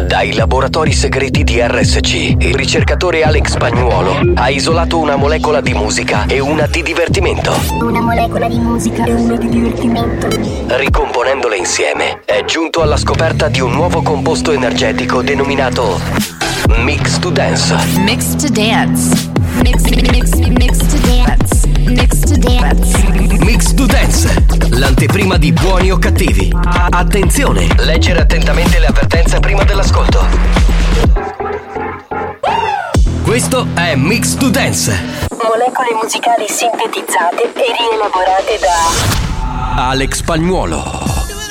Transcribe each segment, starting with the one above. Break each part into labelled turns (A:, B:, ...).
A: Dai laboratori segreti di RSC, il ricercatore Alex Spagnuolo ha isolato una molecola di musica e una di divertimento.
B: Una molecola di musica e una di divertimento.
A: Ricomponendole insieme, è giunto alla scoperta di un nuovo composto energetico denominato Mix to Dance.
C: Mix to Dance. Mix to Dance. Mix to Dance.
A: Mix to Dance, l'anteprima di Buoni o Cattivi. Attenzione, leggere attentamente le avvertenze prima dell'ascolto. Questo è Mix to Dance.
B: Molecole musicali sintetizzate e rielaborate da
A: Alex Spagnuolo.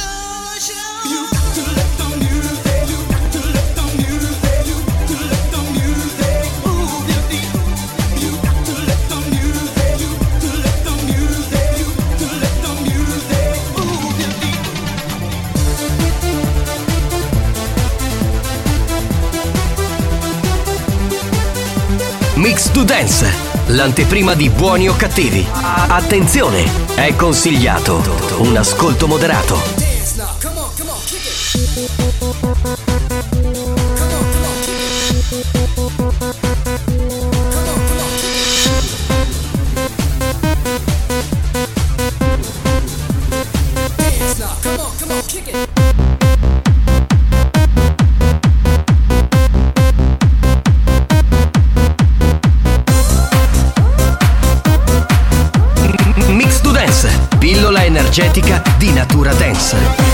A: Mix to Dance, l'anteprima di Buoni o Cattivi. Attenzione, è consigliato un ascolto moderato. Pillola energetica di Natura Dance.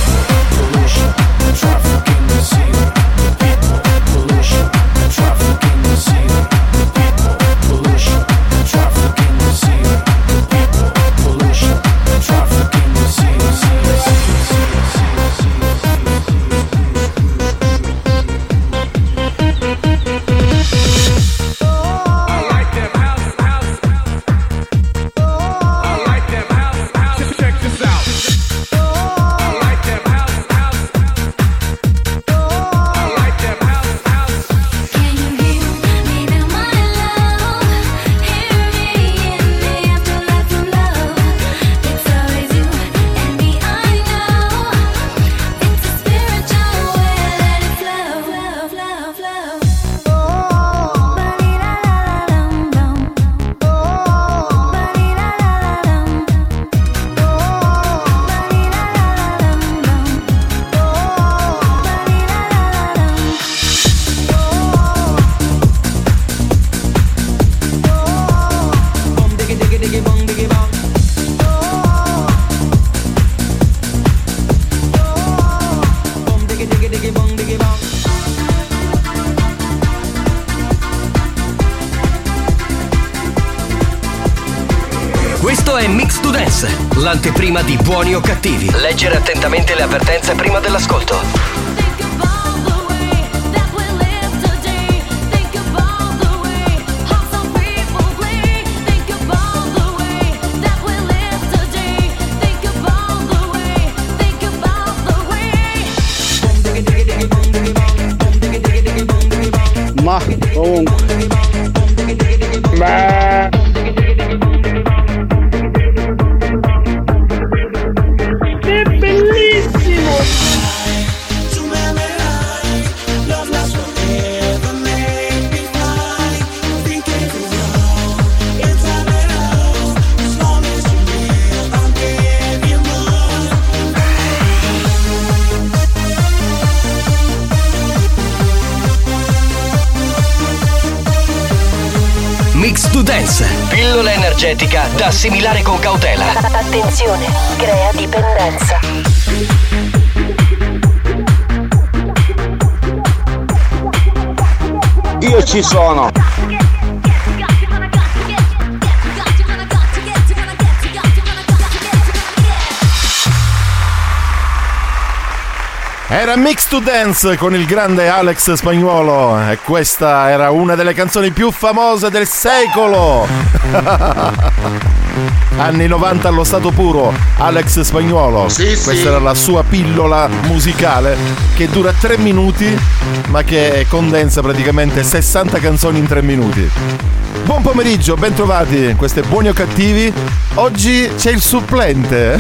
A: Questo è Mix to Dance, l'anteprima di Buoni o Cattivi. Leggere attentamente le avvertenze prima dell'ascolto.
D: Ma comunque è bellissimo.
A: Mix to Dance, pillola energetica da assimilare con cautela.
B: Attenzione, crea dipendenza.
D: Io ci sono.
E: Era Mix to Dance con il grande Alex Spagnuolo e questa era una delle canzoni più famose del secolo. Anni 90 allo stato puro, Alex Spagnuolo. Questa era la sua pillola musicale che dura 3 minuti, ma che condensa praticamente 60 canzoni in 3 minuti. Buon pomeriggio, ben trovati, questo è Buoni o Cattivi. Oggi c'è il supplente.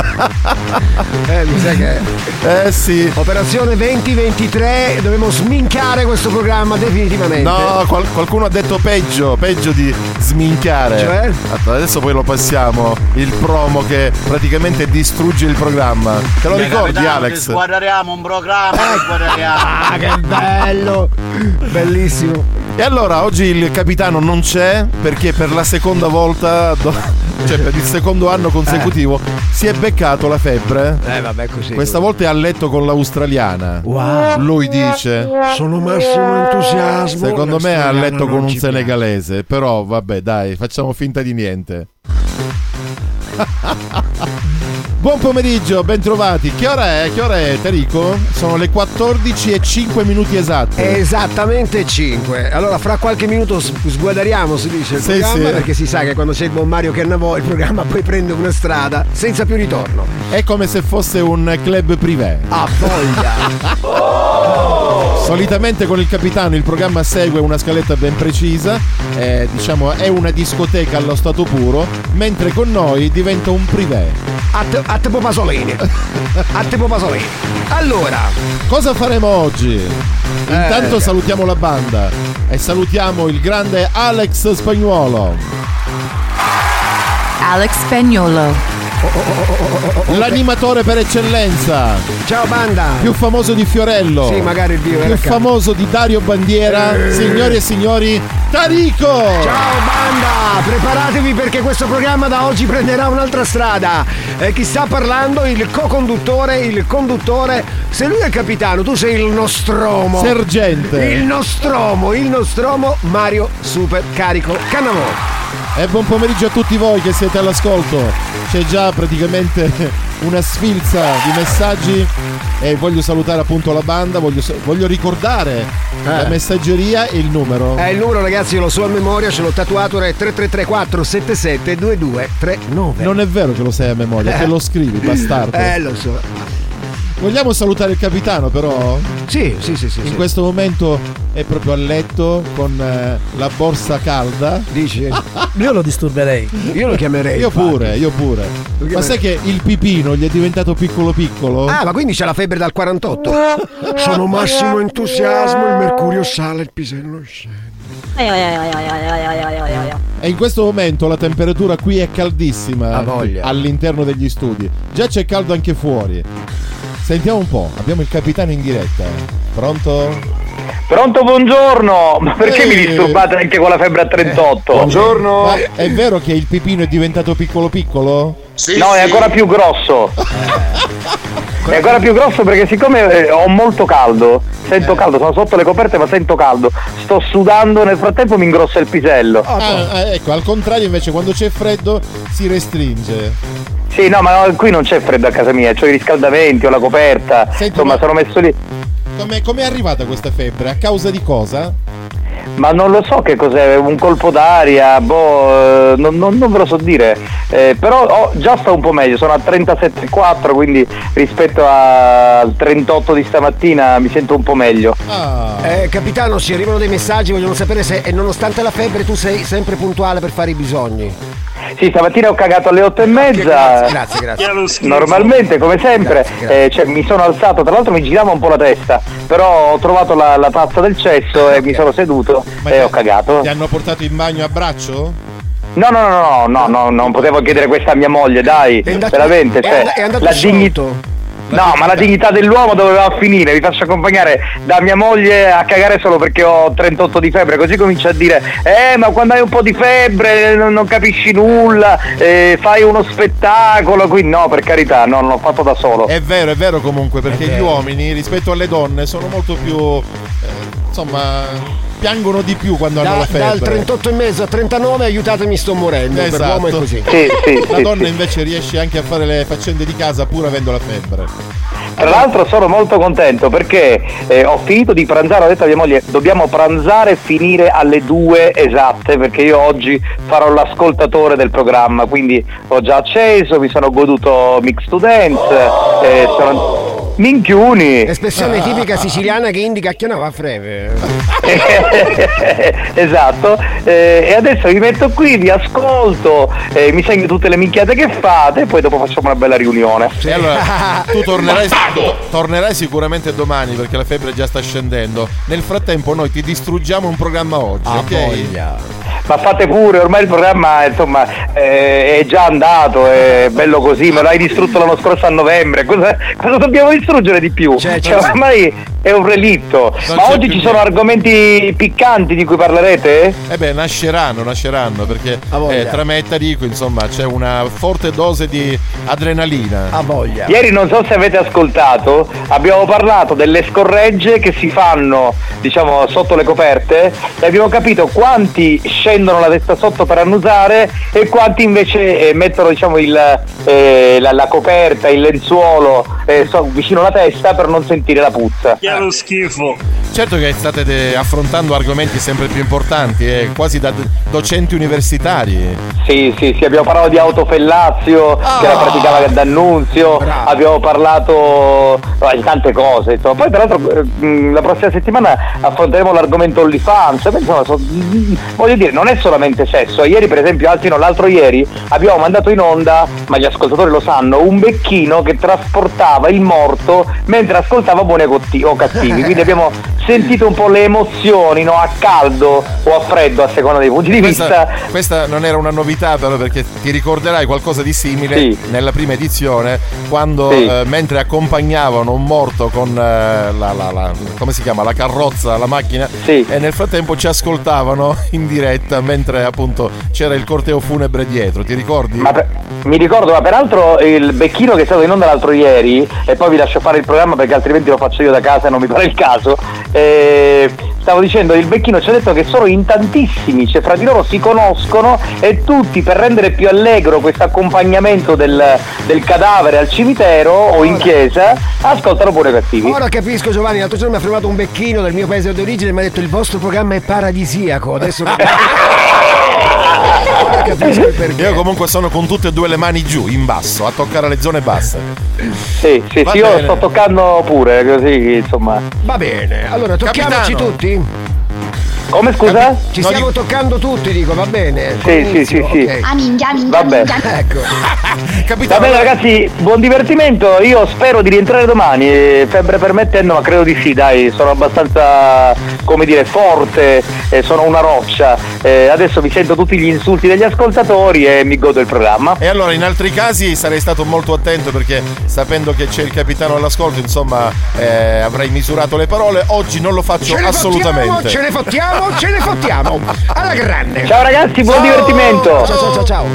F: Mi sa che
E: sì.
F: Operazione 2023, dobbiamo sminchiare questo programma definitivamente.
E: No, qualcuno ha detto peggio di sminchiare.
F: Cioè?
E: Adesso poi lo passiamo, il promo che praticamente distrugge il programma. Te lo ricordi, Alex?
D: Guarderiamo un programma, guarderiamo.
F: Ah, che bello! Bellissimo.
E: E allora oggi il capitano non c'è perché per la seconda volta, cioè per il secondo anno consecutivo, si è beccato la febbre.
F: Vabbè, così.
E: Questa volta è a letto con l'australiana.
F: Wow.
E: Lui dice:
F: sono massimo entusiasmo.
E: secondo me è a letto con un senegalese. Però vabbè, dai, facciamo finta di niente. Buon pomeriggio, ben trovati. Che ora è? Tarico? Sono le 14:05 esatte.
F: Esattamente 5. Allora fra qualche minuto sguadariamo, si dice, il
E: Sì,
F: programma,
E: sì.
F: perché si sa che quando c'è il buon Mario Cannavò il programma poi prende una strada senza più ritorno.
E: È come se fosse un club privé.
F: A voglia.
E: Solitamente con il capitano il programma segue una scaletta ben precisa, diciamo è una discoteca allo stato puro, mentre con noi diventa un privé.
F: A tipo Pasolini. Allora,
E: cosa faremo oggi? Intanto salutiamo la banda e salutiamo il grande Alex Spagnuolo.
C: Alex Spagnuolo.
E: L'animatore per eccellenza,
F: ciao banda.
E: più famoso di Fiorello,
F: Sì, magari il Dio era
E: più famoso di Dario Bandiera, signori e signori, Tarico.
F: Ciao banda, preparatevi perché questo programma da oggi prenderà un'altra strada. Chi sta parlando? Il co-conduttore, il conduttore. Se lui è il capitano, tu sei il nostromo.
E: Sergente.
F: Il nostromo, Mario Super Carico Cannavò.
E: E buon pomeriggio a tutti voi che siete all'ascolto. C'è già praticamente una sfilza di messaggi e voglio salutare appunto la banda, voglio ricordare la messaggeria e il numero.
F: Il numero, ragazzi, io lo so a memoria, ce l'ho tatuato, è 3334 77 2239.
E: Non è vero che lo sai a memoria, te lo scrivi, bastardo.
F: Lo so.
E: Vogliamo salutare il capitano però?
F: Sì.
E: In questo momento è proprio a letto con la borsa calda.
F: Dici?
G: Io lo disturberei.
F: Io lo chiamerei.
E: Io pure. Ma sai che il pipino gli è diventato piccolo?
F: Ah, ma quindi c'è la febbre dal 48. Sono massimo entusiasmo, il mercurio sale, il pisello scende.
E: E in questo momento la temperatura qui è caldissima.
F: A voglia.
E: All'interno degli studi. Già c'è caldo anche fuori. Sentiamo un po', abbiamo il capitano in diretta. Pronto?
H: Pronto, buongiorno! Ma perché mi disturbate anche con la febbre a 38?
F: Buongiorno!
E: Ma è vero che il pipino è diventato piccolo?
H: Sì, no, è ancora più grosso. È ancora più grosso perché siccome ho molto caldo, sento caldo, sono sotto le coperte ma sento caldo, sto sudando, nel frattempo mi ingrossa il pisello.
E: Ecco, al contrario invece quando c'è freddo si restringe.
H: Sì, no, ma qui non c'è freddo a casa mia, c'ho i riscaldamenti, ho la coperta,
E: Senti,
H: insomma sono messo lì.
E: Com'è arrivata questa febbre? A causa di cosa?
H: Ma non lo so che cos'è, un colpo d'aria, non ve lo so dire, però già sta un po' meglio, sono a 37,4, quindi rispetto al 38 di stamattina mi sento un po' meglio.
F: Capitano, ci arrivano dei messaggi, vogliono sapere se nonostante la febbre tu sei sempre puntuale per fare i bisogni.
H: Sì, stamattina ho cagato alle 8:30.
F: Grazie.
H: Normalmente, come sempre,
F: Grazie.
H: Mi sono alzato, tra l'altro mi girava un po' la testa, però ho trovato la tazza del cesso e mi sono seduto e ho cagato.
E: Ti hanno portato in bagno a braccio?
H: No, non potevo chiedere questa a mia moglie, dai, veramente,
F: È andato
H: la
F: sotto.
H: dignità. No, ma la dignità dell'uomo doveva finire, vi faccio accompagnare da mia moglie a cagare solo perché ho 38 di febbre, così comincia a dire ma quando hai un po' di febbre non capisci nulla, fai uno spettacolo, quindi no, per carità, no, non l'ho fatto da solo.
E: È vero comunque, perché gli uomini rispetto alle donne sono molto più piangono di più quando hanno la febbre.
F: Dal 38,5 a 39 aiutatemi, sto morendo.
E: Esatto.
F: Per l'uomo è così.
H: Sì,
E: La donna invece riesce anche a fare le faccende di casa pur avendo la febbre.
H: Tra l'altro sono molto contento perché ho finito di pranzare, ho detto a mia moglie dobbiamo pranzare e finire alle 2 esatte, perché io oggi farò l'ascoltatore del programma, quindi ho già acceso, mi sono goduto Mix to Dance, sono minchiuni.
F: Espressione tipica siciliana che indica che non va freve.
H: Esatto, e adesso vi metto qui, vi ascolto, mi segno tutte le minchiate che fate e poi dopo facciamo una bella riunione.
E: Sì, allora tu tornerai sicuramente domani perché la febbre già sta scendendo. Nel frattempo noi ti distruggiamo un programma oggi, ok?
F: Voglia.
H: Ma fate pure, ormai il programma insomma è già andato, è bello così, me l'hai distrutto l'anno scorso a novembre, cosa dobbiamo distruggere di più? Cioè, ormai è un relitto. Ma oggi ci sono argomenti piccanti di cui parlerete?
E: Nasceranno perché trametta dico, insomma, c'è una forte dose di adrenalina.
F: A voglia.
H: Ieri non so se avete ascoltato, abbiamo parlato delle scorregge che si fanno, diciamo, sotto le coperte e abbiamo capito quanti scendono la testa sotto per annusare e quanti invece mettono, diciamo, la coperta, il lenzuolo vicino alla testa per non sentire la puzza.
D: Che è lo schifo.
E: Certo che state affrontando argomenti sempre più importanti, quasi da docenti universitari.
H: Sì, abbiamo parlato di autofellazio che la praticava D'Annunzio, abbiamo parlato di tante cose, insomma. Poi tra l'altro la prossima settimana affronteremo l'argomento OnlyFans, insomma, voglio dire, non è solamente sesso. Ieri per esempio, anzi no, l'altro ieri abbiamo mandato in onda, ma gli ascoltatori lo sanno, un becchino che trasportava il morto mentre ascoltava Buoni o Cattivi, quindi abbiamo sentito un po' le emozioni, no? A caldo o a freddo a seconda dei punti di vista.
E: Questa non era una novità però, perché ti ricorderai qualcosa di simile nella prima edizione quando mentre accompagnavano un morto con la come si chiama, la carrozza, la macchina, e nel frattempo ci ascoltavano in diretta mentre appunto c'era il corteo funebre dietro, ti ricordi?
H: Mi ricordo, ma peraltro il becchino che è stato in onda l'altro ieri, e poi vi lascio fare il programma perché altrimenti lo faccio io da casa e non mi pare il caso, stavo dicendo, il becchino ci ha detto che sono in tantissimi, cioè fra di loro si conoscono e tutti, per rendere più allegro questo accompagnamento del cadavere al cimitero o in chiesa, ascoltano Buoni o Cattivi.
F: Ora capisco, Giovanni, l'altro giorno mi ha fermato un becchino del mio paese d'origine e mi ha detto il vostro programma è paradisiaco, adesso capisco il perché.
E: Io comunque sono con tutte e due le mani giù, in basso, a toccare le zone basse.
H: Sì, io sto toccando pure, così insomma.
F: Va bene, allora tocchiamoci tutti?
H: Come, scusa?
F: Ci stiamo toccando tutti, dico, va bene.
H: Sì.
F: Okay.
B: Vabbè.
F: Ecco.
H: Va bene ragazzi, buon divertimento, io spero di rientrare domani, febbre permettendo, ma credo di sì, dai, sono abbastanza, come dire, forte, sono una roccia, adesso vi sento tutti gli insulti degli ascoltatori e mi godo il programma.
E: E allora in altri casi sarei stato molto attento perché sapendo che c'è il capitano all'ascolto, insomma, avrei misurato le parole, oggi non lo faccio assolutamente.
F: Ce ne fottiamo alla grande.
H: Ciao ragazzi, buon divertimento.
F: Ciao.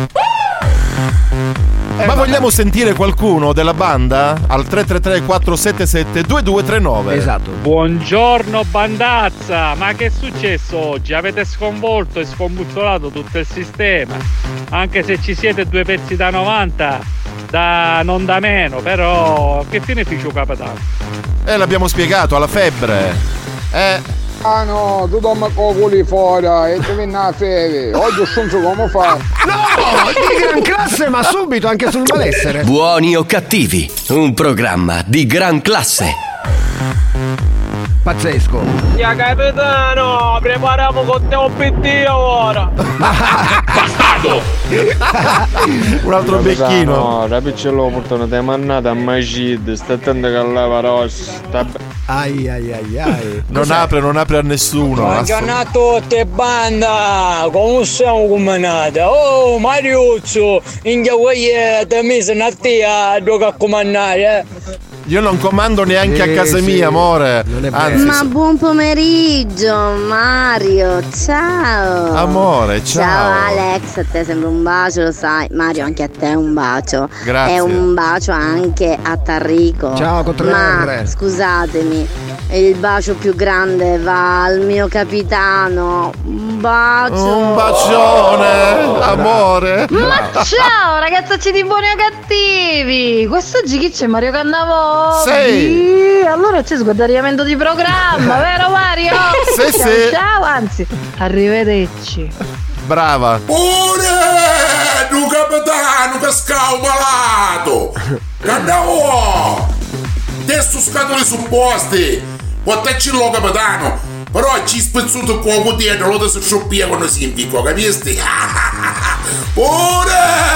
E: Ma vogliamo sentire qualcuno della banda? Al 333-477-2239.
F: Esatto.
G: Buongiorno bandazza, ma che è successo oggi? Avete sconvolto e scombussolato tutto il sistema. Anche se ci siete due pezzi da 90, non da meno, però che fine fece il capitano?
E: L'abbiamo spiegato, alla febbre.
I: Ah no, tu dammi cocoli fuori e ti viene la fede. Oggi non so come fare.
F: No, di gran classe, ma subito anche sul malessere.
A: Buoni o Cattivi, un programma di gran classe.
F: Pazzesco.
G: Ya capitano, prepariamo con te un obiettivo ora.
E: Bastardo! Un altro becchino.
J: No, rapicciolo portano te mannata a Magid, sta attento che lava rossa.
F: Ai.
E: Non apre a nessuno.
K: Buongiorno a tutti, banda! Come siamo combinati? Oh, Mariuzzo! Inghia te mi sono a te a comandare,
E: Io non comando neanche a casa mia, amore. Anzi,
L: ma buon pomeriggio, Mario. Ciao.
E: Amore, ciao.
L: Ciao Alex, a te sembra un bacio, lo sai. Mario, anche a te un bacio.
E: Grazie.
L: E un bacio anche a Tarrico.
F: Ciao, con 3
L: Ma scusatemi, il bacio più grande va al mio capitano. Un bacio.
E: Un bacione, amore.
M: Ma ciao ragazzacci di Buoni o Cattivi. Quest'oggi chi c'è? Mario Cannavò?
E: Sì.
M: Allora c'è sguardagliamento di programma, vero Mario?
E: Sì,
M: ciao,
E: sì.
M: ciao, anzi, arrivederci.
E: Brava.
N: Pure un capitano che scao malato. Andiamo. Testo scatole supposti. Portaci lo capitano. Però ci spezzuto il cuoco dietro, lo si scioppia quando si infico, capisti? Pure.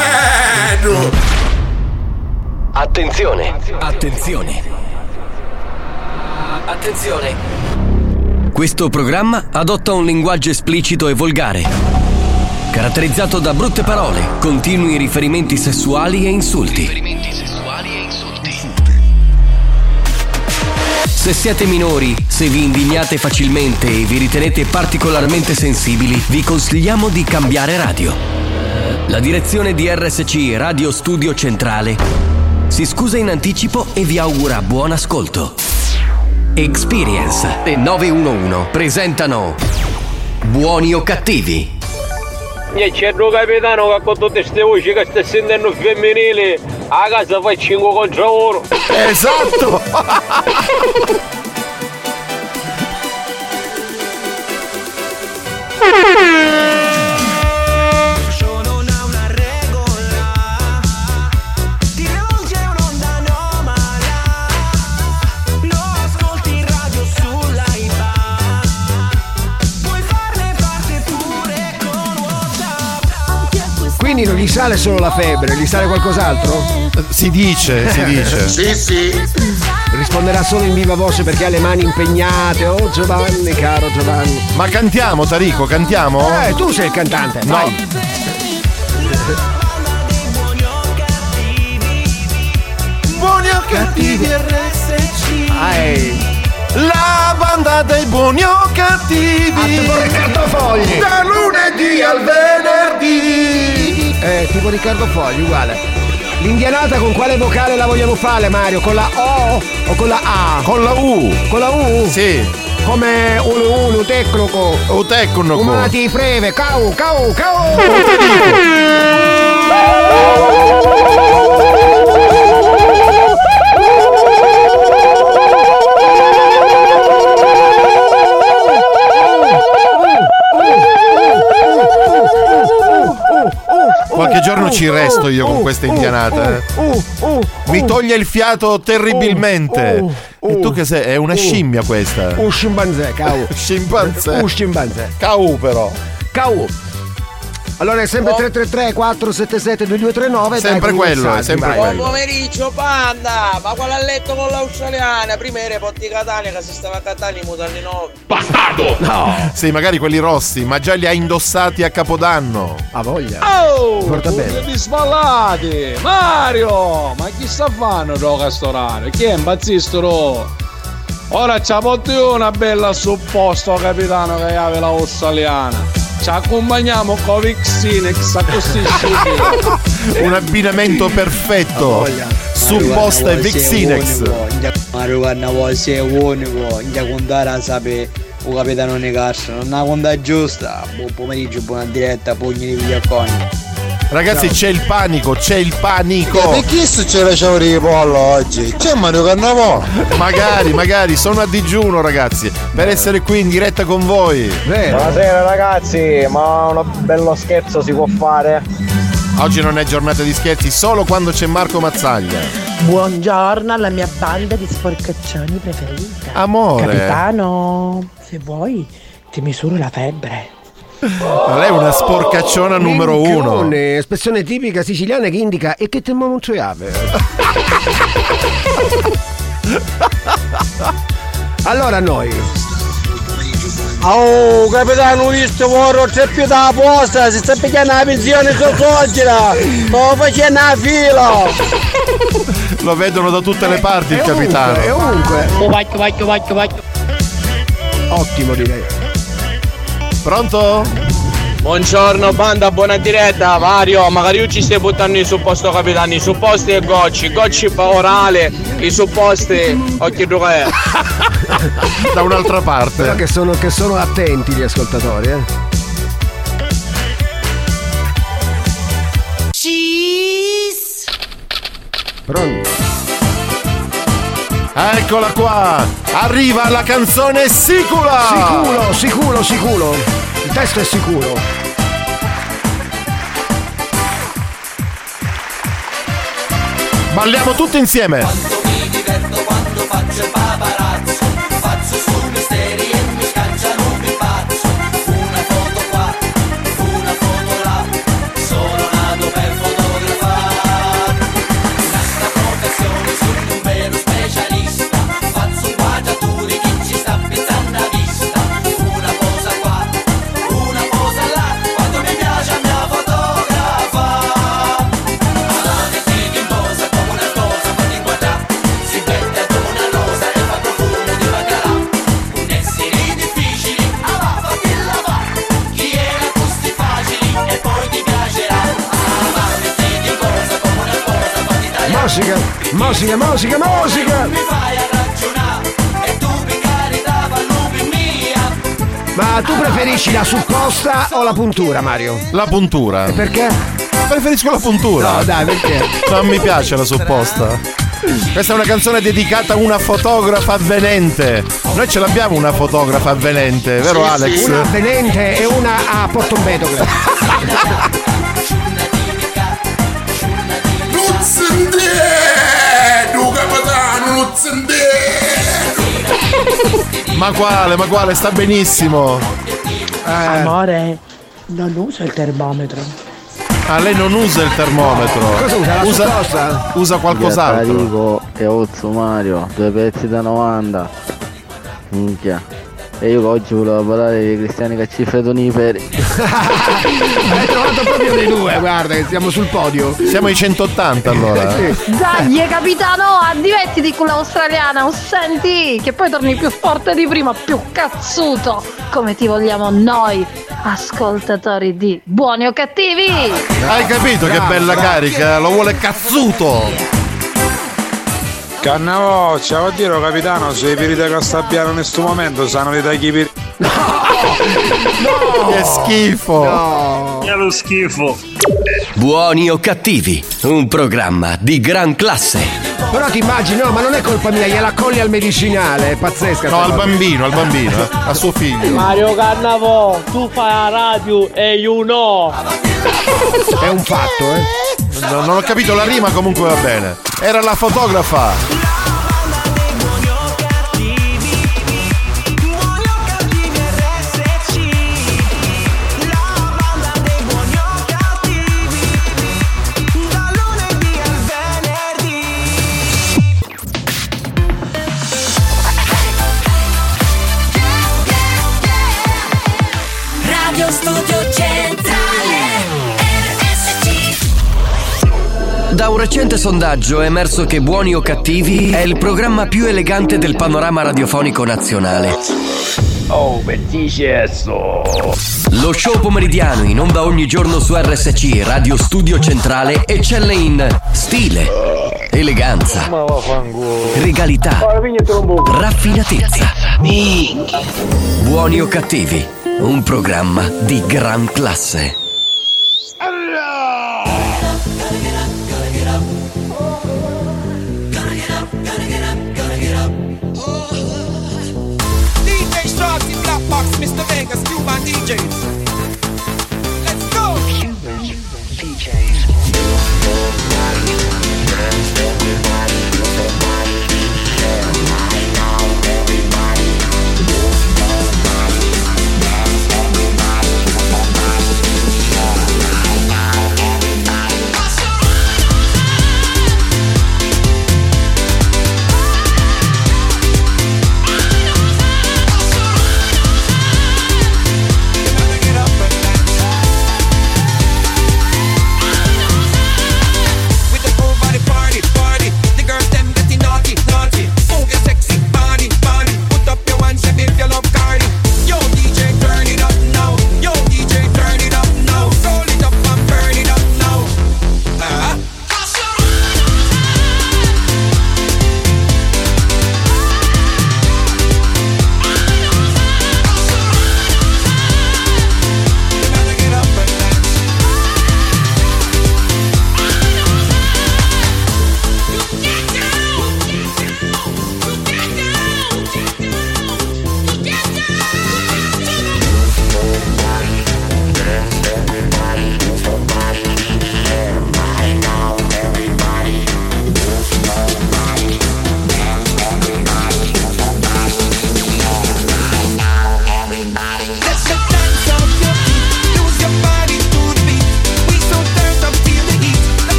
A: Attenzione. Attenzione. Attenzione. Questo programma adotta un linguaggio esplicito e volgare, caratterizzato da brutte parole, continui riferimenti sessuali e insulti. Se siete minori, se vi indignate facilmente e vi ritenete particolarmente sensibili, vi consigliamo di cambiare radio. La direzione di RSC Radio Studio Centrale si scusa in anticipo e vi augura buon ascolto. Experience e 911 presentano Buoni o Cattivi.
O: E c'è il capitano che con tutte queste voci che sta sentendo femminili a casa fai 5 contro 1.
E: Esatto.
F: Quindi non gli sale solo la febbre, gli sale qualcos'altro?
E: Si dice.
N: Sì.
F: Risponderà solo in viva voce perché ha le mani impegnate. Oh Giovanni, caro Giovanni.
E: Ma cantiamo, Tarico, cantiamo?
F: Tu sei il cantante.
E: No.
F: Vai.
E: Buoni o cattivi RSC. La banda dei buoni o cattivi.
F: Tipo Riccardo Fogli.
E: Da lunedì al venerdì.
F: Tipo Riccardo Fogli, uguale. L'indianata con quale vocale la vogliamo fare, Mario? Con la O o con la A?
E: Con la U.
F: Con la U?
E: Sì.
F: Come uno tecnico.
E: O tecnico.
F: Come ti freve. Cau.
E: Qualche giorno ci resto io con questa indianata. Mi toglie il fiato terribilmente. E tu che sei? È una scimmia questa.
F: Un scimpanzé, cau.
E: Scimpanzé.
F: Un scimpanzé.
E: Cau però.
F: Cau. Allora è sempre 333 477 2239.
E: Sempre quello, è sempre quello.
K: Buon pomeriggio Panda, ma qual ha letto con l'australiana? Prima era Potti Catania che si stava a Catania in anni 9.
E: Bastardo! No! Sì, magari quelli rossi, ma già li ha indossati a Capodanno.
F: A voglia.
P: Oh!
F: Porta bene.
P: Tutti sballati! Mario! Ma chi sta fanno do castorare? Chi è impazzistoro? Ora c'ha potti una bella supposto capitano che aveva la australiana. Ci accompagniamo con Vixinex a così
E: un abbinamento perfetto. Supposta e Vixinex.
Q: Mario Carnavale sei unico, non ti contare a sapere o capitano ne cassa, non la conta giusta. Buon pomeriggio, buona diretta, pugni di vigliacconi.
E: Ragazzi, c'è il panico.
R: Perché succede ciao di pollo oggi? C'è Mario Carnavale?
E: Magari, sono a digiuno, ragazzi, per essere qui in diretta con voi.
S: Buonasera ragazzi, ma un bello scherzo si può fare?
E: Oggi non è giornata di scherzi, solo quando c'è Marco Mazzaglia.
T: Buongiorno alla mia banda di sporcaccioni preferita.
E: Amore.
T: Capitano, se vuoi ti misuro la febbre.
E: Ma lei è una sporcacciona numero uno.
F: Espressione tipica siciliana che indica e che te non c'è ave. Allora noi.
Q: Oh capitano, visto vorrò tre più da posta, si sta pigliando la pensione sott'oggira, sto facendo la fila.
E: Lo vedono da tutte le parti il capitano.
F: E ovunque.
T: Vai.
F: Ottimo direi.
E: Pronto?
O: Buongiorno banda, buona diretta. Mario, magari io ci stai buttando i supposto capitani, i supposti e gocci orale, i supposti occhi che
E: da un'altra parte.
F: Però che sono attenti gli ascoltatori,
C: Cheese.
F: Pronto?
E: Eccola qua! Arriva la canzone sicula!
F: Sicuro. Il testo è sicuro.
E: Balliamo tutti insieme!
U: Quando mi diverto, quando faccio il paparazzo, faccio su misteri e mi scacciano un pazzo. Una foto qua, una foto là, sono nato per fotografare. Questa professione sono un vero specialista, faccio guardatori chi ci sta pizzando a vista. Una posa qua, una posa là, quando mi piace a mia fotografa. Alla mettiti in posa come una sposa, quando inquadra si mette ad una rosa e fa profumo di bacalà. Un essere difficili, fatti lavare, chi era gusti facili e poi ti piacerà. Mettiti in posa come una sposa, fatti tagliare.
F: Musica.
U: Mi fai a ragionare e tu mi carità vallupi mia.
F: Ma tu preferisci la supposta o la puntura, Mario?
E: La puntura.
F: E perché?
E: Preferisco la puntura.
F: No, dai, perché?
E: Non mi piace la supposta. Questa è una canzone dedicata a una fotografa avvenente. Noi ce l'abbiamo una fotografa avvenente, vero
F: Sì,
E: Alex?
F: Una avvenente e una a Portombeto.
E: Ma quale? Sta benissimo.
T: Amore, non usa il termometro.
E: Ah, lei non usa il termometro.
F: Cosa usa? La supposta?
E: Usa qualcos'altro.
V: Dico e Ozzo Mario, 2 pezzi da 90. Minchia. E io oggi volevo parlare dei cristiani che ci fredono i peri.
F: Hai trovato proprio dei due, guarda che siamo sul podio.
E: Siamo ai 180 allora.
M: Dai, capitano, divertiti con l'australiana, senti, che poi torni più forte di prima, più cazzuto, come ti vogliamo noi, ascoltatori di Buoni o Cattivi.
E: Hai capito che bella carica? Lo vuole cazzuto.
P: Cannavò, ciao a dire capitano, se i pirite che sta piano in questo momento sanno di tagli piri.
E: No! Che schifo!
P: No!
G: Che lo schifo!
A: Buoni o Cattivi, un programma di gran classe.
F: Però ti immagini, no, ma non è colpa mia, gliela accogli al medicinale, è pazzesca.
E: No, al bambino, a suo figlio.
K: Mario Cannavò, tu fai la radio e io no.
F: È un fatto, eh.
E: Non ho capito la rima, comunque va bene. Era la fotografa.
B: Radio Studio Centrale RSC.
A: Da un recente sondaggio è emerso che Buoni o Cattivi è il programma più elegante del panorama radiofonico nazionale.
U: Oh, benissimo.
A: Lo show pomeridiano in onda ogni giorno su RSC Radio Studio Centrale eccelle in stile, eleganza, regalità, raffinatezza. Buoni o Cattivi, un programma di gran classe.
U: DJ Sharky, Black Box, Mr. Vegas, Cuban DJs. Let's go!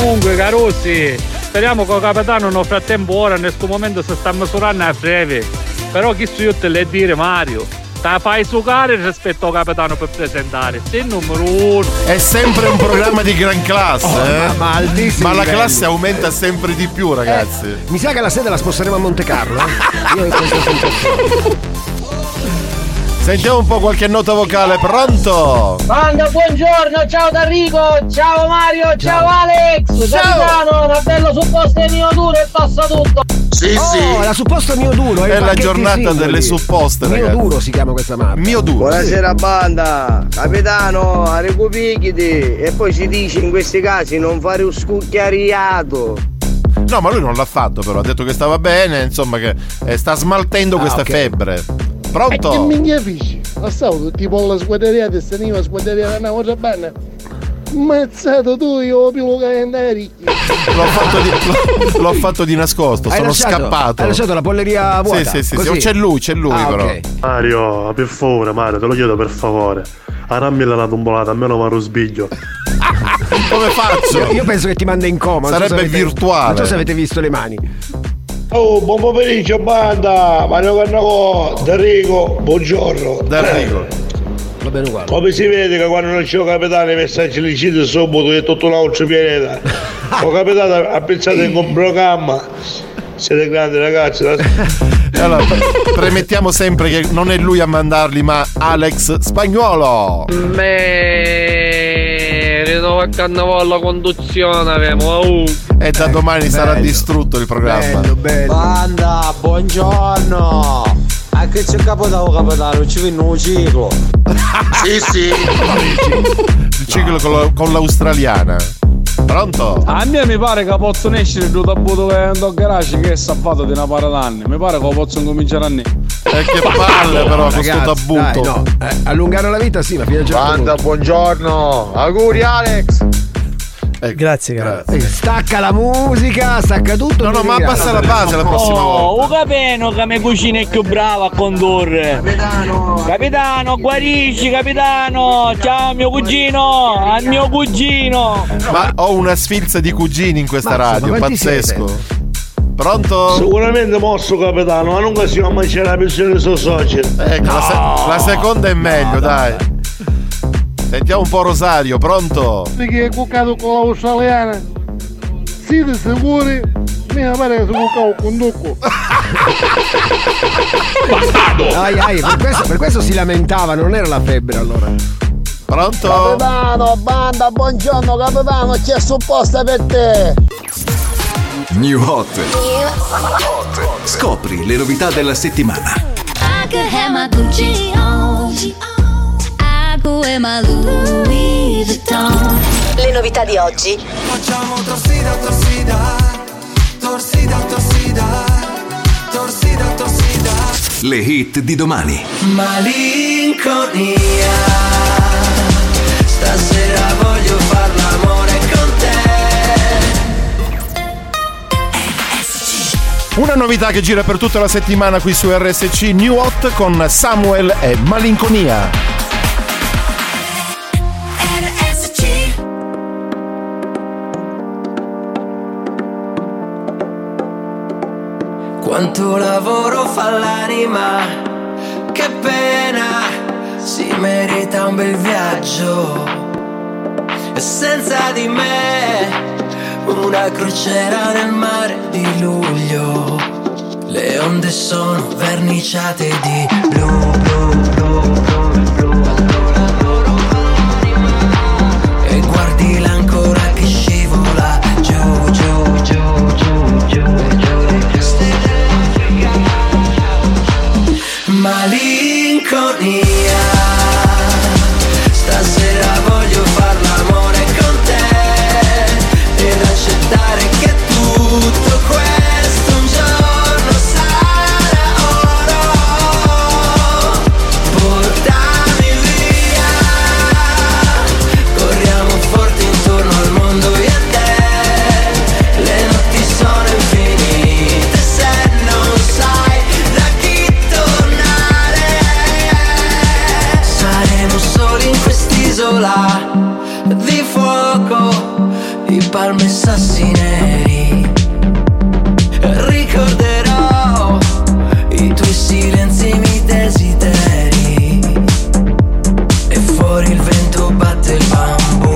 G: Comunque Carusi, speriamo che il capitano nel frattempo ora in questo momento si sta misurando a breve. Però chi su io te le dire Mario, te fai sucare rispetto al capitano per presentare. Sei il numero 1.
E: È sempre un programma di gran classe,
F: ma altissimo
E: ma la
F: livello.
E: classe aumenta sempre di più, ragazzi.
F: Mi sa che la sede la sposteremo a Monte Carlo. Io ho questa sensazione.
E: Sentiamo un po' qualche nota vocale, pronto?
K: Banda, buongiorno, ciao D'Arrigo, ciao Mario, ciao Alex, capitano, ma bello supposto è mio duro e passa tutto.
E: Sì,
F: La supposta mio duro
E: è
F: i
E: la
F: pacchetti
E: giornata
F: singoli.
E: delle supposte,
F: Mio
E: ragazzi.
F: duro si chiama questa marca.
E: Mio duro.
Q: Buonasera banda, capitano, a recupichiti e poi si dice in questi casi non fare un scucchiariato.
E: No, ma lui non l'ha fatto, però ha detto che stava bene, insomma, che sta smaltendo questa febbre. Pronto?
D: E che minchia fici? Ma stavo tipo la squadreria e staniva la squadreria una cosa bene. Mazzato tu, io più calendario.
E: L'ho fatto di nascosto, sono scappato.
F: Hai lasciato la polleria vuota?
E: Sì,
F: Così?
E: c'è lui però.
F: Ok.
H: Mario, per favore, Mario, te lo chiedo per favore. Arammila la tombolata, almeno mi rusbiglio.
E: Come faccio?
F: Io penso che ti manda in coma. non so
E: Sarebbe
F: se avete-
E: virtuale.
F: Non so se avete visto le mani.
D: Oh, buon pomeriggio banda, Mario Cannacò, D'Arrigo, buongiorno.
E: D'Arrigo.
F: Va bene uguale.
D: Come si vede che quando non c'è un capitano i messaggi li cito subito è tutto un altro pianeta. Il capitano ha pensato in un programma. Siete grandi ragazzi.
E: Allora, premettiamo sempre che non è lui a mandarli, ma Alex Spagnuolo.
O: Ritrovo a Cannavò la conduzione, avemo.
E: E da domani sarà distrutto il programma.
F: Bello.
Q: Banda, buongiorno. Anche c'è capitano, ci viene un ciclo.
E: Sì. Il ciclo con l'australiana. Pronto?
P: A me mi pare che possono essere due tabuto che in garage che è salvato di una para d'anni. Mi pare che possono cominciare a ne.
E: Che palle però questo tabutto.
F: Dai, no. Allungare la vita sì, ma fino a un certo
R: Banda,
F: punto.
R: buongiorno. Auguri Alex.
F: Grazie. Stacca la musica, stacca tutto.
E: No, ma abbassa la base la prossima volta.
K: Oh, capeno che me cucina è più bravo a condurre. Capitano, guarisci, capitano. Ciao mio cugino, al mio cugino.
E: Ma ho una sfilza di cugini in questa radio, pazzesco. Pronto?
D: Sicuramente mosso capitano, ma non si va a mangiare la pensione su social.
E: Ecco, la seconda è meglio, dai. Sentiamo un po' Rosario, pronto?
D: Perché è cuccato con l'australiana. Siete sicuri? Mi pare che si cuccava con ducco.
F: Ai, per questo si lamentava, non era la febbre allora.
E: Pronto?
D: Capitano, banda, buongiorno capitano, c'è supposta per te.
W: New Hot. Scopri le novità della settimana.
B: I could have my Gucci on. I could wear my Louis Vuitton.
X: Le novità di oggi.
U: Facciamo torsida, torsida, torsida, torsida, torsida, torsida.
W: Le hit di domani.
U: Malinconia. Stasera voglio far l'amore con te.
E: Una novità che gira per tutta la settimana qui su RSC, New Hot con Samuel e Malinconia.
U: Quanto lavoro fa l'anima, che pena, si merita un bel viaggio. E senza di me, una crociera nel mare di luglio. Le onde sono verniciate di blu, blu, blu, blu, blu. E guardi l'ancora che scivola giù, giù, giù, giù, giù, giù. Malinconia, stasera voglio far l'amore con te ed accettare che tutto questo un giorno sarà oro. Portami via, corriamo forte intorno al mondo io e te. Le notti sono infinite se non sai da chi tornare. Saremo soli in quest'isola di fuoco, i palme sassi neri. Ricorderò i tuoi silenzi e i miei desideri. E fuori il vento batte il bambù.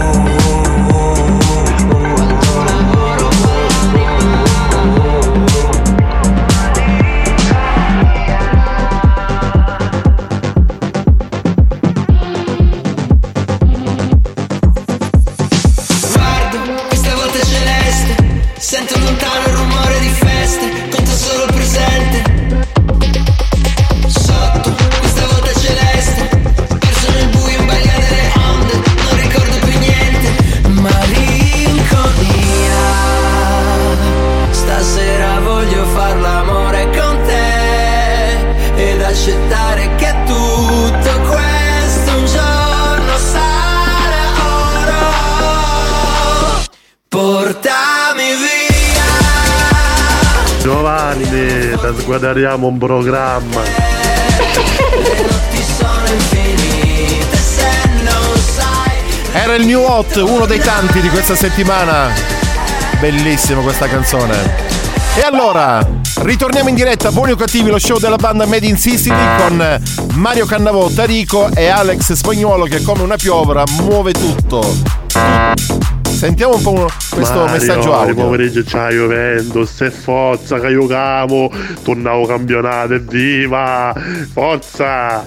U: Sento lontano il rumore di feste, conto solo il presente. Sotto, questa volta celeste, perso nel buio in balia delle onde, non ricordo più niente. Malinconia, stasera voglio far l'amore con te ed accettare che tutto questo un giorno sarà oro. Portami via.
H: Giovanni, ti sguadariamo un programma.
E: Era il New Hot, uno dei tanti di questa settimana. Bellissima questa canzone. E allora, ritorniamo in diretta, Buoni o Cattivi, lo show della banda Made in Sicily con Mario Cannavò, Tarico e Alex Spagnuolo che come una piovra muove tutto. Sentiamo un po' questo
H: Mario,
E: messaggio audio.
H: Il pomeriggio c'ha Juventus e forza che giocamo, tornavo campionato, evviva, forza.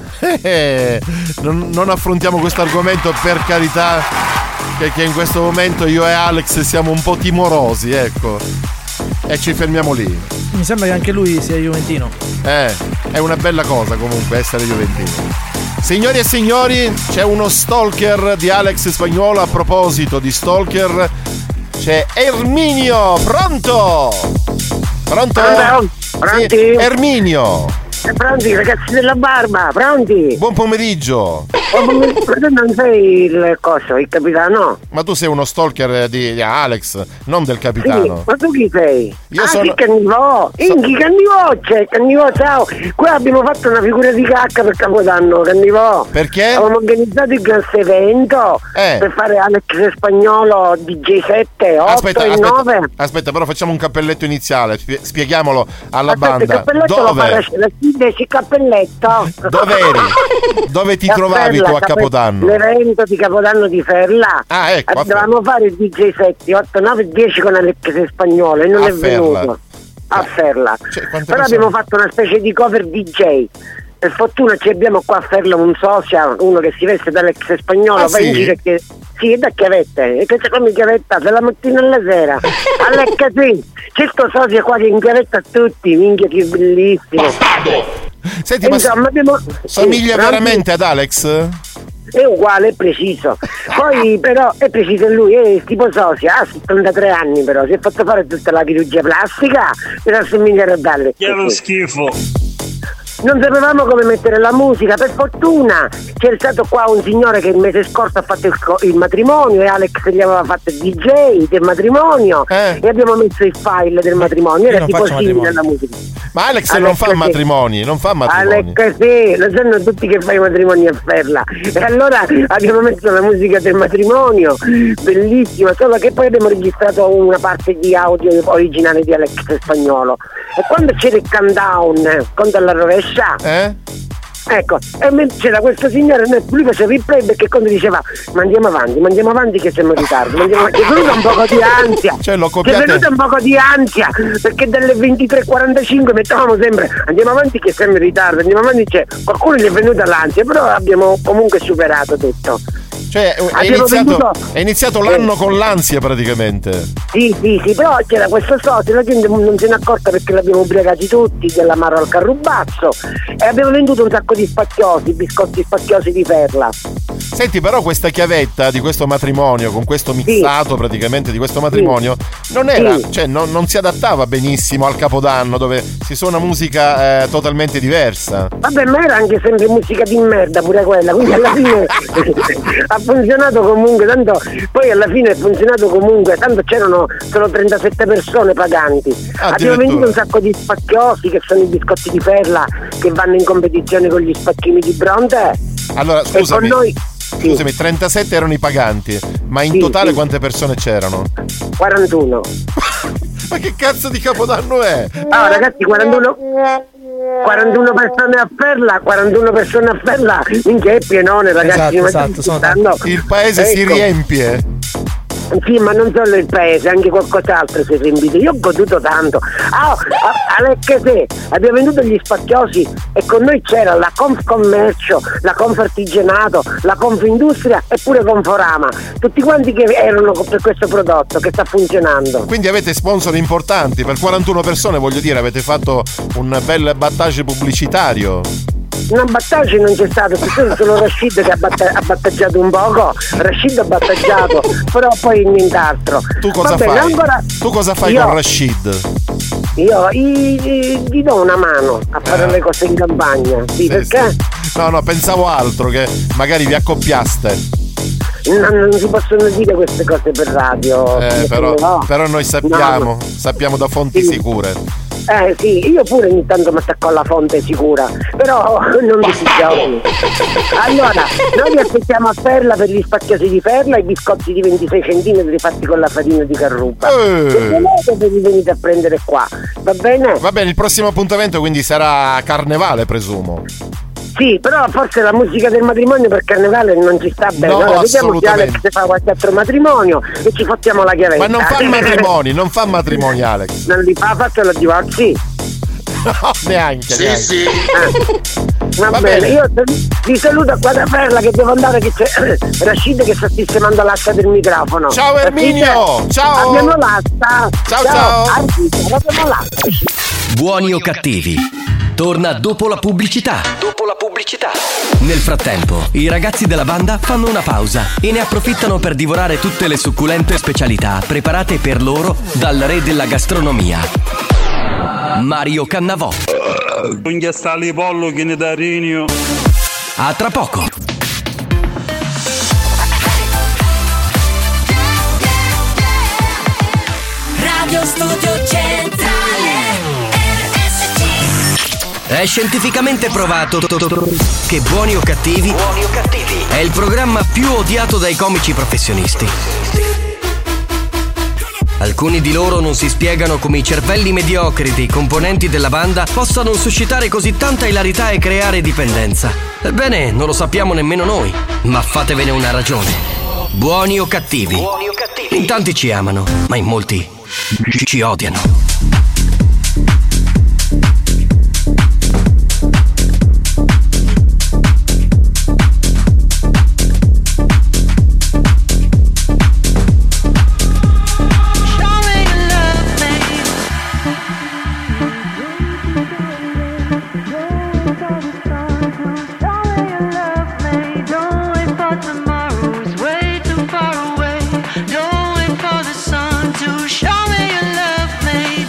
E: Non affrontiamo questo argomento, per carità, perché in questo momento io e Alex siamo un po' timorosi, ecco. E ci fermiamo lì.
I: Mi sembra che anche lui sia juventino.
E: È una bella cosa comunque essere juventino. Signori e signori, c'è uno stalker di Alex Spagnuolo. A proposito di stalker, c'è Erminio. Pronto? Pronto?
J: Pronti?
E: Sì, Erminio.
J: Pronti, ragazzi della barba, pronti?
E: Buon pomeriggio.
J: Ma tu non sei il coso, il capitano?
E: Ma tu sei uno stalker di Alex, non del capitano.
J: Sì, ma tu chi sei?
E: Io sono...
J: che Cannivò! Cannivò, ciao! Qua abbiamo fatto una figura di cacca per Capodanno, Cannivò.
E: Perché?
J: Abbiamo organizzato il grosso evento per fare Alex Spagnuolo DJ 7, 8 e 9.
E: Aspetta, però facciamo un cappelletto iniziale, spieghiamolo alla
J: banda. Il cappelletto
E: dove?
J: Il cappelletto.
E: Dove eri? Dove ti trovavi tu a Capodanno?
J: L'evento di Capodanno di Ferla.
E: Ah, ecco.
J: Dovevamo fare il DJ 7, 8, 9, 10 con Alex Spagnuolo e non è venuto. A Ferla. Però abbiamo fatto una specie di cover DJ. Per fortuna ci abbiamo qua a Ferla un social, uno che si veste da Alex Spagnuolo, va in giro che sì, è da chiavette, e che c'è come chiavetta dalla mattina alla sera. Alex sì, c'è sto socio qua che in chiavetta a tutti, minchia che bellissimo.
E: Senti, ma somiglia veramente ad Alex?
J: È uguale, è preciso. Poi però è preciso lui, è tipo sosia, ha 73 anni però, si è fatto fare tutta la chirurgia plastica per assomigliare ad Alex.
U: Che è lo schifo.
J: Non sapevamo come mettere la musica, per fortuna c'è stato qua un signore che il mese scorso ha fatto il matrimonio e Alex gli aveva fatto il DJ del matrimonio e abbiamo messo il file del matrimonio, era tipo simile alla musica.
E: Ma Alex non fa matrimoni, non fa matrimoni.
J: Alex sì, lo sanno tutti che fa i matrimoni a Ferla. E allora abbiamo messo la musica del matrimonio, bellissima, solo che poi abbiamo registrato una parte di audio originale di Alex Spagnuolo. E quando c'era il countdown, conto alla rovescia, ecco, e c'era questo signore, lui faceva il playback e quando diceva ma andiamo avanti che siamo in ritardo, è venuto un poco di ansia, è venuto un poco di ansia, perché dalle 23:45 mettevamo sempre andiamo avanti che siamo in ritardo, andiamo avanti, qualcuno gli è venuta l'ansia, però abbiamo comunque superato tutto.
E: Cioè è iniziato l'anno con l'ansia praticamente.
J: Sì, però c'era questo socio, la gente non se ne è accorta perché l'abbiamo ubriacati tutti dell'amaro al carrubazzo e abbiamo venduto un sacco di spacchiosi, biscotti spacchiosi di Ferla.
E: Senti, però questa chiavetta di questo matrimonio, con questo mixato praticamente di questo matrimonio, non era, cioè non si adattava benissimo al Capodanno dove si suona musica totalmente diversa.
J: Vabbè, ma era anche sempre musica di merda pure quella, quindi alla fine ha funzionato comunque, tanto poi alla fine è funzionato comunque, tanto c'erano solo 37 persone paganti. Abbiamo venduto un sacco di spacchiosi che sono i biscotti di Ferla che vanno in competizione con gli spacchini di Bronte.
E: Allora scusami, Scusami, 37 erano i paganti, ma in totale quante persone c'erano?
J: 41.
E: Ma che cazzo di Capodanno è?
J: Ah, ragazzi, 41 persone a Ferla, 41 persone a Ferla, minchia è pienone, ragazzi.
I: Esatto.
E: Il paese si riempie.
J: Sì, ma non solo il paese, anche qualcos'altro si è riempito. Io ho goduto tanto. Lecchese, abbiamo venduto gli spacchiosi e con noi c'era la Confcommercio, la Confartigianato, la Confindustria e pure Conforama. Tutti quanti che erano per questo prodotto che sta funzionando.
E: Quindi avete sponsor importanti, per 41 persone, voglio dire, avete fatto un bel battage pubblicitario.
J: Un battaggio non c'è stato, c'è solo Rashid che ha battaggiato un poco. Rashid ha battaggiato, però poi nient'altro.
E: Tu cosa fai? Tu cosa fai con Rashid?
J: Io gli do una mano a fare le cose in campagna. Sì, perché?
E: Sì. No, pensavo altro, che magari vi accoppiaste.
J: Non si possono dire queste cose per radio.
E: Però noi sappiamo da fonti sicure.
J: Sì, io pure ogni tanto mi attacco alla fonte sicura, però non mi fidiamo. Allora, noi vi aspettiamo a Ferla per gli spacchiosi di Ferla, i biscotti di 26 cm fatti con la farina di Carruba. Se volete vi venite a prendere qua, va bene?
E: Va bene, il prossimo appuntamento quindi sarà Carnevale, presumo.
J: Sì, però forse la musica del matrimonio per Carnevale non ci sta bene.
E: No,
J: allora vediamo se Alex fa qualche altro matrimonio e ci fottiamo la chiavetta.
E: Ma non fa matrimoni Alex.
J: Non li fa, fatto la divorzi.
E: No, neanche.
J: Sì. Va bene, io vi saluto qua da Ferla che devo andare, che c'è Rashid che sta sistemando l'asta del microfono.
E: Ciao Erminio, ciao.
J: Abbiamo l'asta.
E: Ciao.
J: Abbiamo l'asta.
A: Buoni o cattivi, torna dopo la pubblicità. Nel frattempo, i ragazzi della banda fanno una pausa e ne approfittano per divorare tutte le succulente specialità preparate per loro dal re della gastronomia, Mario Cannavò.
L: Un stali pollo che ne da Rinio.
A: A tra poco.
B: Radio Studio Centrale.
A: È scientificamente provato che Buoni o Cattivi è il programma più odiato dai comici professionisti. Alcuni di loro non si spiegano come i cervelli mediocri dei componenti della banda possano suscitare così tanta ilarità e creare dipendenza. Ebbene, non lo sappiamo nemmeno noi, ma fatevene una ragione. Buoni o Cattivi. In tanti ci amano, ma in molti ci odiano.
B: Show me your love, mate.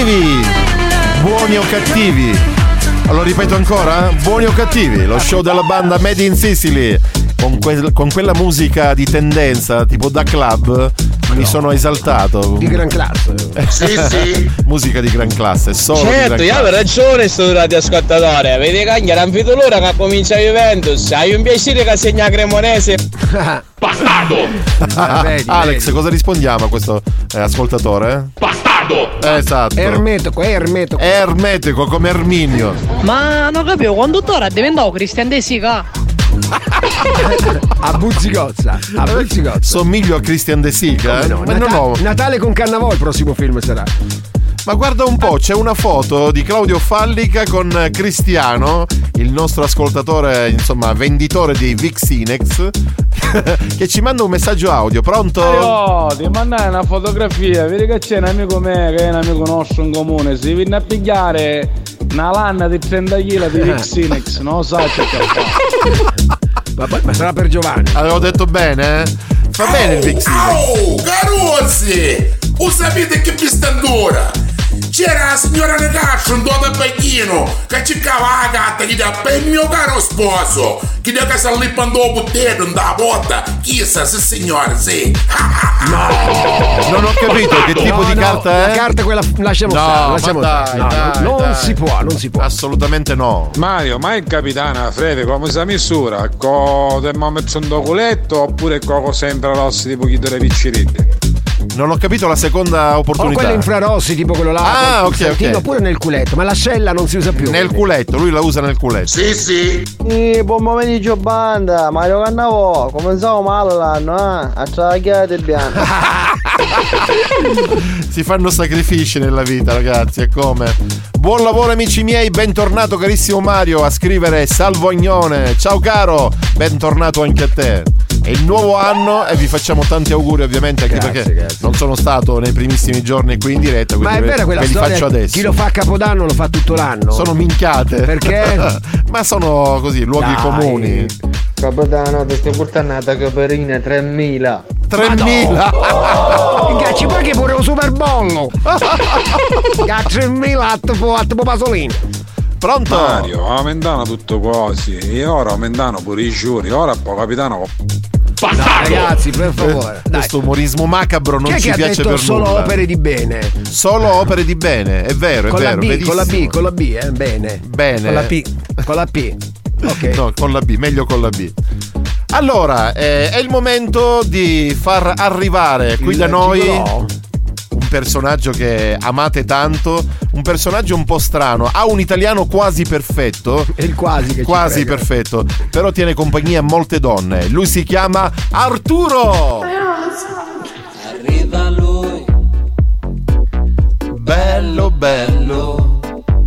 E: cattivi. Buoni o cattivi? Lo ripeto ancora? Buoni o cattivi? Lo show della banda Made in Sicily. Con quella musica di tendenza tipo da club mi sono esaltato.
F: Di gran classe.
E: Sì. Musica di gran classe, solo
O: certo,
E: di
O: io
E: gran
O: avevo
E: classe.
O: ragione sto radioascoltatore. Vedi che era un fitolura che comincia Juventus. Hai un piacere che segna Cremonese.
L: Bastardo!
E: Alex, cosa rispondiamo a questo ascoltatore?
L: Bastardo!
E: Esatto. Ermetico come Erminio.
I: Ma non capivo, conduttore è diventato Christian De Sica.
F: A Buzzicozza.
E: Somiglio a Christian De Sica?
F: No? Natale con Cannavò il prossimo film sarà.
E: Ma guarda un po', c'è una foto di Claudio Fallica con Cristiano, il nostro ascoltatore, insomma, venditore di Vixinex, che ci manda un messaggio audio. Pronto?
P: Ti mandai una fotografia, vedi che c'è un amico me che è un amico nostro in comune, si viene a pigliare una lanna di 30 kg di Vixinex, non lo sa c'è
F: ma sarà per Giovanni.
E: Avevo detto bene, Fa bene il Vixinex.
C: Oh, carozzi! O sapete che pistandura? C'era la signora Negaccio, un dono bacchino, che cercava la gatta, gli dà per il mio caro sposo, che da casa lì quando ho potuto, da porta, chissà, se signore, sì.
E: No, non ho capito che tipo di carta è.
F: La carta quella lasciamo stare. Non si può.
E: Assolutamente no.
P: Mario, ma il capitano Frede come si misura? Con termometro in doculetto oppure con sempre rossi tipo chi delle piccirilli?
E: Non ho capito la seconda opportunità.
F: O quelli infrarossi tipo quello là.
E: Ok.
F: Oppure nel culetto, ma l'ascella non si usa più.
E: Nel culetto, lui la usa nel culetto.
C: Sì.
Q: Buon pomeriggio banda, Mario Cannavò, cominciamo male l'anno, a travagliare bianco.
E: Si fanno sacrifici nella vita, ragazzi, è come. Buon lavoro amici miei, bentornato carissimo Mario a scrivere Salvo Agnone. Ciao caro, bentornato anche a te. È il nuovo anno e vi facciamo tanti auguri ovviamente anche perché non sono stato nei primissimi giorni qui in diretta, quindi
F: ma è vera quella
E: ve li
F: storia,
E: faccio adesso.
F: Chi lo fa a Capodanno lo fa tutto l'anno.
E: Sono minchiate.
F: Perché?
E: Ma sono così, luoghi comuni.
Q: Capodanno, ti stai portando a Caperina 3.000.
F: 3.000? Ci paghi pure un super bollo. 3.000 atto pasolino.
E: Pronto?
P: Mario, aumentano tutto così. E ora aumentano pure i giorni. Ora poi capitano.
F: No, ragazzi, per favore.
E: Questo umorismo macabro non ci piace per nulla.
F: Solo opere di bene.
E: Solo opere di bene, è vero,
F: con
E: è vero.
F: Con la B, bene.
E: Bene.
F: Con la P. Ok.
E: No, con la B, meglio con la B. Allora, è il momento di far arrivare qui da noi un personaggio che amate tanto, un personaggio un po' strano, ha un italiano quasi perfetto.
F: È il quasi
E: perfetto, però tiene compagnia a molte donne. Lui si chiama Arturo.
U: Arriva lui,
E: bello,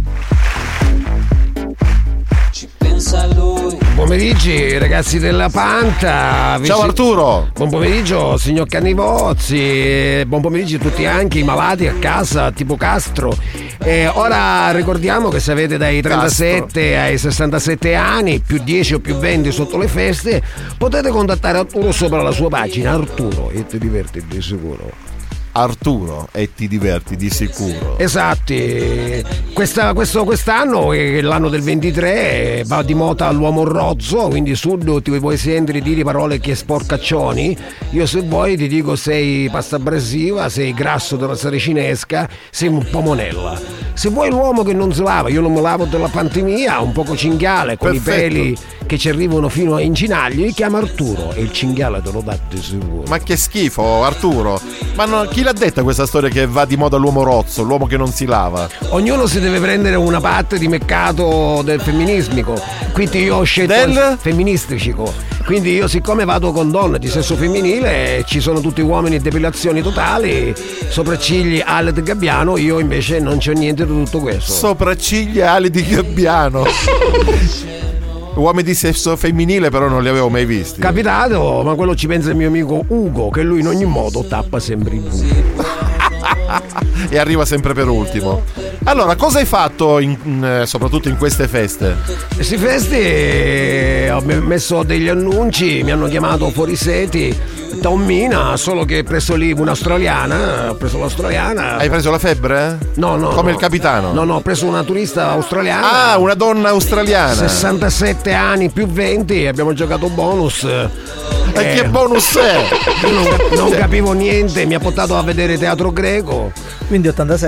U: ci pensa lui.
F: Pomeriggio ragazzi della Panta.
E: Ciao Arturo.
F: Buon pomeriggio signor Cannivozzi. Buon pomeriggio a tutti anche i malati a casa tipo Castro. Ora ricordiamo che se avete dai 37 ai 67 anni, più 10 o più 20 sotto le feste, potete contattare Arturo sopra la sua pagina Arturo e ti diverti di sicuro.
E: Arturo e ti diverti di sicuro.
F: Esatto. Quest'anno è l'anno del 23, va di moda l'uomo rozzo, quindi Sud ti vuoi sentire dire parole che sporcaccioni. Io se vuoi ti dico sei pasta abrasiva, sei grasso della saracinesca, sei un po' monella. Se vuoi l'uomo che non si lava, io non mi lavo della pantemia, un poco cinghiale con i peli che ci arrivano fino a incinaglio, io chiamo Arturo e il cinghiale te lo dà di sicuro.
E: Ma che schifo Arturo. Ma no, chi l'ha detta questa storia che va di moda l'uomo rozzo, l'uomo che non si lava?
F: Ognuno si deve prendere una parte di mercato del femminismico, quindi io ho scelto
E: del
F: femministico. Quindi io siccome vado con donne di sesso femminile, ci sono tutti uomini depilazioni totali, sopracciglia, ali di gabbiano, io invece non c'ho niente di tutto questo.
E: Sopracciglia, ali di gabbiano. Uomini di sesso femminile però non li avevo mai visti.
F: Capitato, ma quello ci pensa il mio amico Ugo, che lui in ogni modo tappa sempre il buco.
E: E arriva sempre per ultimo. Allora, cosa hai fatto soprattutto in queste feste?
F: Queste feste ho messo degli annunci, mi hanno chiamato fuori seti, Tommina, solo che ho preso lì un'australiana. Ho preso l'australiana.
E: Hai preso la febbre?
F: No.
E: Come il capitano?
F: No, ho preso una turista australiana.
E: Ah, una donna australiana.
F: 67 anni più 20, abbiamo giocato bonus.
E: E che bonus è?
F: Io non capivo niente, mi ha portato a vedere teatro greco.
N: Quindi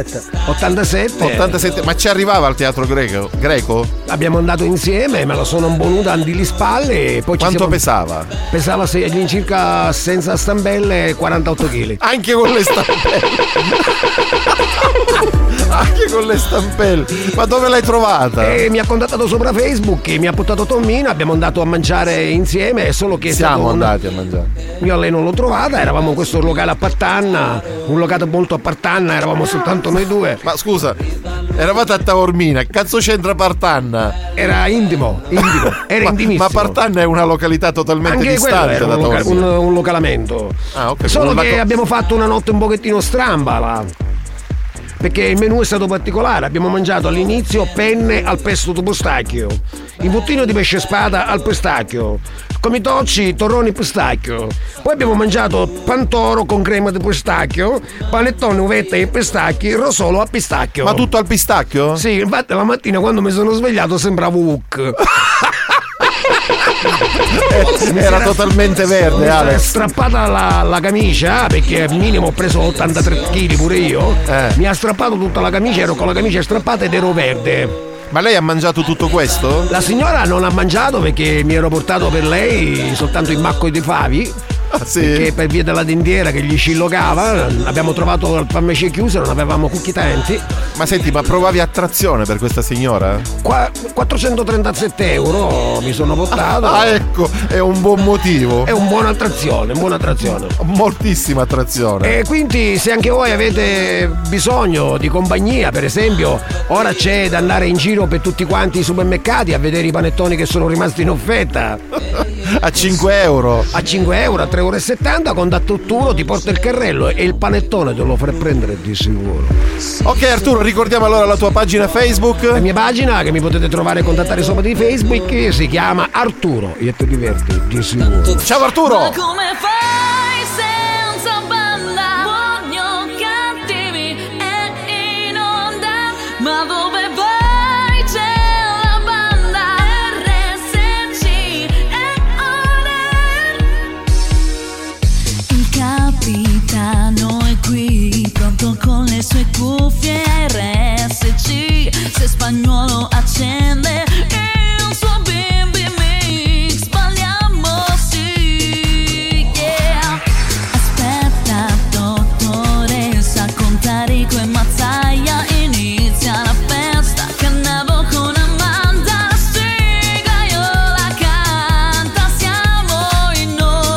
N: 87.
E: Ma ci arrivava al teatro greco?
F: Abbiamo andato insieme, me la sono imbonuta di spalle e poi
E: Quanto pesava?
F: Pesava all'incirca senza stampelle 48 kg.
E: Anche con le stampelle. Anche con le stampelle. Ma dove l'hai trovata?
F: Mi ha contattato sopra Facebook e mi ha portato Tommina, abbiamo andato a mangiare insieme, solo che
E: siamo andati a mangiare.
F: Io a lei non l'ho trovata, eravamo in questo locale a Partanna, un locale molto a Partanna, eravamo soltanto noi due.
E: Ma scusa, eravate a Taormina, cazzo c'entra Partanna?
F: Era intimo, era intimissimo.
E: Ma Partanna è una località totalmente
F: anche
E: distante da Taormina.
F: Un localamento.
E: Ah, ok.
F: Solo che abbiamo fatto una notte un pochettino stramba là. Perché il menù è stato particolare, abbiamo mangiato all'inizio penne al pesto di pistacchio, imbuttino di pesce spada al pistacchio, comitocci, torroni pistacchio, poi abbiamo mangiato pantoro con crema di pistacchio, panettone, uvetta e pistacchi, rosolo a pistacchio.
E: Ma tutto al pistacchio?
F: Sì, infatti la mattina quando mi sono svegliato sembravo Hook.
E: Era totalmente verde, Alex.
F: Strappata la camicia, perché al minimo ho preso 83 kg pure io. Mi ha strappato tutta la camicia, ero con la camicia strappata ed ero verde.
E: Ma lei ha mangiato tutto questo?
F: La signora non ha mangiato perché mi ero portato per lei soltanto il macco di favi.
E: Ah, sì?
F: Perché per via della dendiera che gli scillocava abbiamo trovato il farmacia chiusa, non avevamo cucchi tanti.
E: Ma senti, ma provavi attrazione per questa signora?
F: 437 euro mi sono portato.
E: Ah, ecco, è un buon motivo.
F: È un buona attrazione.
E: Moltissima attrazione.
F: E quindi se anche voi avete bisogno di compagnia, per esempio, ora c'è da andare in giro per tutti quanti i supermercati a vedere i panettoni che sono rimasti in offerta.
E: A 5 euro.
F: A 5 euro, a 3,70 euro, con da tutt'uno ti porta il carrello e il panettone te lo farei prendere di sicuro.
E: Ok Arturo, ricordiamo allora la tua pagina Facebook.
F: La mia pagina, che mi potete trovare e contattare sopra di Facebook, si chiama Arturo. Io ti diverti di sicuro.
E: Ciao Arturo!
B: Ma come fai senza banda? Buoni o cattivi è in onda. Ma dove vai c'è la banda. RSC è on air. Il capitano è qui, pronto con le sue cuffie RSC. Se Spagnuolo accende il suo bimbi mix, balliamo sì, yeah. Aspetta dottoressa, con Tarico e Mazzaia inizia la festa. Cannavo con Amanda, Striga io la canta, siamo in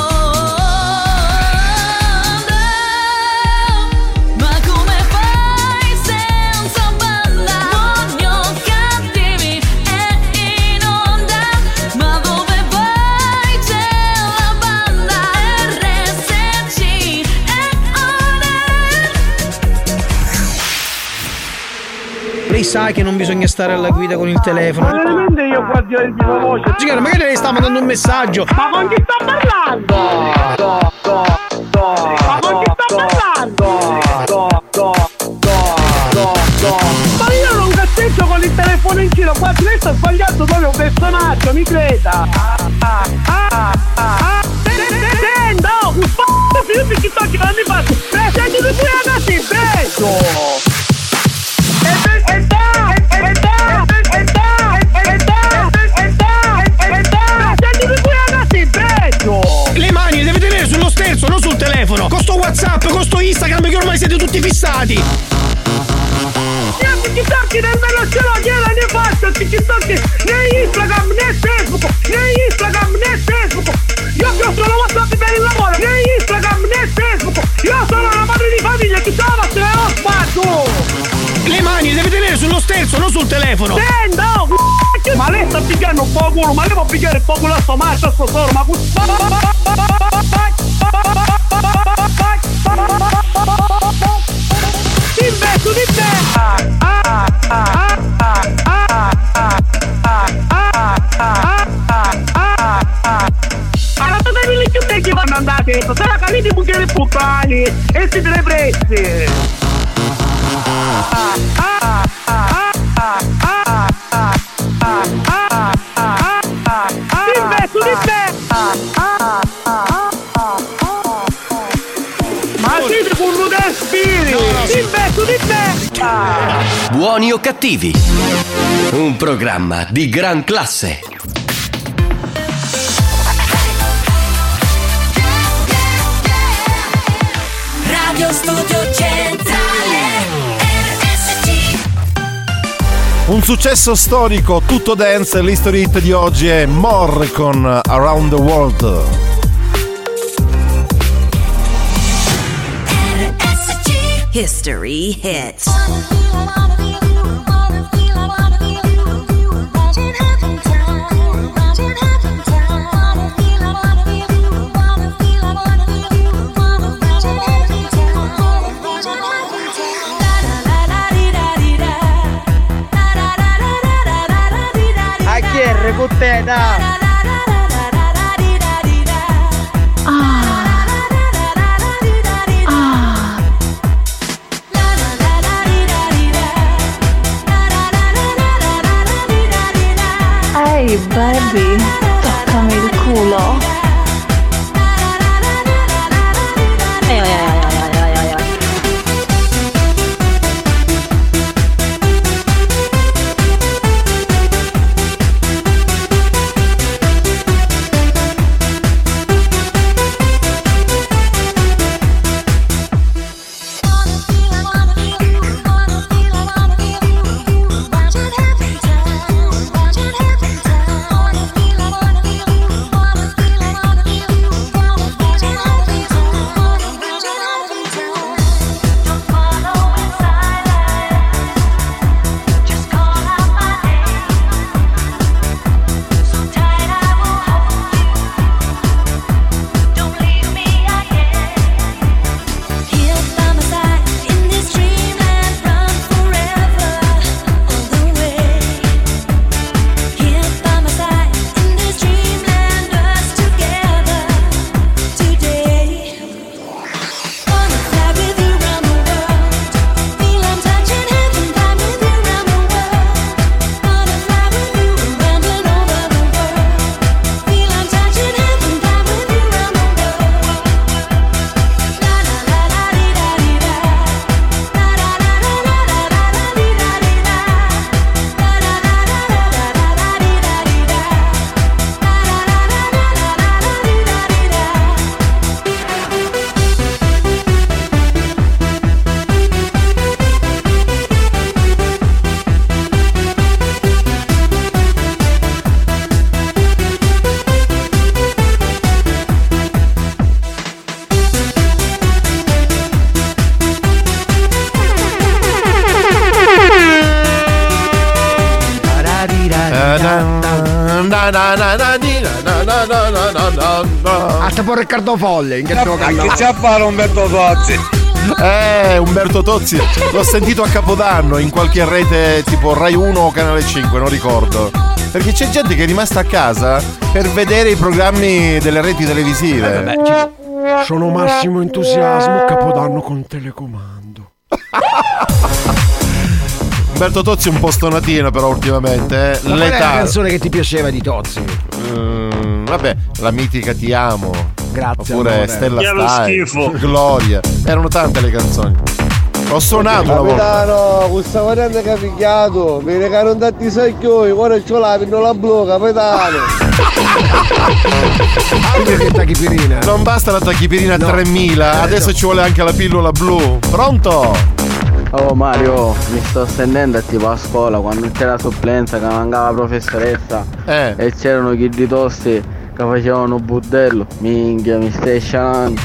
B: onda. Ma come fai senza banda? Buoni o cattivi è in onda. Ma dove vai c'è la banda. RSC è on air.
N: Lei sa che non bisogna stare alla guida con il telefono.
K: Ma veramente io qua di la voce.
N: Signora, magari lei sta mandando un messaggio.
K: Ma con chi sto parlando? Ma con chi sto parlando? Ma io non cazzeggio con il telefono in giro, qua lei sta sbagliando proprio un personaggio, mi creda. Senta, oh, un f***o, io ti sto girando in faccia. Senti tu qui ragazzi, prego.
N: Le mani le deve tenere sullo sterzo, non sul telefono. Con sto WhatsApp, con sto Instagram, che ormai siete tutti fissati.
K: TikTok nel meno ce l'ho, gliela ne faccio TikTok né Instagram né Facebook, io che ho solo WhatsApp per il lavoro, né Instagram né Facebook, io sono una madre di famiglia, chi stava se ne ho spazio.
N: Le mani le deve tenere sullo sterzo, non sul telefono.
K: Senta, oh, ma lei sta pigliando un po' culo, ma lei può pigliare il po' culo a sto marcio, a sto solo, ma investo di te. Allora tu devi lì più te che vanno andate, se la
N: siete bucchiere puttani e siete le prezze. Su di me! Ma siete con spiri! Su di me!
A: Buoni o cattivi? Un programma di gran classe.
B: Radio Studio Centrale RSC.
E: Un successo storico, tutto dance, l'history hit di oggi è More con Around the World.
B: History Hits.
Q: A chi è recuteta?
M: Ehi baby, toccami il culo.
F: A sapore Riccardo Folle in che
Q: Che c'ha a fare Umberto Tozzi?
E: Umberto Tozzi l'ho sentito a Capodanno in qualche rete tipo Rai 1 o Canale 5, non ricordo. Perché c'è gente che è rimasta a casa per vedere i programmi delle reti televisive.
F: Sono massimo entusiasmo, Capodanno con telecomando.
E: Umberto Tozzi è un po' stonatino però ultimamente.
F: Qual è la canzone che ti piaceva di Tozzi?
E: Vabbè, la mitica Ti amo.
F: Grazie.
E: Oppure
F: amore.
E: Stella Stai, Gloria. Erano tante le canzoni. Ho suonato una volta.
Q: Capitano, questa variante che ha picchiato, mi regalano tanti sacchioni, ora c'ho la pinnola blu, capitano.
F: Che tachipirina.
E: Non basta la tachipirina 3000, adesso ci vuole anche la pillola blu. Pronto?
S: Oh Mario, mi sto stendendo tipo a scuola quando c'era supplenza che mancava la professoressa e c'erano i kid tosti che facevano budello. Minchia, mi stai sciando.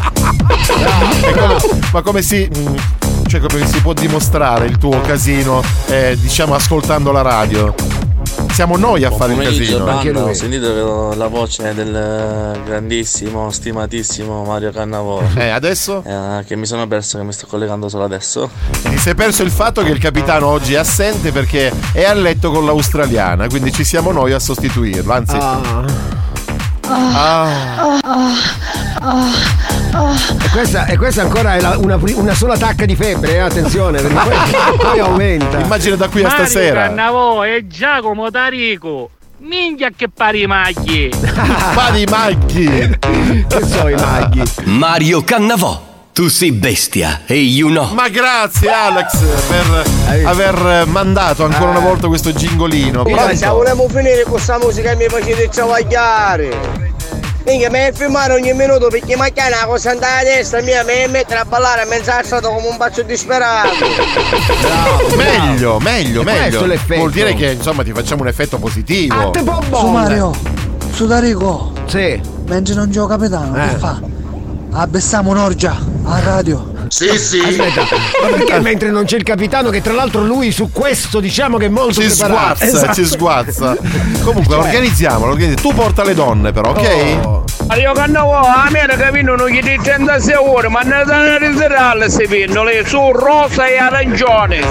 E: Ma come si può dimostrare il tuo casino diciamo ascoltando la radio? Siamo noi a fare il casino.
T: Banda, ho sentito la voce del grandissimo, stimatissimo Mario Cannavò.
E: Adesso?
T: Che mi sono perso, che mi sto collegando solo adesso.
E: Ti sei perso il fatto che il capitano oggi è assente perché è a letto con l'australiana, quindi ci siamo noi a sostituirlo. Anzi.
F: E questa ancora è una sola tacca di febbre, attenzione, perché poi aumenta.
E: Immagina da qui a stasera.
G: Mario Cannavò e Giacomo Tarico. Minchia che pari maghi.
E: Pari maghi.
F: Che so i maghi?
A: Mario Cannavò. Tu sei bestia e you know.
E: Ma grazie Alex per aver mandato ancora una volta questo gingolino.
Q: Se volevamo finire con questa musica mi facete travagliare. Minchia, mi filmare ogni minuto perché macchina una cosa andare a destra mia mi mettere a ballare a mezzo stato come un pazzo disperato.
E: Meglio.
F: Vuol
E: dire che insomma ti facciamo un effetto positivo.
Q: Su Mario, su Tarico.
F: Sì.
Q: Mentre non gioca capitano, che fa? Abbessiamo un'orgia a radio.
C: Sì.
F: Aspetta, ma perché mentre non c'è il capitano, che tra l'altro lui su questo diciamo che è molto preparato.
E: Ci sguazza. Comunque organizziamo. Tu porta le donne però, ok?
K: Io Cannavò, a me capito non gli di 36 ore, ma ne danno riserale se pindole su rosa e arancione.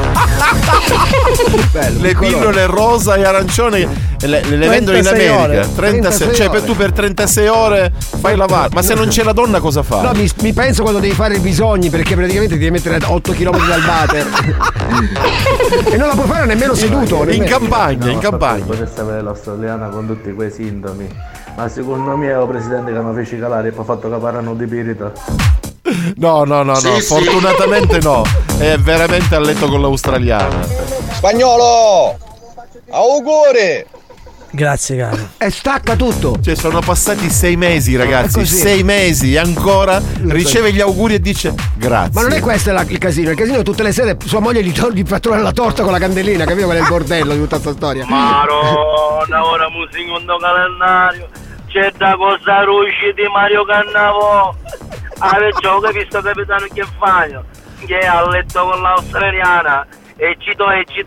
E: Le pillole rosa e arancione le vendono in America. 36, cioè tu per 36 ore fai lavare. Ma se non c'è la donna cosa fa?
F: No, mi penso quando devi fare i bisogni, perché praticamente ti devi mettere a 8 km dal water. E non la puoi fare nemmeno seduto.
E: In campagna.
T: Potete sapere l'australiana con tutti quei sintomi. Ma secondo me è il presidente che mi fece calare e poi ha fatto che parlano di pirita.
E: No, fortunatamente no. È veramente a letto con l'australiana.
Q: Spagnolo! Auguri!
N: Grazie caro.
F: E stacca tutto.
E: Cioè sono passati 6 mesi ragazzi, 6 mesi e ancora riceve gli auguri e dice grazie.
F: Ma non è questo il casino è tutte le sere sua moglie gli fa trovare la torta con la candelina, capito qual è il bordello di tutta questa storia.
O: Maronna, ora mu secondo calendario c'è da cosa rusci di Mario Cannavò. Perciò capisco capitano che fai? Che è a letto con l'australiana. E cito.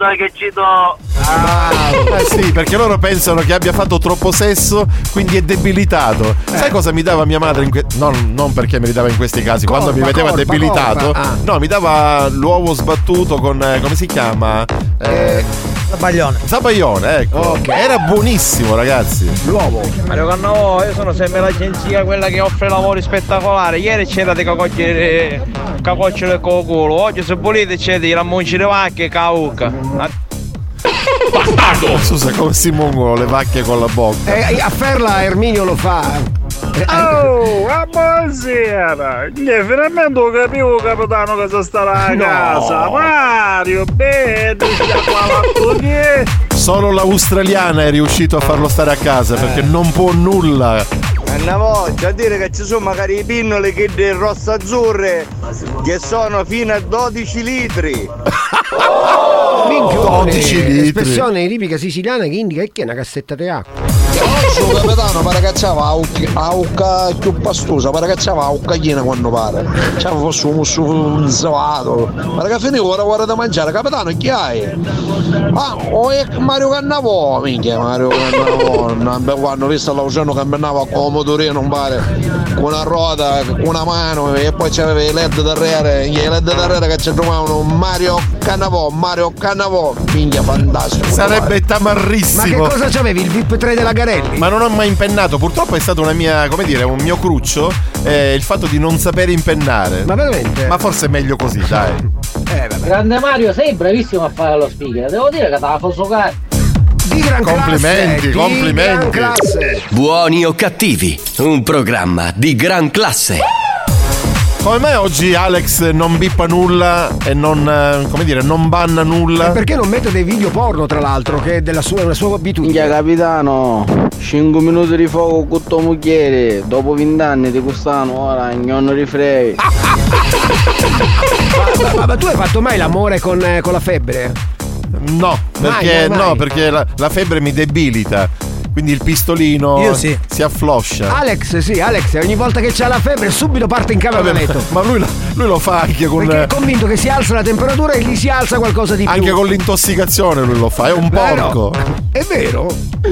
E: Sì, perché loro pensano che abbia fatto troppo sesso, quindi è debilitato. Sai cosa mi dava mia madre non perché mi ridava in questi casi, quando mi vedeva debilitato. No, mi dava l'uovo sbattuto con come si chiama? Zabaglione, ecco. Okay. Era buonissimo, ragazzi.
F: L'uovo.
O: Mario Cannavò, io sono sempre l'agenzia quella che offre lavori spettacolari. Ieri c'era di cacocce del culo. Oggi se volete c'è di rammonci di vacche e caucca.
E: Bastardo! Scusa, come si mungono le vacche con la bocca?
F: A Ferla Erminio lo fa.
K: A buonasera! Finalmente ho capito capitano che si starà a casa. Mario, bene,
E: solo l'australiana è riuscito a farlo stare a casa perché non può nulla.
Q: Una volta a dire che ci sono magari i pinnoli che del rosso azzurre che sono fino a 12 litri.
F: Minchia, 12 litri. Espressione tipica siciliana che indica che è una cassetta di acqua.
Q: Oggi capitano pare che c'ava aucca più pastosa, pare che c'ava aucaglina quando pare. C'ava fosse un musso insalato. Pare che finivo ora da mangiare, capitano chi hai? È Mario Cannavò, minchia Mario Cannavò. Quando ho visto l'Augiano camminava con un motorino, non pare, con una ruota, con una mano e poi c'aveva i LED d'arriere che ci trovavano Mario Cannavò, minchia fantastico.
E: Sarebbe tamarrissimo.
F: Ma che cosa c'avevi? Il VIP 3 della Garelli?
E: Ma non ho mai impennato, purtroppo è stato una mia, come dire, un mio cruccio, il fatto di non sapere impennare.
F: Ma veramente?
E: Ma forse è meglio così, dai.
F: Vabbè.
G: Grande Mario, sei bravissimo a fare lo speaker, devo dire che te la posso fare.
F: Di gran
E: complimenti.
F: Gran classe.
A: Buoni o cattivi, un programma di gran classe.
E: Come mai oggi Alex non bippa nulla e non, come dire, non banna nulla?
F: Perché non mette dei video porno, tra l'altro, che è una sua abitudine.
S: Minchia capitano, 5 minuti di fuoco con tuo mucchiere, dopo 20 anni ti costano, ora non rifrei.
F: ma tu hai fatto mai l'amore con la febbre?
E: No, perché mai. No, perché la febbre mi debilita. Quindi il pistolino si affloscia.
F: Alex ogni volta che c'ha la febbre subito parte in camera da letto.
E: Ma lui lo fa anche con...
F: Perché è convinto che si alza la temperatura e gli si alza qualcosa di più.
E: Anche con l'intossicazione lui lo fa, è un porco.
F: È vero.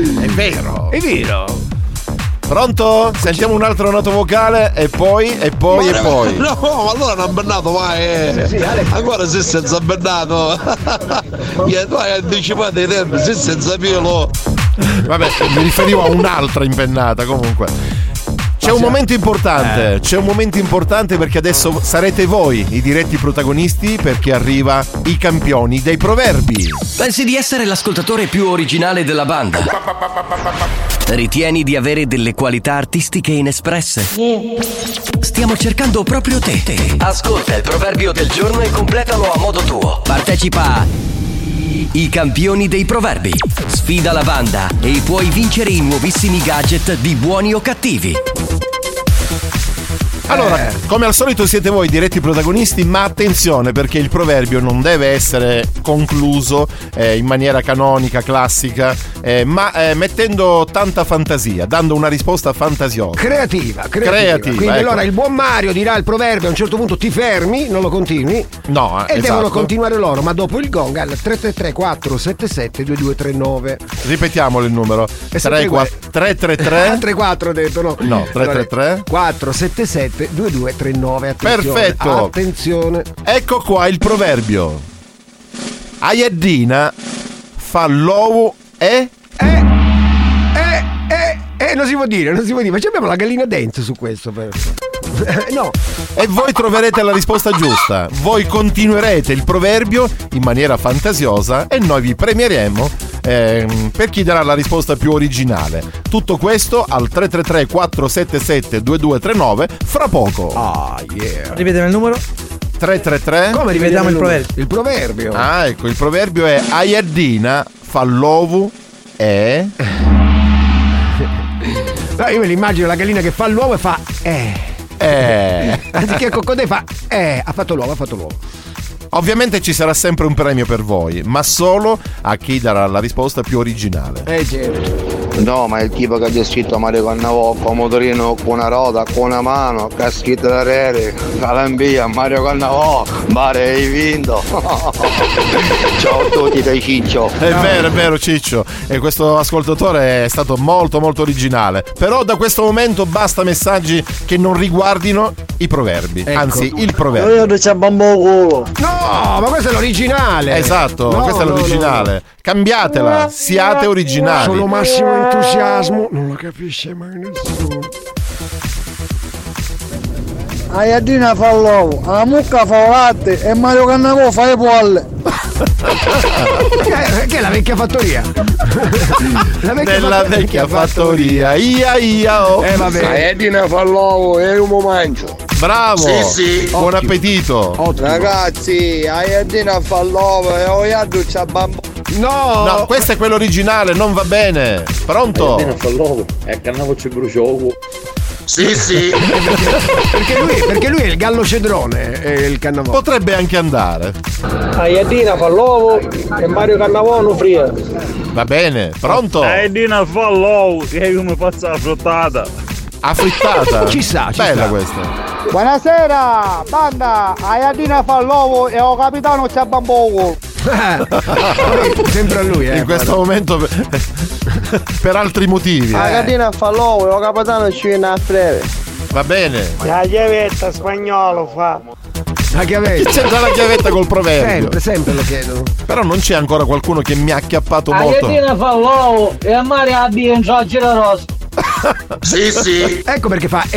E: Pronto? Sentiamo un altro noto vocale e poi.
Q: No, ma allora non ha bannato mai. Sì, ancora se senza bannato. Tu hai anticipato i tempi, se senza pelo.
E: Vabbè, mi riferivo a un'altra impennata comunque. C'è un momento importante, c'è un momento importante perché adesso sarete voi i diretti protagonisti, perché arriva i campioni dei proverbi.
A: Pensi di essere l'ascoltatore più originale della banda? Ritieni di avere delle qualità artistiche inespresse? Stiamo cercando proprio te. Ascolta il proverbio del giorno e completalo a modo tuo. Partecipa a I campioni dei proverbi. Sfida la banda e puoi vincere i nuovissimi gadget di Buoni o Cattivi.
E: Allora, come al solito siete voi diretti protagonisti, ma attenzione perché il proverbio non deve essere concluso in maniera canonica, classica, ma mettendo tanta fantasia, dando una risposta fantasiosa.
F: Creativa. Quindi
E: ecco.
F: allora il buon Mario dirà il proverbio, a un certo punto ti fermi, non lo continui.
E: No,
F: e
E: esatto.
F: devono continuare loro, ma dopo il gong al 333 477 2239.
E: Ripetiamolo il numero. 333
F: 34 ho detto, no?
E: No, 333
F: 477 2239. Attenzione,
E: perfetto.
F: Attenzione.
E: Ecco qua il proverbio. Aiaddina fa l'uovo e
F: non si può dire, ma abbiamo la gallina dance su questo. No.
E: E voi troverete la risposta giusta. Voi continuerete il proverbio in maniera fantasiosa e noi vi premieremo per chi darà la risposta più originale. Tutto questo al 333 477 2239 fra poco.
N: Ripeteme il numero.
E: 333.
N: Come ripetiamo il proverbio?
F: Il proverbio.
E: Ah, ecco, il proverbio è Aiaddina fa l'uovo e
F: No, io me l'immagino la gallina che fa l'uovo e fa anziché il coccodè fa ha fatto l'uovo.
E: Ovviamente ci sarà sempre un premio per voi, ma solo a chi darà la risposta più originale.
F: Certo.
Q: No, ma il tipo che ha scritto Mario Cannavò con motorino, con una ruota, con una mano, che ha scritto da Rere, Calambia, Mario Cannavò, Mare hai vinto. Ciao a tutti dai Ciccio.
E: È vero Ciccio, e questo ascoltatore è stato molto molto originale. Però da questo momento basta messaggi che non riguardino i proverbi, anzi il proverbio.
K: Io c'è bambo culo.
F: No, ma questo è l'originale.
E: Esatto, questa è l'originale.
F: No.
E: Cambiatela, siate originali.
F: Solo massimo entusiasmo, non lo capisce mai nessuno.
K: Aiaddina fa l'uovo, la mucca fa il latte e Mario Cannavò fa le polle.
F: Che è la vecchia fattoria?
E: Nella vecchia fattoria. Ia oh.
F: Vabbè.
Q: Aiaddina fa l'uovo e io mo mangio.
E: Bravo.
C: Sì.
E: Buon appetito.
F: Ottimo.
Q: Ragazzi, Aiaddina fa l'uovo e Oiaddu c'ha bambo.
E: No, questo è quello originale, non va bene. Pronto?
T: Aiaddina fa l'uovo e Cannavò ci brucia l'uovo.
C: Sì.
F: perché lui è il gallo cedrone e il Cannavò.
E: Potrebbe anche andare.
K: Aiaddina fa l'uovo e Mario Cannavò non fria.
E: Va bene, pronto?
G: Aiaddina fa l'uovo e io mi faccio la frittata.
E: A frittata?
F: Ci sta.
E: Bella questa.
K: Buonasera, banda, Aiaddina fa l'uovo e o capitano c'ha bambo.
F: Sempre a lui,
E: in questo momento per altri motivi.
K: Aiaddina fa l'uovo e o capitano ci viene a freve.
E: Va bene.
K: La chiavetta spagnolo fa.
F: La chiavetta.
E: C'è la chiavetta col proverbio.
F: Sempre lo chiedono.
E: Però non c'è ancora qualcuno che mi ha acchiappato molto.
K: Aiaddina fa l'uovo e a Mario abbia in già girosa.
C: Sì.
F: Ecco perché fa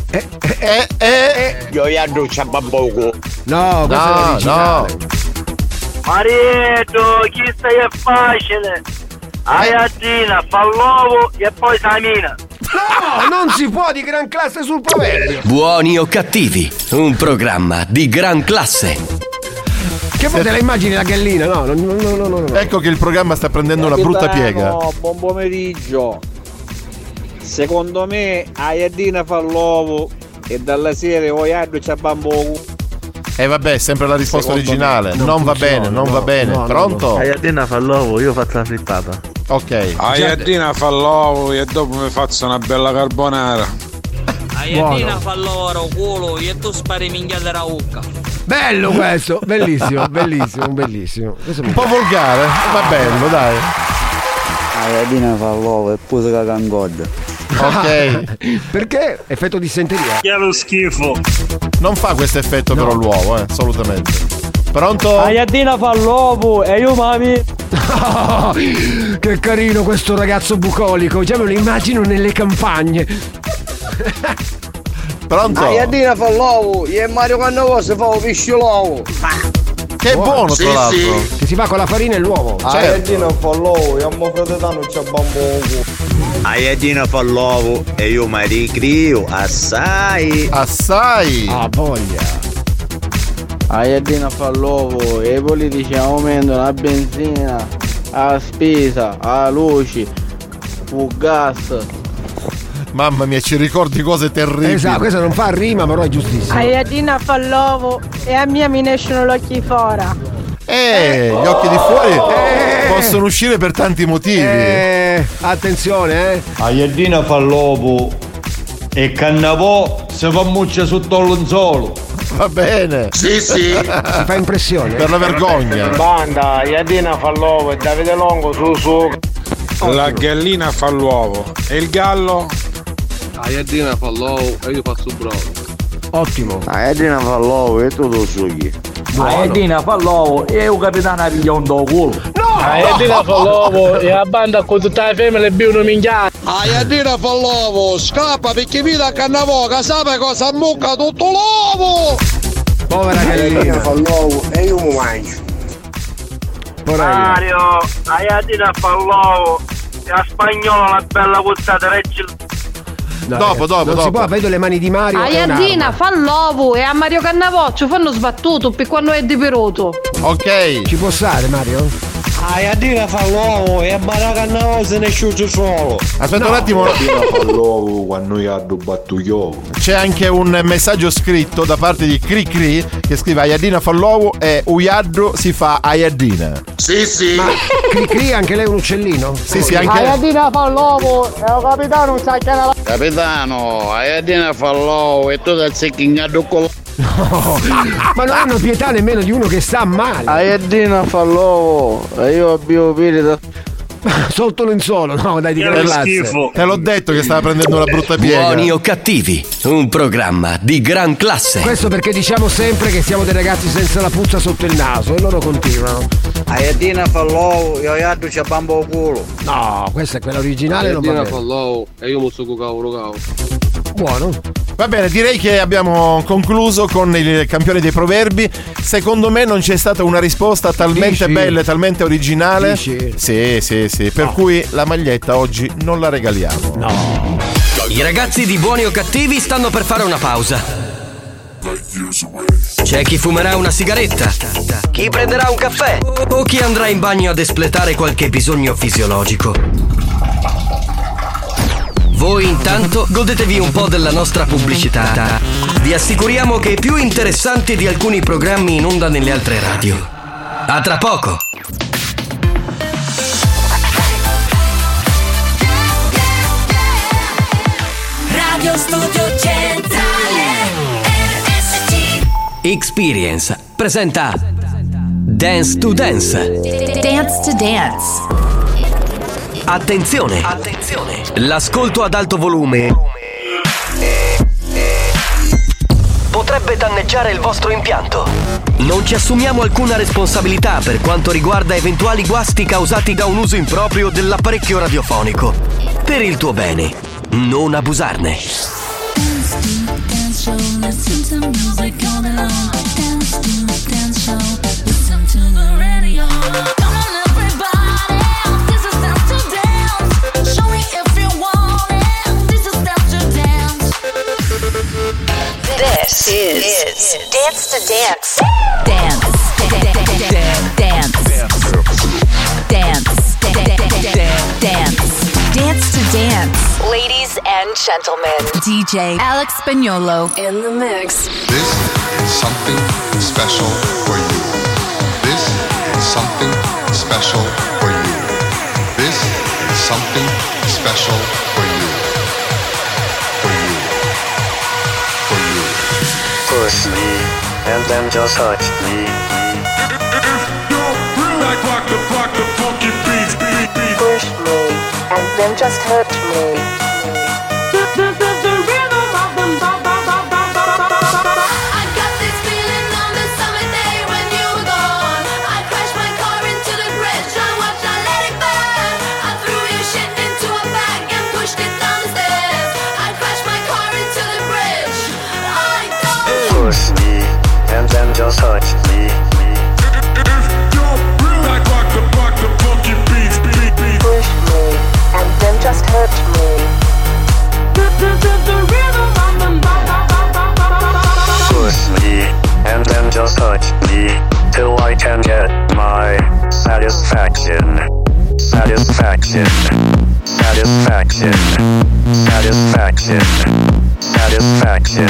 Q: Io Iaddu c'ha bambo.
F: No, questo è originale.
O: Marietto, chi stai è facile. Aiaddina fa l'uovo e poi Samina.
F: No, non si può di gran classe sul proverbio.
A: Buoni o Cattivi, un programma di gran classe.
F: Che poi te la immagini la gallina? No.
E: Ecco che il programma sta prendendo una brutta piega.
P: No, buon pomeriggio. Secondo me Aiaddina fa l'uovo e dalla sera Oiaddu c'ha bambo.
E: Vabbè, sempre la risposta originale. Non va bene. Pronto?
T: Aiaddina fa l'uovo, io faccio la frittata.
E: Ok.
P: Aiaddina fa l'uovo e dopo mi faccio una bella carbonara.
G: Aiaddina fa l'oro culo e tu spari minchiate la ucca.
F: Bello questo, bellissimo.
E: Un po' volgare, ma bello, dai.
S: Aiaddina fa l'uovo e pure la cangoda.
E: Ok.
F: Perché? Effetto di senteria.
G: Che è lo schifo.
E: Non fa questo effetto però l'uovo, assolutamente. Pronto?
K: Aiaddina fa l'uovo e io mami.
F: Che carino questo ragazzo bucolico. Già me lo immagino nelle campagne.
E: Pronto?
K: Ayadina fa l'uovo e Mario Cannavò si fa un pesce l'uovo.
E: Che è buono, tra l'altro.
F: Sì. Che si fa con la farina e l'uovo.
T: Ayadina fa l'uovo e a mio fratello c'è bambino.
D: Ayadina fa l'uovo e io mi ricrio assai.
E: Assai.
F: Ah, voglia.
S: Ayadina fa l'uovo e i politici aumentano la benzina, la spesa, la luce, il gas.
E: Mamma mia, ci ricordi cose terribili.
F: Esatto, questo non fa rima, però è giustissimo.
I: Ayadina fa l'uovo e a mia mi escono gli occhi fuori.
E: Gli occhi di fuori possono uscire per tanti motivi.
F: Attenzione,
T: Ayadina fa l'uovo e Cannavò si fa muccia sotto l'onzolo.
E: Va bene.
C: Sì.
F: Si fa impressione.
E: Per la vergogna.
K: Banda, Ayadina fa l'uovo e Davide Longo su.
P: La gallina fa l'uovo e il gallo?
R: Ayadina fa l'uovo e io faccio bravo.
F: Ottimo.
D: Ayadina fa l'uovo e tu lo sughi.
T: Ayadina fa l'uovo e il capitano piglia un do culo.
G: Ayadina fa l'uovo e la banda con tutta la femmina bevono minchiate.
Q: Ayadina fa l'uovo, scappa perché vita a Cannavò che sa cosa mucca tutto l'uovo.
F: Povera gallina.
J: Ayadina fa l'uovo e io mi mangio.
O: Mario, Ayadina fa l'uovo e a Spagnolo la bella puzzata regge.
E: Dopo.
F: Non si può, vedo le mani di Mario.
M: Ayadina fa l'uovo e a Mario Cannavò ci fanno sbattuto per quando è diperuto.
E: Ok.
F: Ci può stare, Mario?
T: Ayadina fa l'uovo e a Mario Cannavò se ne sciuge solo.
E: Aspetta un attimo.
T: Ayadina fa l'uovo quando io ho battuto io.
E: C'è anche un messaggio scritto da parte di Cri che scrive Ayadina fa l'uovo e Uyadro si fa Ayadina.
C: Sì.
F: Ma Cri anche lei è un uccellino?
E: Sì, anche.
K: Ayadina fa l'uovo e il capitano sa che la.
D: Capitano, Ayadina fa l'uovo e tu dal secchinato con.
F: No, ma non hanno pietà nemmeno di uno che sta male.
S: Ayadina fa l'uovo e io abbiamo pirita.
F: Sotto lenzuolo, no, dai, di gran classe.
E: Te l'ho detto che stava prendendo una brutta piega.
A: Buoni o cattivi, un programma di gran classe.
F: Questo perché diciamo sempre che siamo dei ragazzi senza la puzza sotto il naso e loro continuano.
D: Ayadina fa l'uovo e io c'è bambo culo.
F: No, questa è quella originale.
R: Ayadina fa l'uovo e io muso con cavolo.
F: Buono.
E: Va bene, direi che abbiamo concluso con il campione dei proverbi. Secondo me non c'è stata una risposta talmente bella e talmente originale.
F: Dici?
E: Sì. Per cui la maglietta oggi non la regaliamo.
F: No.
A: I ragazzi di Buoni o Cattivi stanno per fare una pausa. C'è chi fumerà una sigaretta, chi prenderà un caffè o chi andrà in bagno ad espletare qualche bisogno fisiologico. Voi intanto godetevi un po' della nostra pubblicità. Vi assicuriamo che è più interessante di alcuni programmi in onda nelle altre radio. A tra poco!
B: Radio Studio Centrale RSC.
A: Experience presenta Dance to Dance.
B: Dance to Dance.
A: Attenzione! L'ascolto ad alto volume potrebbe danneggiare il vostro impianto. Non ci assumiamo alcuna responsabilità per quanto riguarda eventuali guasti causati da un uso improprio dell'apparecchio radiofonico. Per il tuo bene, non abusarne.
B: This is Dance to Dance. Dance. Dance to Dance. Ladies and gentlemen, DJ Alex Spagnolo in the mix.
V: This is something special for you. This is something special for you. This is something special for you. For you. For you.
X: Push me, and then just touch me.
B: Push me, and then just hurt me.
Y: Car
X: Satisfaction. Satisfaction. Satisfaction. Satisfaction.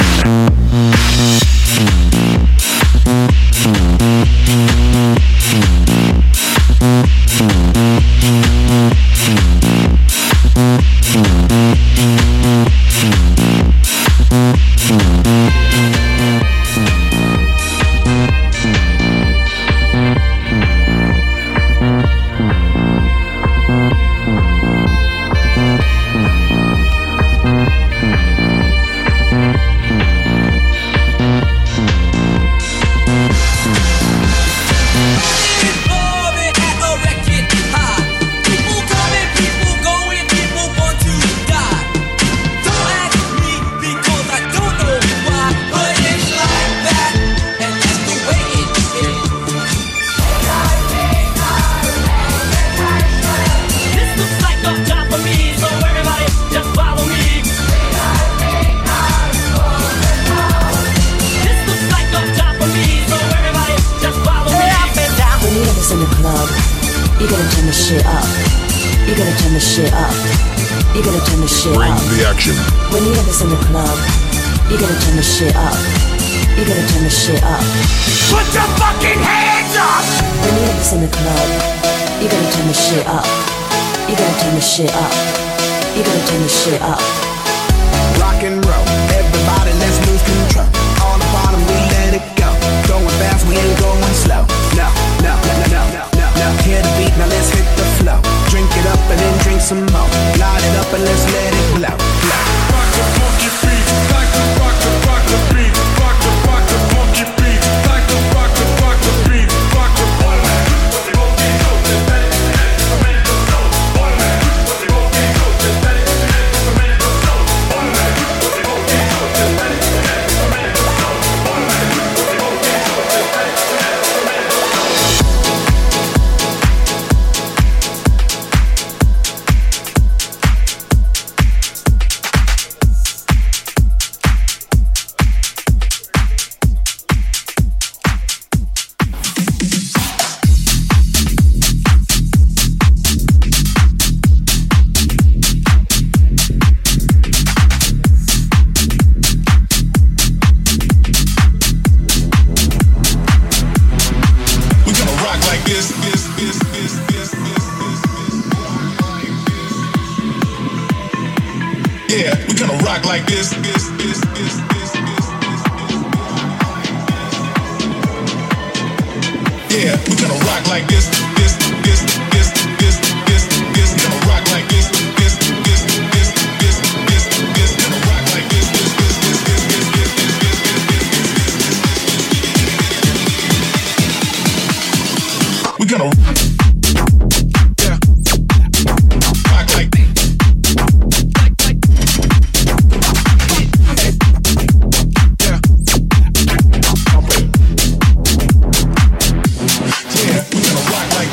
H: Rock like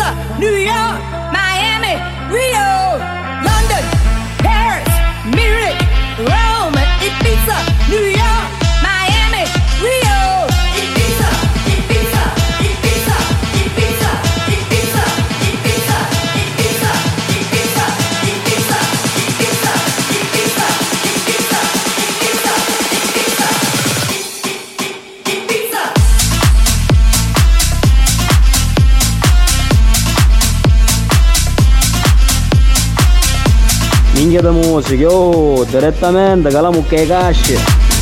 B: Pisa, New York, Miami, Rio, London, Paris, Munich, Rome, Ibiza, New York, Miami, Rio, Ibiza, Ibiza, Ibiza, Ibiza, Ibiza, Ibiza, Ibiza, Ibiza, Ibiza, Ibiza, Ibiza, Ibiza, Ibiza.
S: Minchia di musica, oh, direttamente che la mucca è casce.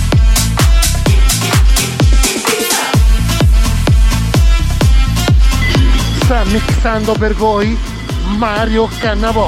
H: Sta mixando per voi Mario Cannavò.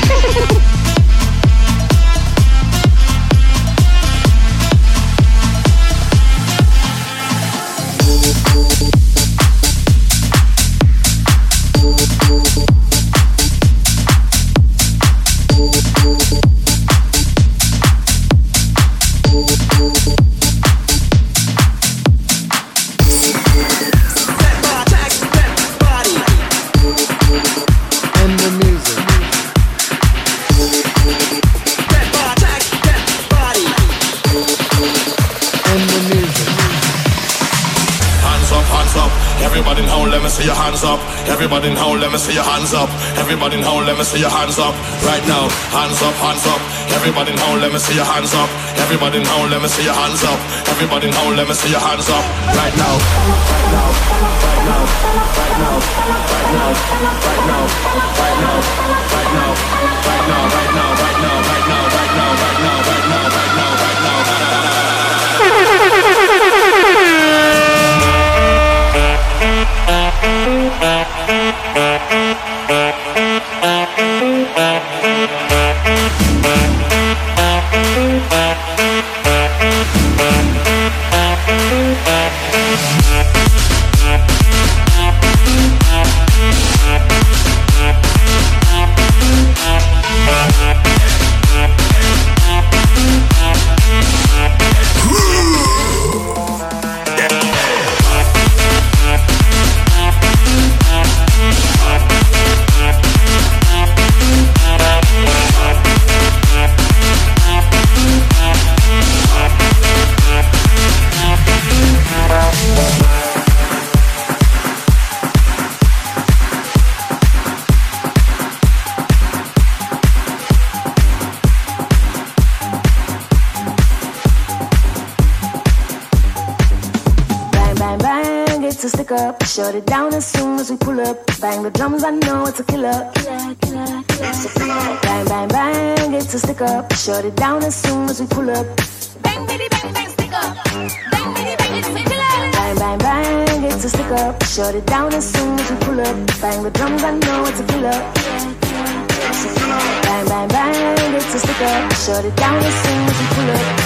L: Everybody in home, let me see your hands up. Everybody in home, let me see your hands up. Everybody in home, let me see your hands up. Right now, hands up, hands up. Everybody in home, let me see your hands up. Everybody in home, let me see your hands up. Everybody in home, let me see your hands up. Right now, right now, right now, right now, right now, right now, right now, right now, right now, right now, right now, right now, right now, right now, right now, right now, right now, right now.
U: Shut it down as soon as we pull up. Bang the drums, I know it's a killer. Killer, killer, killer. Bang, bang, bang, it's a stick up. Shut it down as soon as we pull up. Bang, bitty, bang, bang, stick up. Bang, bitty, bang, it's a killer. Bang, bang, bang, it's a stick up. Shut it down as soon as we pull up. Bang the drums, I know it's a killer. Bang, bang, bang, it's a stick up. Shut it down as soon as we pull up.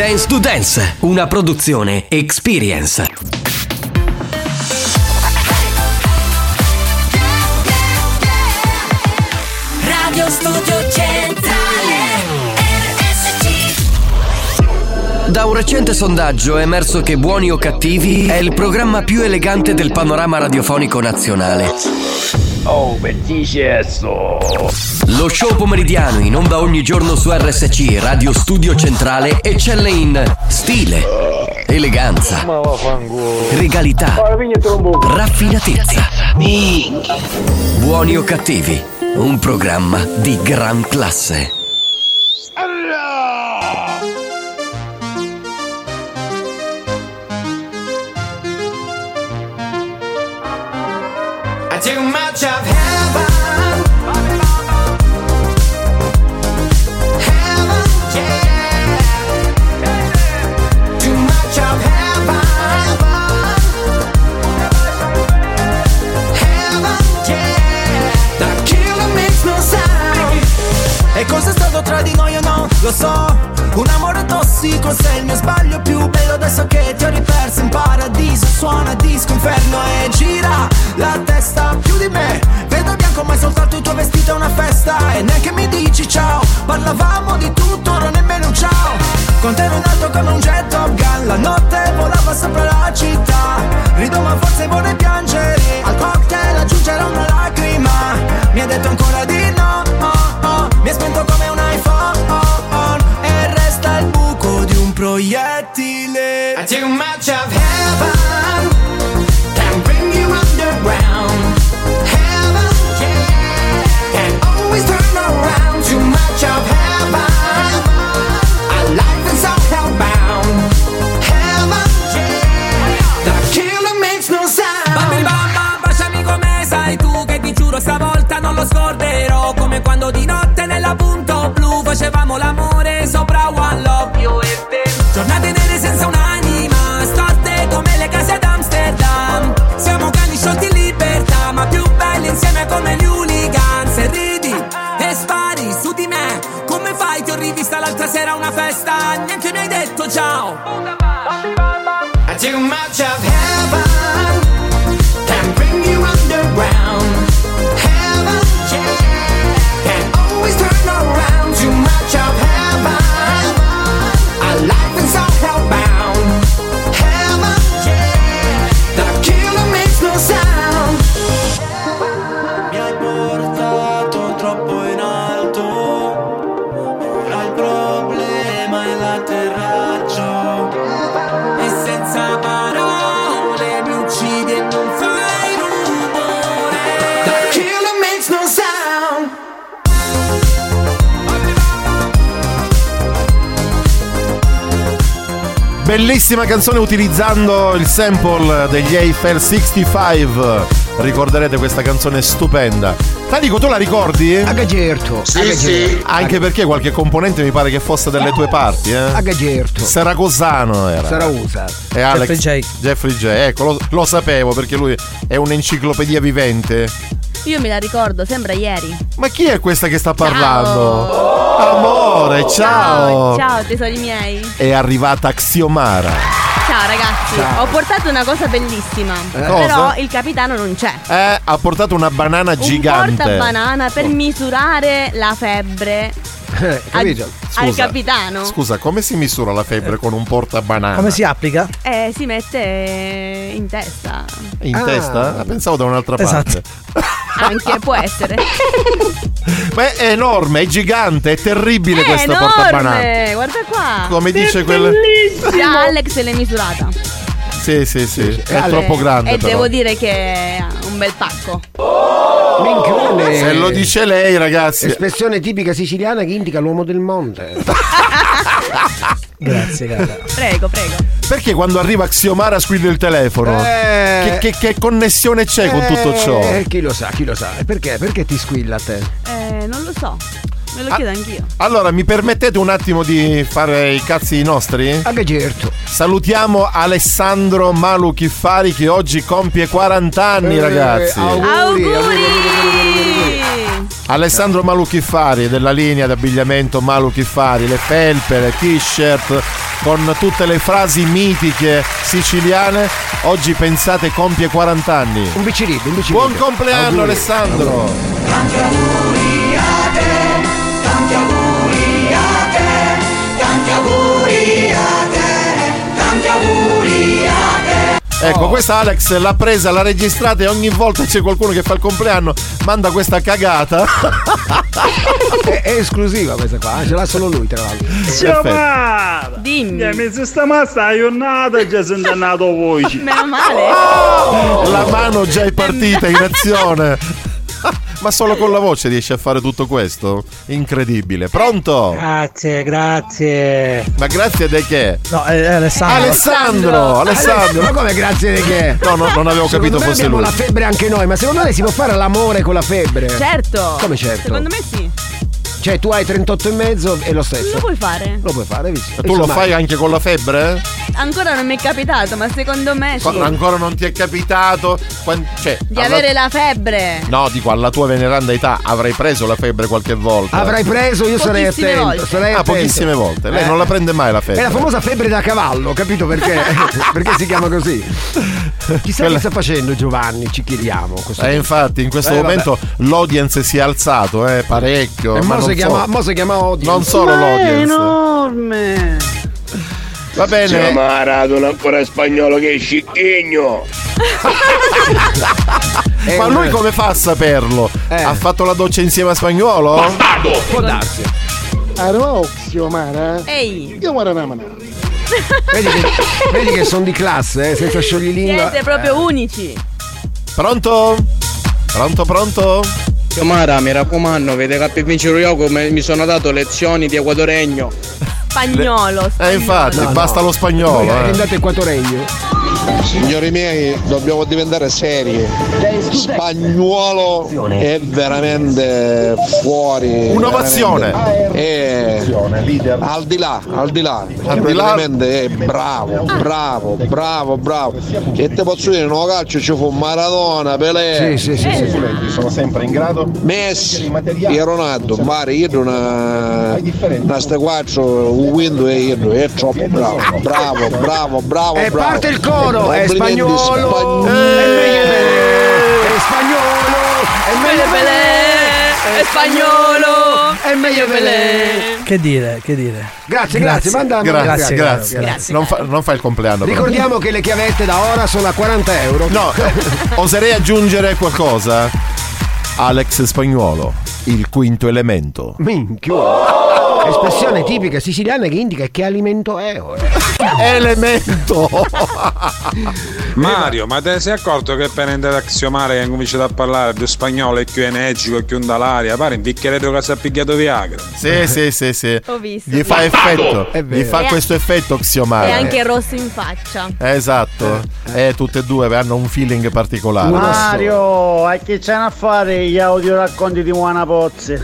A: Dance to Dance, una produzione Experience.
B: Radio Studio Centrale RSC.
A: Da un recente sondaggio è emerso che Buoni o Cattivi è il programma più elegante del panorama radiofonico nazionale.
I: Oh, bellissimo!
A: Lo show pomeridiano in onda ogni giorno su RSC Radio Studio Centrale eccelle in stile, eleganza, regalità, raffinatezza. Buoni o Cattivi, un programma di gran classe.
B: Too much of heaven, yeah. Too much of heaven, yeah. The killer makes no sound.
N: E cosa è stato tra di noi o no? Lo so. Un amore tossico, sei il mio sbaglio più bello. Adesso che ti ho riperso in paradiso, suona disco inferno e gira la testa più di me. Vedo bianco ma è soltanto il tuo vestito è una festa. E neanche mi dici ciao. Parlavamo di tutto, ora nemmeno un ciao. Con te ero in alto come un jet Top Gun. La notte volava sopra la città. Rido ma forse vorrei piangere. Al cocktail aggiungerò una lacrima. Mi ha detto ancora di no, mi ha spento come un iPhone. Il buco di un proiettile.
B: Too much of heaven can bring you underground. Heaven, yeah, can always turn around. Too much of heaven, our life is all hellbound. Heaven, yeah, the killer makes no sound.
N: Bambi bamba, baciami come sai tu, che ti giuro stavolta non lo scorderò. Come quando di notte nella punto blu facevamo l'amore sopra One Love, io e te. Giornate nere senza un'anima, storte come le case ad Amsterdam. Siamo cani sciolti in libertà, ma più belli insieme come gli hooligans. E ridi e spari su di me. Come fai? Ti ho rivista l'altra sera a una festa, neanche mi hai detto ciao.
B: Too much of heaven can bring you underground. Heaven, yeah, can always turn around. Too much of heaven, our life is all hellbound. Heaven, yeah, the killer makes no sound.
N: Mi hai portato troppo in alto, ora il problema è l'atterraggio. E senza parole mi uccidi e non fai rumore.
B: The killer makes no sound.
E: Bellissima canzone utilizzando il sample degli Eiffel 65. Ricorderete questa canzone stupenda. Talico, tu la ricordi?
F: Agagerto.
C: Sì.
E: Anche perché qualche componente mi pare che fosse delle tue parti,
F: Agagerto.
E: Saracosano era.
F: Sarausa.
E: E Alex Jeffrey J. Ecco, lo sapevo perché lui è un'enciclopedia vivente.
P: Io me la ricordo, sembra ieri.
E: Ma chi è questa che sta parlando? Amore, ciao.
P: Ciao tesori miei.
E: È arrivata Axiomara.
P: Ciao ragazzi,
E: Ciao.
P: ho portato una cosa bellissima. Però il capitano non c'è.
E: Ha portato una banana gigante.
P: Un portabanana per misurare la febbre.
F: Capito?
P: Al capitano.
E: Scusa, come si misura la febbre con un portabanana?
W: Come si applica?
P: Si mette in testa.
E: In testa? Pensavo da un'altra parte.
P: Anche può essere.
E: Ma è enorme, è gigante, è terribile questo portabanana.
P: Guarda qua.
E: Come dice quel
P: Già Alex l'è misurata.
E: Sì. È troppo grande.
P: E
E: però
P: devo dire che è un bel pacco.
F: Minchione.
E: Se lo dice lei, ragazzi.
F: Espressione tipica siciliana che indica l'uomo del monte.
W: Grazie, cara.
P: Prego.
E: Perché quando arriva Axiomara squilla il telefono? Che connessione c'è con tutto ciò?
F: Chi lo sa? Perché ti squilla a te?
P: Non lo so. Me lo chiedo anch'io.
E: Allora, mi permettete un attimo di fare i cazzi nostri?
F: Certo.
E: Salutiamo Alessandro Malu Chiffari che oggi compie 40 anni, ragazzi.
P: Auguri.
E: Alessandro Malu Chiffari della linea d'abbigliamento Malu Chiffari, le felpe, le t-shirt, con tutte le frasi mitiche siciliane. Oggi pensate compie 40 anni.
F: Un bicirito.
E: Buon compleanno, auguri. Alessandro.
B: Tanti auguri a te, tanti auguri a te, tanti auguri a te, tanti auguri a te.
E: Ecco, questa Alex l'ha presa, l'ha registrata e ogni volta c'è qualcuno che fa il compleanno, manda questa cagata.
F: È esclusiva questa qua, ce l'ha solo lui tra l'altro.
G: Ciao,
P: dimmi.
G: Mi si sta massa giornata e già si è andato voce.
P: Meno male.
E: La mano già è partita in azione. Ma solo con la voce riesce a fare tutto questo? Incredibile. Pronto?
G: Grazie.
E: Ma grazie di che?
G: No,
E: Alessandro.
F: Ma come grazie di che?
E: No, non avevo capito fosse lui.
F: Abbiamo la febbre anche noi, ma secondo me si può fare l'amore con la febbre?
P: Certo.
F: Come certo?
P: Secondo me sì.
F: Cioè tu hai 38,5 e lo stesso.
P: Lo puoi fare.
F: Lo puoi fare, visto?
E: Tu lo fai anche con la febbre?
P: Ancora non mi è capitato, ma secondo me sì.
E: Ancora non ti è capitato?
P: Di avere la febbre.
E: No, dico, alla tua veneranda età avrai preso la febbre qualche volta.
F: Avrai preso, io sarei attento.
P: Volte.
E: Pochissime volte. Lei non la prende mai la febbre.
F: È la famosa febbre da cavallo, capito perché? Perché si chiama così. Chissà che sta facendo Giovanni, ci chiediamo.
E: Infatti in questo momento l'audience si è alzato, parecchio.
F: E mo si chiama audience.
E: Non solo l'audience.
G: È enorme.
E: Va bene.
I: C'è Maradona ancora spagnolo che è scicchigno.
E: Ma lui come fa a saperlo? Ha fatto la doccia insieme a Spagnuolo?
I: Bastardo!
F: Può darsi.
H: Aroxio, Mara.
P: Ehi.
H: Io guarda una
F: Vedi che sono di classe, senza scioglilingua.
P: Siete proprio unici.
E: Pronto?
G: Mara, mi raccomando, vede che per vincere io mi sono dato lezioni di equadoregno.
P: Spagnolo.
E: Infatti, basta lo spagnolo.
F: Andate equadoregno.
J: Signori miei, dobbiamo diventare seri. Spagnuolo è veramente fuori.
E: Un'ovazione.
J: Al di là. Veramente è bravo. E te posso dire, no calcio ci fu Maradona, Pelé.
F: Sì.
E: Sono sempre in grado.
J: Messi e Ronaldo. Mare, io una ste 4, un window e io è troppo bravo.
F: E parte il coro, è spagnolo.
P: È spagnolo. È meglio Pelé.
G: Che dire?
F: Grazie.
E: Grazie. Non fa il compleanno.
F: Ricordiamo che le chiavette da ora sono a 40 euro.
E: No, oserei aggiungere qualcosa. Alex Spagnuolo, il quinto elemento.
F: Minchia. Espressione tipica siciliana che indica che alimento è ora.
E: Elemento.
Q: Mario, ma te sei accorto che per andare a Xiomara che ha cominciato a parlare di spagnolo è più energico e più dall'aria? Pare in picchieretto che si è picchiato Viagra.
E: Sì.
P: Ho visto.
E: Gli fa effetto. Gli fa questo effetto Xiomara.
P: E anche rosso in faccia.
E: Esatto. Tutte e due hanno un feeling particolare.
G: Mario, a che c'è a fare gli audio racconti di Juana Pozzi?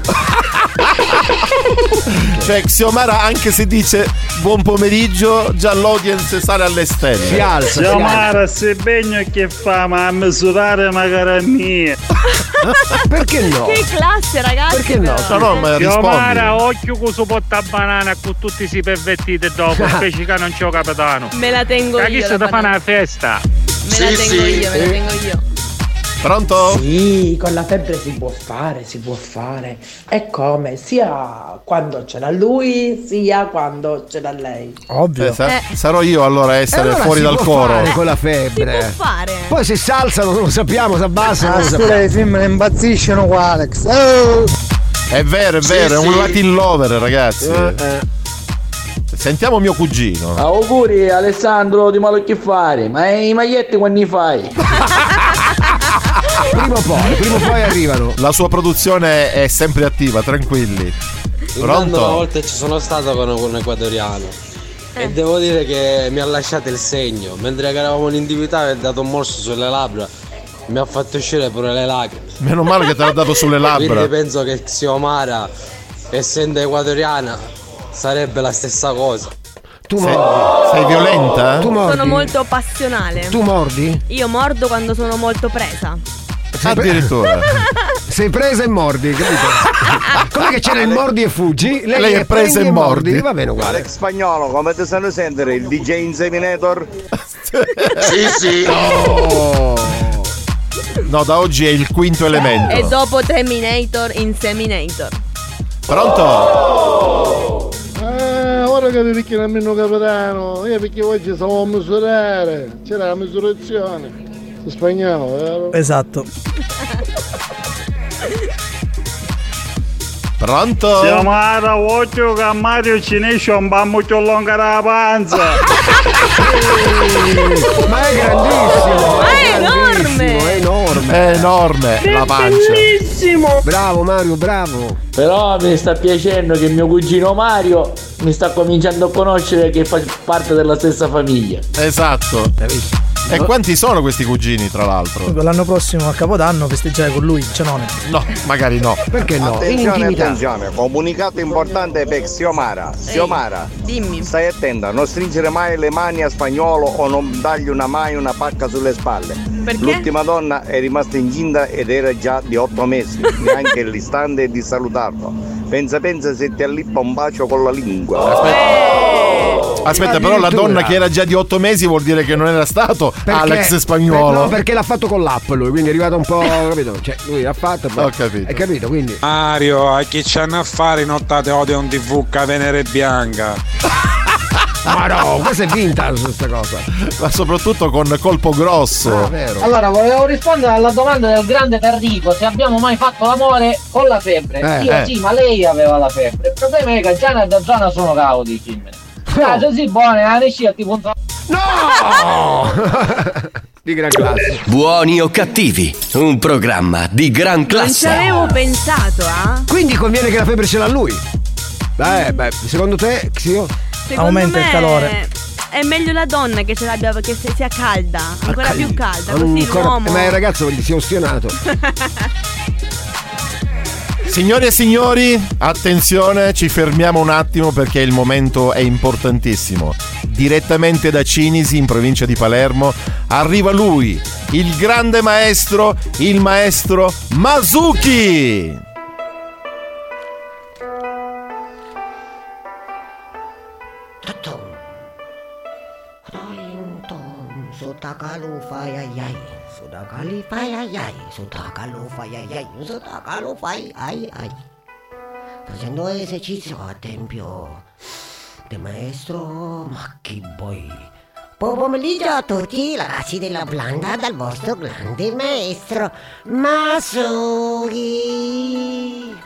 E: Cioè Xiomara, anche se dice buon pomeriggio, già l'audience sale alle stelle.
F: Si alza.
G: Xiomara, se begno che fa, ma a misurare magari mia.
F: Perché no?
P: Che classe, ragazzi.
F: Perché no?
E: No, ma rispondi.
G: Xiomara, occhio con su porta banana con tutti si pervertite dopo, specie che non c'ho capitano.
P: Me la tengo io.
G: Chi sta da fare una festa?
P: Me la tengo io.
E: Pronto?
W: Sì, con la febbre si può fare. È come, sia quando ce l'ha lui, sia quando ce l'ha lei.
F: Ovvio.
E: Sarò io allora a essere fuori dal coro.
F: Con la febbre.
P: Si può fare.
F: Poi se si alzano non lo sappiamo, si abbassano.
H: Lei sembra impazziscono qua, Alex.
E: È vero, è un Latin lover, ragazzi. Sentiamo mio cugino.
S: Auguri Alessandro, di malo che fare, ma i maglietti quando li fai?
F: Prima o poi arrivano.
E: La sua produzione è sempre attiva, tranquilli.
Y: Pronto? Una volta ci sono stato con un equatoriano e devo dire che mi ha lasciato il segno. Mentre che eravamo in intimità mi ha dato un morso sulle labbra, mi ha fatto uscire pure le lacrime.
E: Meno male che te l'ha dato sulle labbra.
Y: Quindi penso che Xiomara, essendo equatoriana, sarebbe la stessa cosa.
F: Tu mordi?
E: Sei violenta?
F: Tu mordi?
P: Sono molto passionale.
F: Tu mordi?
P: Io mordo quando sono molto presa.
E: Addirittura.
F: Sei presa e mordi, capito? Come che c'era il mordi e fuggi,
E: lei è presa e mordi.
F: Va bene, uguale.
J: Alex Spagnolo, come ti sanno sentire il DJ Inseminator?
C: Sì.
E: No, da oggi è il quinto elemento.
P: E dopo Terminator, Inseminator.
E: Pronto?
H: Ora che perché non mi capitano, io perché oggi stavo a misurare, c'era la misurazione. In spagnolo, vero?
D: Esatto.
E: Pronto?
G: Siamo a occhio che Mario ci ne esce un po' molto lunga la panza.
F: Ma è grandissimo.
P: Ma è enorme.
E: È enorme la pancia.
W: Bellissimo.
F: Bravo Mario, bravo.
K: Però mi sta piacendo che mio cugino Mario mi sta cominciando a conoscere, che fa parte della stessa famiglia.
E: Esatto. E quanti sono questi cugini, tra l'altro?
D: L'anno prossimo a Capodanno festeggiare con lui, Cenone.
E: No, magari no.
F: Perché no?
J: Attenzione, comunicato importante per Xiomara. Xiomara,
P: dimmi.
J: Stai attenta, non stringere mai le mani a Spagnolo o non dargli mai una pacca sulle spalle.
P: Perché?
J: L'ultima donna è rimasta incinta ed era già di 8 mesi, neanche l'istante di salutarlo. Pensa se ti allippa un bacio con la lingua.
E: Aspetta, però la donna che era già di 8 mesi vuol dire che non era stato Alex Spagnolo.
F: No, perché l'ha fatto con l'app lui, quindi è arrivato un po', capito? Cioè, lui l'ha fatto.
E: Ho capito.
F: Hai capito, quindi.
Q: Mario, a chi c'hanno a fare nottate Odeon TV Venere Bianca?
F: Ma no, questa è vintage questa cosa.
E: Ma soprattutto con colpo grosso.
F: Vero.
M: Allora, volevo rispondere alla domanda del grande Tardico, se abbiamo mai fatto l'amore con la febbre. Io sì, ma lei aveva la febbre. Il problema è che Gianna e da zona sono caotici. Sì, buone, la riuscita tipo un...
F: No! Di gran classe.
A: Buoni o cattivi, un programma di gran classe.
P: Non ci avevo pensato,
F: Quindi conviene che la febbre ce l'ha lui. Beh, secondo te, Xio?
P: Secondo
D: aumenta
P: me
D: il calore.
P: È meglio la donna che ce l'abbia, perché se sia calda, ancora più calda, così l'uomo.
F: Ma il ragazzo si è ostionato.
E: Signore e signori, attenzione, ci fermiamo un attimo perché il momento è importantissimo. Direttamente da Cinisi, in provincia di Palermo, arriva lui, il grande maestro, il maestro Masuki.
O: Sutakalu fayayay, sudakali fayayay, sutakalu fayayay, sutakalu fayayay. Facendo esercizio a tempio del maestro Macchi Boy. Buon pomeriggio a tutti ragazzi della Blanda dal vostro grande maestro Masuki.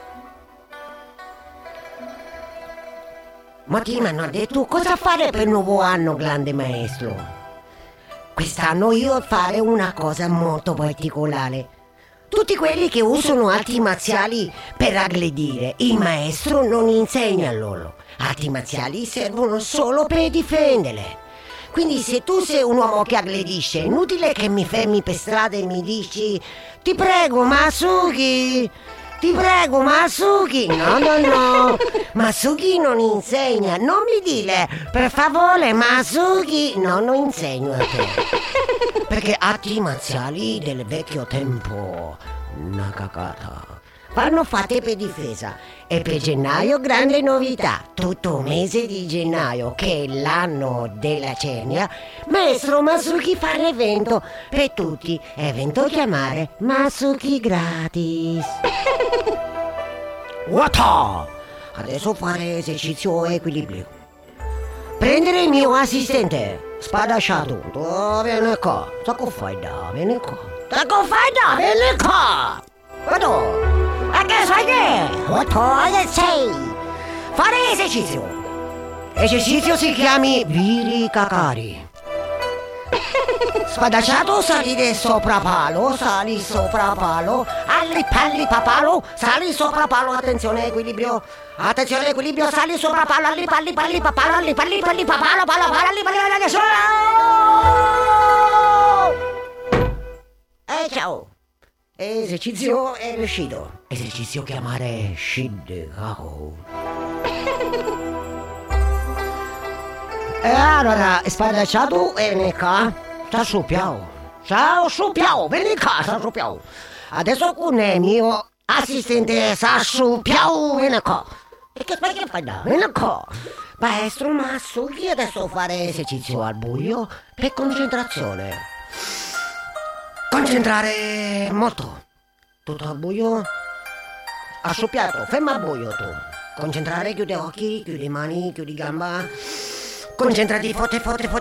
O: Ma ti mi hanno detto cosa fare per il nuovo anno, grande maestro? Quest'anno io fare una cosa molto particolare. Tutti quelli che usano arti marziali per aggredire, il maestro non insegna loro. Arti marziali servono solo per difenderle. Quindi se tu sei un uomo che aggredisce, è inutile che mi fermi per strada e mi dici: ti prego Masuki, ti prego Masuki. No, Masuki non insegna. Non mi dire per favore Masuki, non lo insegno a te. Perché arti marziali del vecchio tempo, una cagata, vanno fatte per difesa. E per gennaio grande novità, tutto mese di gennaio, che è l'anno della cernia, maestro Masuki fa l'evento per tutti, evento chiamare Masuki gratis. Wata! Adesso fare esercizio equilibrio. Prendere il mio assistente, spadasciato. Oh, vieni qua. Cosa fai da? Vieni qua. Cosa fai da? Vieni qua. Vado. A che sai che? What sei? Fare esercizio. Esercizio si chiami Viri Kakari. Spadacciato, salire sopra palo, sali sopra palo, allipalli papalo, sali sopra palo, attenzione equilibrio, sali sopra palo, allipalli papalo, allipalli papalo, palo, allipalli, adesso! Ciao! Esercizio è riuscito. Esercizio chiamare Shidegao. E allora, spadacciato e ne qua. Ciao su piao, vieni qua, ciao su piao. Adesso con il mio assistente Sassu Piau Venaco. E che fai da Venaco? Maestro Masuki, adesso fare esercizio al buio per concentrazione. Concentrare molto. Tutto al buio. Assoppiato, ferma al buio tu. Concentrare, chiudi occhi, chiudi mani, chiudi gamba. Concentrati forte.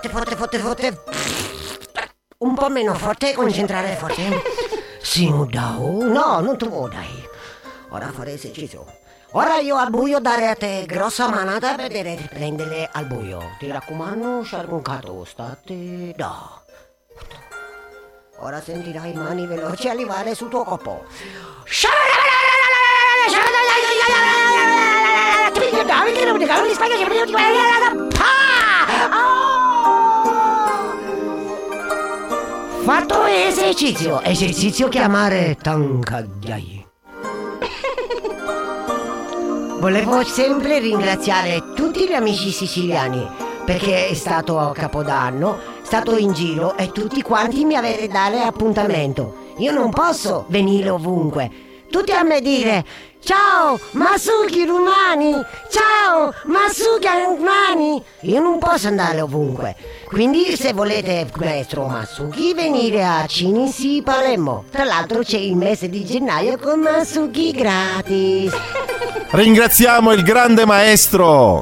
O: Un po' meno forte, concentrare forte. Simudao. No, non tu dai. Ora fare esercizio. Ora io al buio dare a te grossa manata per prendere al buio. Ti raccomando, sciarguncato, state da. Ora sentirai mani veloci arrivare sul tuo corpo. Fatto esercizio chiamare Tankagay. Volevo sempre ringraziare tutti gli amici siciliani perché è stato a Capodanno, è stato in giro e tutti quanti mi avete dato appuntamento. Io non posso venire ovunque. Tutti a me dire ciao Masuki Rumani, ciao Masuki Rumani. Io non posso andare ovunque. Quindi se volete maestro Masuki venire a Cinisi Palermo. Tra l'altro c'è il mese di gennaio con Masuki gratis.
E: Ringraziamo il grande maestro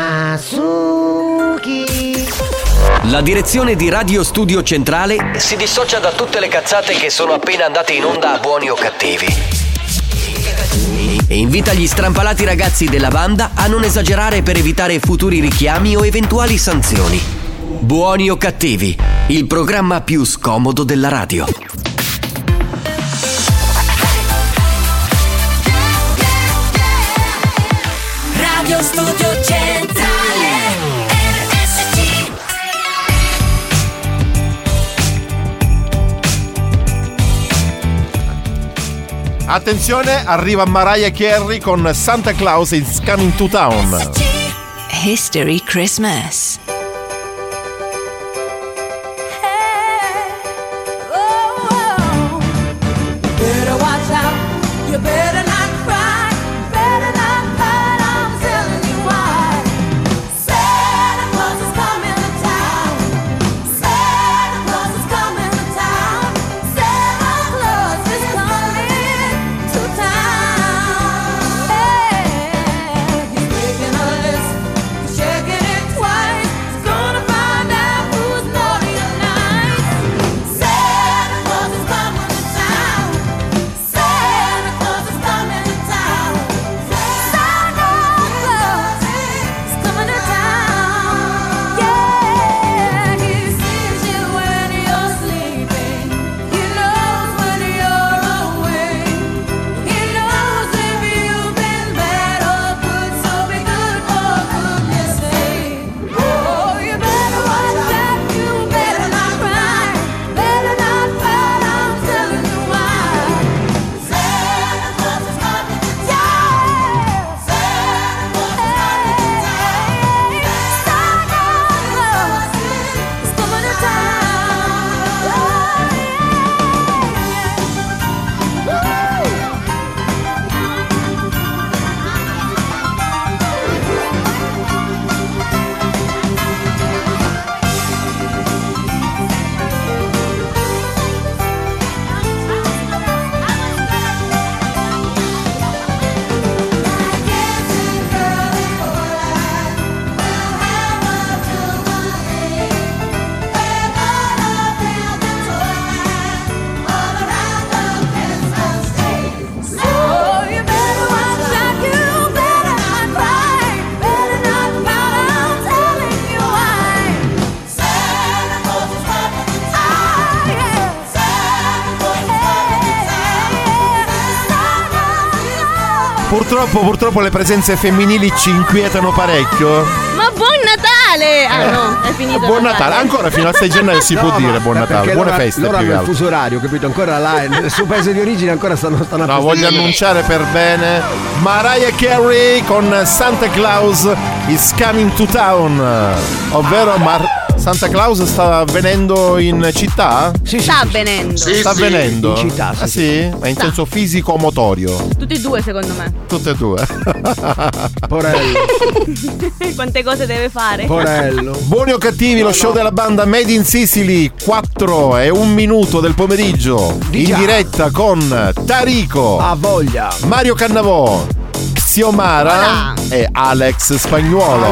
O: Masuki.
A: La direzione di Radio Studio Centrale si dissocia da tutte le cazzate che sono appena andate in onda a Buoni o Cattivi e invita gli strampalati ragazzi della banda a non esagerare per evitare futuri richiami o eventuali sanzioni. Buoni o Cattivi, il programma più scomodo della radio.
B: Radio Studio Centrale RSC.
E: Attenzione, arriva Mariah Carey con Santa Claus is Coming to Town.
L: History Christmas.
B: Better watch out, you better not cry, better not fight, I'm telling you why. Santa Claus is coming to town, Santa Claus is coming to town, Santa Claus is coming to town. Hey, he's making a list, he's checking it twice, he's gonna find out who's naughty or nice. Santa Claus is coming to town, Santa Claus is coming to town, Santa Claus is coming to town. Yeah, he sees you when you're sleeping, he knows when you're awake, he knows if you've been bad or good, so be good for goodness sake. Oh, you better watch out, you better not cry, better not fight, I'm telling you why. Santa Claus is coming to town, Santa Claus is coming to town, Santa Claus is coming to town. So you better watch out, you better not cry, better not pout, I'm telling you why. Santa Claus is coming to town, yeah. Santa Claus is coming to town.
E: Purtroppo le presenze femminili ci inquietano parecchio.
P: Ma buon Natale! Ah no, è finito.
E: Buon Natale, ancora fino al 6 gennaio si può dire buon Natale, buone feste.
F: Loro
E: più che
F: hanno il
E: altro.
F: fuso orario, capito? Ancora là, nel suo paese di origine ancora stanno a
E: No, voglio annunciare per bene Mariah Carey con Santa Claus is Coming to Town, ovvero Santa Claus sta venendo in città?
P: Sta avvenendo.
E: Sta avvenendo?
F: In città,
E: Ah sì? Ma in senso fisico-motorio?
P: Tutti e due secondo me.
E: Tutte e due.
F: Porello.
P: Quante cose deve fare?
F: Porello.
E: Buoni o cattivi, lo show della banda Made in Sicily, 4 e 1 minuto del pomeriggio. In diretta con Tarico.
F: A voglia.
E: Mario Cannavò, Xiomara e Alex Spagnuolo.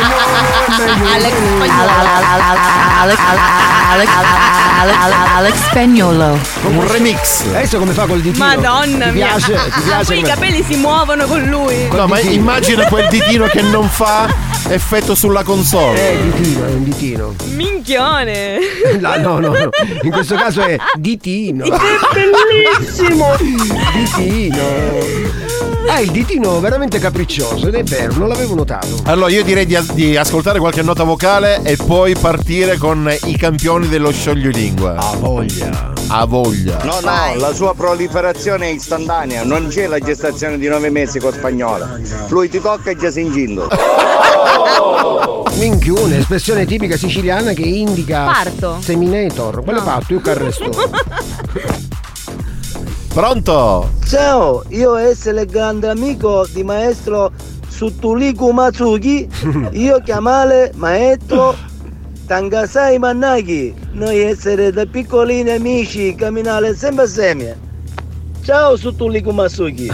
L: Alex Spagnuolo.
E: Un remix.
F: Adesso come fa col ditino?
P: Madonna
F: ti
P: mia.
F: piace? Ti piace
P: Poi i
F: come-
P: capelli si muovono con lui.
E: No, ma immagina quel ditino che non fa effetto sulla console.
F: Ditino, è un ditino.
P: Minchione.
F: No. In questo caso è ditino.
P: È bellissimo.
F: Ditino. Ah, il ditino veramente capriccioso, ed è vero, non l'avevo notato.
E: Allora io direi di ascoltare qualche nota vocale e poi partire con i campioni dello scioglilingua.
F: A voglia.
E: A voglia.
R: No, la sua proliferazione è istantanea, non c'è la gestazione di 9 mesi con Spagnola. Lui ti tocca e già si inginto.
F: Minchione, espressione tipica siciliana che indica
P: Parto.
F: Seminator. Quale parto? Io carresto.
E: Pronto?
T: Ciao, io essere il grande amico di maestro Sutuliku Matsuki. Io chiamare maestro Tangasai Mannaki. Noi essere da piccolini amici, camminare sempre assieme. Ciao Sutuliku Matsuki.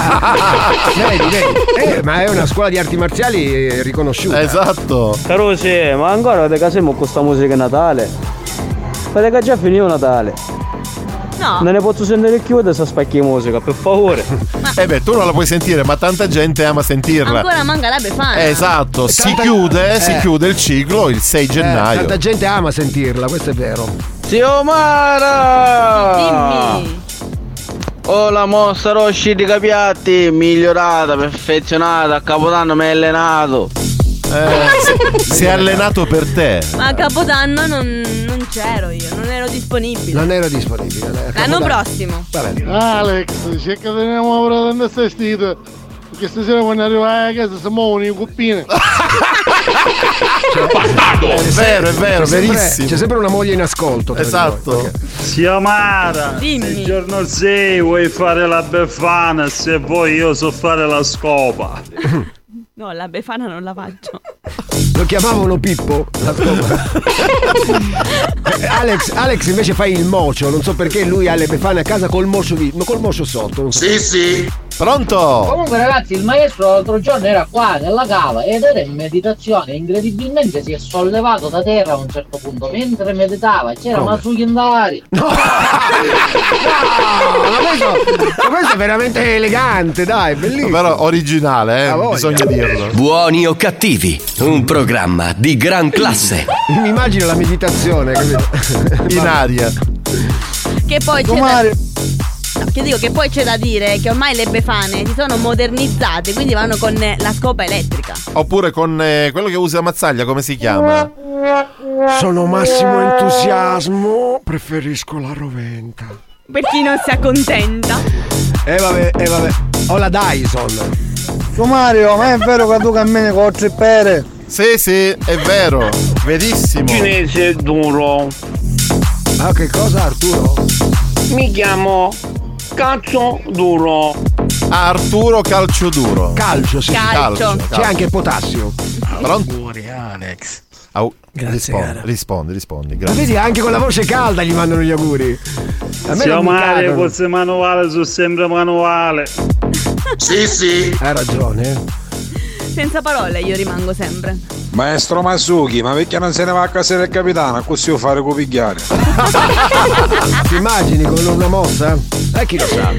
F: Vedi. Ma è una scuola di arti marziali riconosciuta.
E: Esatto.
U: Carosi, ma ancora te casiamo con questa musica Natale? Perché che già finito Natale.
P: No.
U: Non ne posso sentire più adesso spacchi musica, per favore.
E: Tu non la puoi sentire, ma tanta gente ama sentirla.
P: Ancora manca la Befana.
E: Esatto, si chiude il ciclo il 6 gennaio.
F: Tanta gente ama sentirla, questo è vero.
S: Xiomara!
P: Dimmi.
S: Oh, la mossa Rosci di Capiatti, migliorata, perfezionata, a Capodanno mi hai allenato.
E: Si è allenato per te.
P: Ma a Capodanno non c'ero io, non ero disponibile. L'anno prossimo.
H: Alex, cerca di non muovere tanto stai stito. Perché stasera quando arrivai a casa si muovono i cuppine.
E: È vero, verissimo.
F: C'è sempre una moglie in ascolto.
E: Esatto.
G: Xiomara,
P: Dimmi.
G: il giorno 6 vuoi fare la Befana, se vuoi io so fare la scopa.
P: No, la Befana non la faccio.
F: Lo chiamavano Pippo. La Alex invece fa il mocio. Non so perché lui ha le befane a casa col mocio sotto. Non so.
E: Sì. Pronto?
M: Comunque ragazzi, il maestro l'altro giorno era qua nella cava ed era in meditazione. Incredibilmente si è sollevato da terra a un certo punto mentre meditava. C'era Matsuki in d'aria.
F: Ma questo è veramente elegante, dai, bellissimo.
E: Però originale, bisogna dirlo.
A: Buoni o cattivi, un programma di gran classe.
F: Mi immagino la meditazione, capito?
E: In aria.
P: Che poi che poi c'è da dire che ormai le Befane si sono modernizzate, quindi vanno con la scopa elettrica.
E: Oppure con quello che usa Mazzaglia, come si chiama?
F: Sono massimo entusiasmo, preferisco la roventa.
P: Per chi non si accontenta.
F: Vabbè. Ho la Dyson.
T: Tu Mario, ma è vero che tu cammini con 3 pere?
E: Sì, è vero. Verissimo.
I: Cinese duro.
F: Ah, che cosa, Arturo?
I: Mi chiamo Cazzo Duro.
E: Arturo Calcio Duro.
F: Calcio, sì.
P: Calcio.
F: C'è anche il potassio.
E: Pronto?
R: Alex.
E: Rispondi.
F: Ma
E: Grazie.
F: vedi, anche con la voce calda gli mandano gli auguri. A me non mi
G: Xiomara,
F: cadono.
G: queste manuale sono sempre manuale.
E: Sì.
F: Hai ragione.
P: Senza parole io rimango sempre.
Q: Maestro Masuki, ma perché non se ne va a casa del capitano? Così io fare copigliare.
F: Ti immagini con una mossa? Chi lo sa?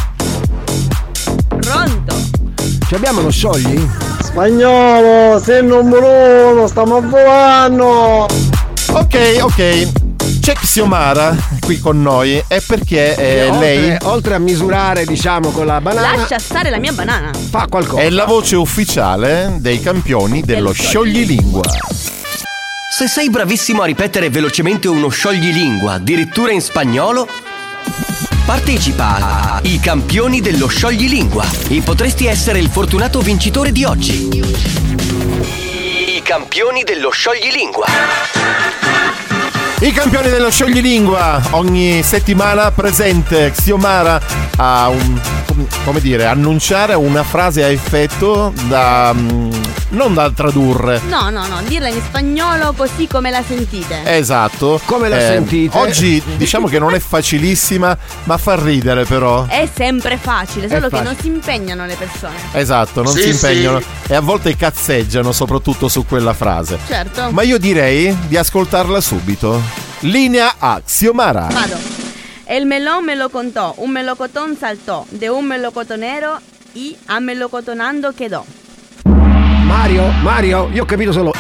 P: Pronto?
F: Ci abbiamo lo sciogli?
T: Spagnolo, sei numero 1, stiamo volando.
E: Ok. C'è Xiomara qui con noi e perché lei
F: oltre a misurare, diciamo, con la banana,
P: Lascia stare la mia banana.
F: fa qualcosa.
E: è la voce ufficiale dei campioni dello scioglilingua.
A: Se sei bravissimo a ripetere velocemente uno scioglilingua, addirittura in spagnolo, partecipa ai campioni dello scioglilingua e potresti essere il fortunato vincitore di oggi. I campioni dello scioglilingua.
E: I campioni dello scioglilingua, ogni settimana presente Xiomara a annunciare una frase a effetto non da tradurre.
P: No, dirla in spagnolo così come la sentite.
E: Esatto.
F: Come la sentite?
E: Oggi diciamo che non è facilissima, ma fa ridere però.
P: È sempre facile, solo che non si impegnano le persone.
E: Esatto, non si impegnano e a volte cazzeggiano soprattutto su quella frase.
P: Certo.
E: Ma io direi di ascoltarla subito. Linea a Xiomara.
P: Vado. El melón me lo contó, un melocotón saltó, de un melocotonero y a melocotonando quedó.
F: Mario, io ho capito solo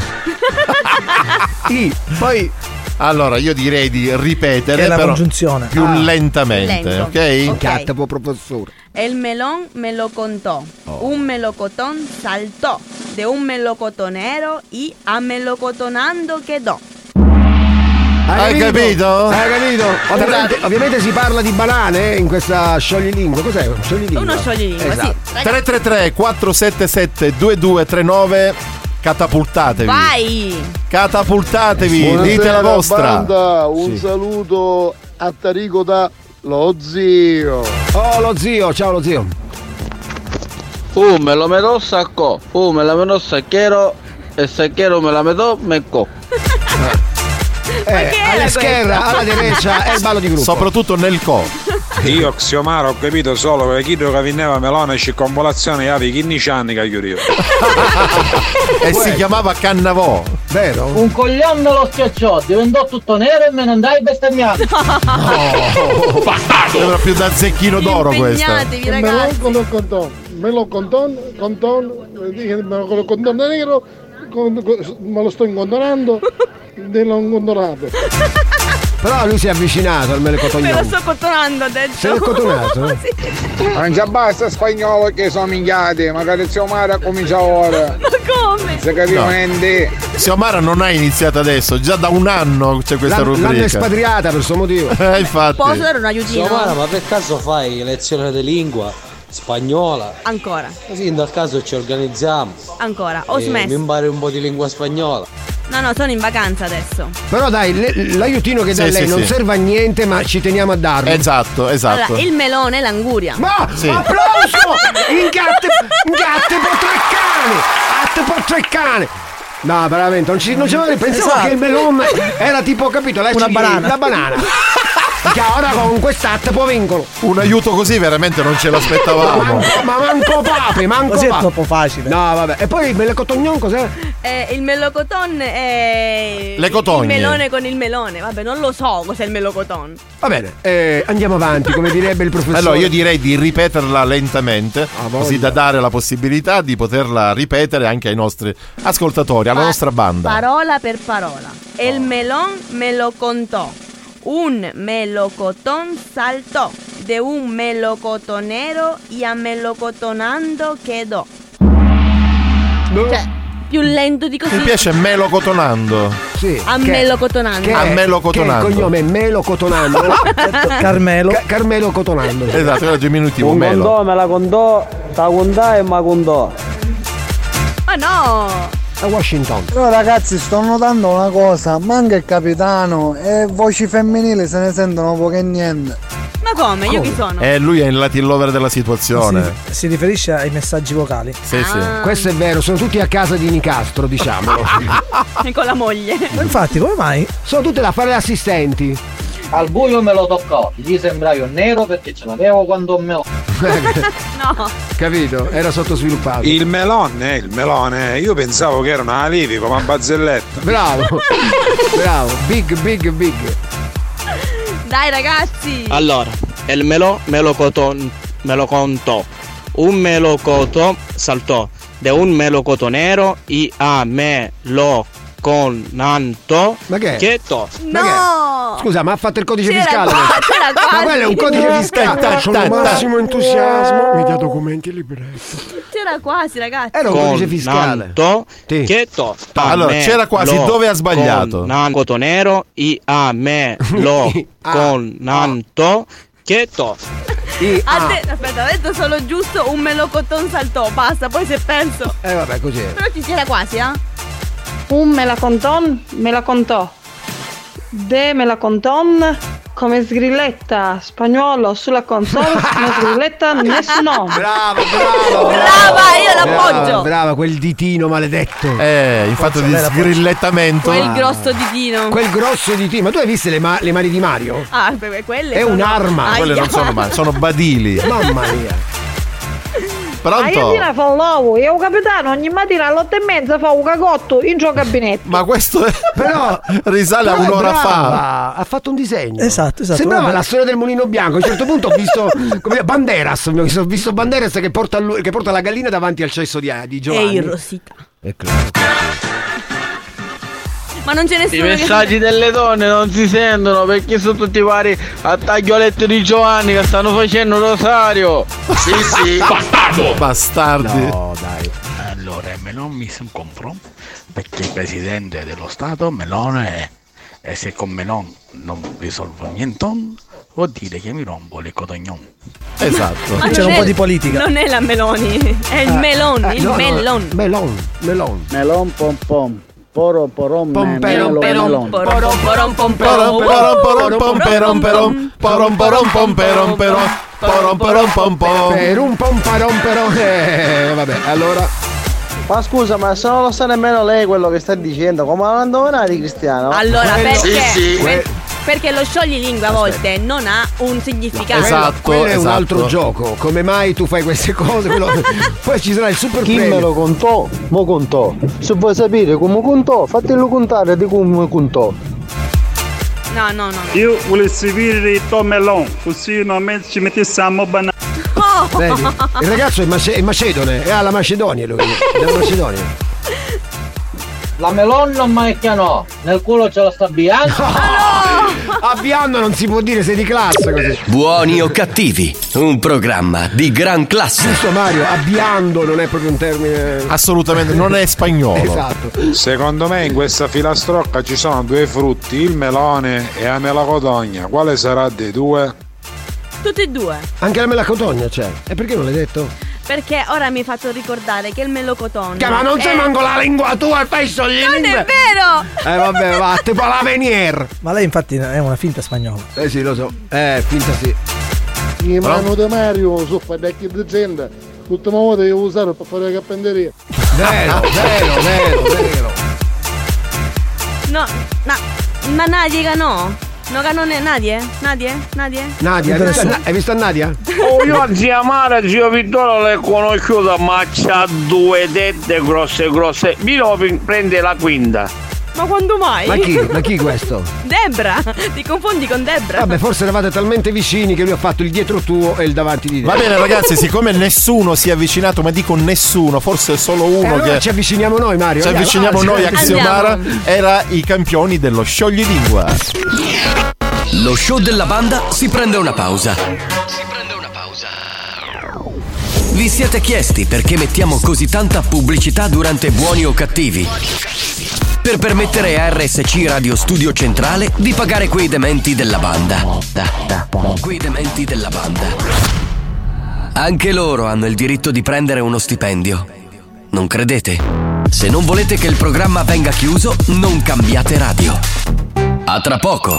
F: I. Poi
E: allora io direi di ripetere,
D: è la
E: però
D: congiunzione
E: più lentamente,
P: Lento.
E: ok?
F: Cattivo professore.
P: El melón me lo contó, un melocotón saltó, de un melocotonero y a melocotonando quedó.
E: Hai capito?
F: Hai capito? Ovviamente si parla di banane in questa scioglilingua. Cos'è?
P: Uno scioglilingua,
F: esatto.
P: sì.
E: 333 477 2239. Catapultatevi.
P: Vai!
E: Catapultatevi,
H: Buonasera,
E: dite la vostra.
H: Banda, un saluto a Tarico da lo zio.
F: Oh, lo zio, ciao lo zio.
S: Me lo metò sacco, me la metò sacchero e sacchero me la metò mecco.
F: Alla scherra, alla derecha è il ballo di gruppo.
E: Soprattutto nel co.
Q: Io Xiomara ho capito solo che chi che vinneva melone e con volazione avevi 15 anni che io.
E: E si chiamava Cannavò.
F: Vero?
M: Un coglione me lo schiacciò, diventò tutto nero e me ne andai bestemmiato.
E: Sembra più da zecchino d'oro questa.
P: Impegnatevi, ragazzi.
H: Me lo conton nero, me lo sto incontrando, dello incontrato.
F: Però lui si è avvicinato al melocotogno.
P: Me lo sto cottonando, ha detto.
F: Se l'è cottonato?
P: Sì.
J: Non già basta spagnolo che sono minchiati, magari Xiomara comincia ora.
P: Ma come?
J: Se capiamo niente.
E: Xiomara non ha iniziato adesso, già da un anno c'è questa rubrica.
F: L'hanno espatriata per questo motivo.
E: Infatti.
P: Posso dare un aiutino?
C: Xiomara, ma per caso fai lezione di lingua spagnola?
P: Ancora.
C: Così in tal caso ci organizziamo.
P: Ancora, ho
C: Mi
P: smesso.
C: impari un po' di lingua spagnola.
P: No, sono in vacanza adesso.
F: Però dai, l'aiutino che dà lei non serve a niente, ma ci teniamo a darlo.
E: Esatto.
P: Allora, il melone e l'anguria.
F: Ma
E: sì.
F: Applauso! Ingatte per tre cane! No, veramente, non ci pensavo che il melone era tipo, capito?
D: Una banana.
F: La banana. Che ora con quest'atto poi vincono.
E: Un aiuto così veramente non ce l'aspettavamo.
F: Ma manco papi,
D: Così è troppo facile.
F: No, vabbè. E poi il melocotognon cos'è?
P: Il melocoton è
E: le cotogne.
P: Il melone con il melone. Vabbè, non lo so cos'è il melocoton.
F: Va bene, andiamo avanti, come direbbe il professore.
E: Allora io direi di ripeterla lentamente, così da dare la possibilità di poterla ripetere anche ai nostri ascoltatori, alla nostra banda.
P: Parola per parola. El melón me lo contó. Un melocotón saltó, de un melocotonero y a melocotonando quedó. Cioè, più lento di così.
E: Mi piace melocotonando.
F: Sì.
P: A melocotonando.
F: Che
E: melocotonando.
F: Che il cognome è melocotonando.
D: Carmelo.
F: Carmelo cotonando.
E: Esatto, era diminutivo.
U: Un
E: melo.
U: condò, me la condò, ta condà e ma condò.
P: Ma no!
F: A Washington.
H: Però ragazzi, sto notando una cosa, manca il capitano e voci femminili se ne sentono poco e niente.
P: Ma come? Io chi sono?
E: Lui è il Latin lover della situazione.
D: Si riferisce ai messaggi vocali.
E: Sì.
F: Questo è vero, sono tutti a casa di Nicastro, diciamolo.
P: E con la moglie.
D: Ma infatti, come mai?
F: Sono tutte da fare assistenti.
M: Al buio me lo toccò, gli sembravi un nero perché ce l'avevo quando me lo...
P: No.
F: Capito? Era sottosviluppato.
Q: Il melone, io pensavo che era una livi come una barzelletta.
F: Bravo. Big.
P: Dai ragazzi.
N: Allora, il me lo contò. Un melocotón saltò, de un melocotonero y a meloconando quedó.
P: No!
F: Scusa, ma ha fatto il codice
P: C'era
F: fiscale?
P: c'era quasi.
F: Ma quello è un codice fiscale. Sono massimo entusiasmo. Mi dia documenti e libretto.
P: C'era quasi, ragazzi.
F: Era un codice fiscale.
N: Quedó.
E: Allora, c'era quasi, dove ha sbagliato?
N: Cotonero y a meloconando quedó.
P: Aspetta, ha detto solo giusto un melocotón saltò, basta, poi si è perso.
F: Vabbè, così è.
P: Però ci si era quasi,
K: Un melaconton me la contò. De melaconton come sgrilletta spagnolo sulla console, una sgrilletta nessuno.
F: Brava,
P: io l'appoggio.
F: Brava, quel ditino maledetto.
E: In fatto di sgrillettamento.
P: Quel grosso ditino.
F: Quel grosso ditino. Ma tu hai visto le mani di Mario?
P: Ah, quelle
F: è
P: sono...
F: un'arma.
E: Quelle non sono mani, sono badili.
F: Mamma mia.
E: Pronto?
K: Io fa un lavoro, io capitano ogni mattina alle 8:30 fa un cagotto in gioco gabinetto.
E: Ma questo
F: però
E: risale a un'ora fa.
F: Ha fatto un disegno.
D: Esatto.
F: Sembrava la storia del mulino bianco. A un certo punto ho visto Banderas. Ho visto Banderas che porta la gallina davanti al cesso di Giovanni.
P: E in rosita.
F: È claro.
P: Ma non c'è nessuno.
S: I messaggi delle donne non si sentono perché sono tutti vari attaglioletti di Giovanni che stanno facendo rosario.
I: Sì.
E: Bastardi.
F: No, dai.
V: Allora, Meloni mi si incontrò perché il presidente dello Stato Meloni e se con Meloni non risolvo niente vuol dire che mi rompo le cotognon.
E: Esatto.
P: Ma
D: c'era un po' di politica.
P: Non è la Meloni, è il melon, il melon.
U: Melon pom pom. Poro porom melon.
F: Vabbè, allora.
T: Ma scusa, ma se non lo sa nemmeno lei quello che sta dicendo, come la indovinare Cristiano?
P: Allora, perché?
I: Sì.
P: Perché lo scioglilingua a volte non ha un significato.
E: Esatto.
F: Quello è un altro gioco. Come mai tu fai queste cose? Poi ci sarà il super
H: Chi
F: premio.
H: me lo contò? Mo contò. Se vuoi sapere come contò, fatelo contare di come contò.
P: No.
G: Io volessi dire Tom Melon, così non ci mettiamo banana.
F: Vedi? Il ragazzo è macedone, è alla Macedonia lui. Dalla Macedonia.
M: La Melon non mai chiamò, nel culo ce lo sta bianco.
F: A Bianno non si può dire, sei di classe così.
A: Buoni o cattivi, un programma di gran classe.
F: Questo Mario, abbiando non è proprio un termine.
E: Assolutamente, non è spagnolo.
F: Esatto.
Q: Secondo me in questa filastrocca ci sono due frutti, il melone e la melocotogna. Quale sarà dei due?
P: Tutti e due.
F: Anche la melocotogna c'è. E perché non l'hai detto?
P: Perché ora mi hai fatto ricordare che il melocotone.
F: Ma non sei manco la lingua tua e fai solo
P: Non è vero!
F: Vabbè, va, tipo la Venier.
D: Ma lei infatti è una finta spagnola.
F: Sì, lo so. Finta sì.
H: In mano di Mario, su fadecchi di gente. L'ultima volta che devo usare per fare la cappenderia.
F: Vero.
P: No, ma Nadia no? No, non è Nadia? Nadia,
F: hai visto Nadia?
R: Io zia Mara, zio Vittorio l'ho conosciuta, ma c'ha due tette grosse. Mi prende la quinta.
P: Ma quando mai?
F: Ma chi questo?
P: Debra, ti confondi con Debra.
F: Vabbè, forse eravate talmente vicini che lui ha fatto il dietro tuo e il davanti di te.
E: Va bene ragazzi, siccome nessuno si è avvicinato, ma dico nessuno, forse solo uno
F: allora
E: che
F: ci avviciniamo noi, Mario.
E: Ci avviciniamo noi a Xiomara. Era i campioni dello scioglilingua.
A: Lo show della banda si prende una pausa. Vi siete chiesti perché mettiamo così tanta pubblicità durante Buoni o Cattivi? Per permettere a RSC Radio Studio Centrale di pagare quei dementi della banda. Quei dementi della banda. Anche loro hanno il diritto di prendere uno stipendio. Non credete? Se non volete che il programma venga chiuso, non cambiate radio. A tra poco.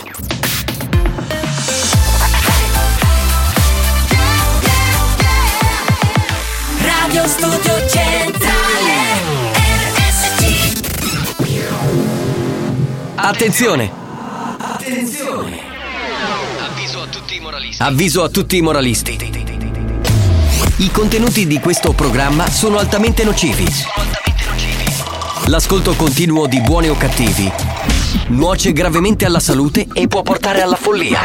B: Radio Studio Centrale RSC.
A: Attenzione! Avviso a tutti i moralisti. I contenuti di questo programma sono altamente nocivi. L'ascolto continuo di Buoni o Cattivi nuoce gravemente alla salute e può portare alla follia.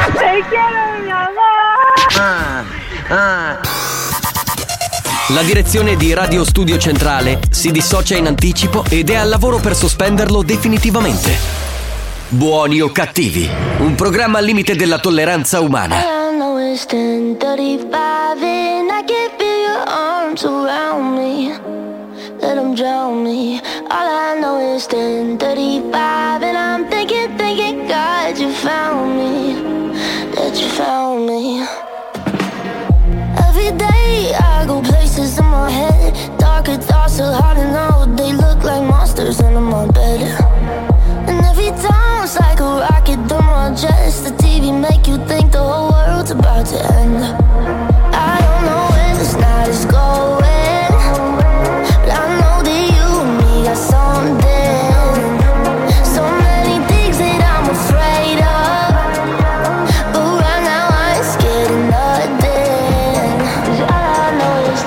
A: La direzione di Radio Studio Centrale si dissocia in anticipo ed è al lavoro per sospenderlo definitivamente. Buoni o Cattivi, un programma al limite della tolleranza umana.
B: I know it's 10:35 and I can feel your arms around me. Let them drown me. All I know is 10:35 and I'm thinking, God, you found me. That you found me. Every day I go places in my head. Darker thoughts are hard to know. They look like monsters in my my bed. And every time it's like a rocket through my chest. The TV make you think the whole world's about to end. I don't know where this night is going, but I know that you and me got something. So many things that I'm afraid of, but right now I ain't scared of nothing. 'Cause all I know is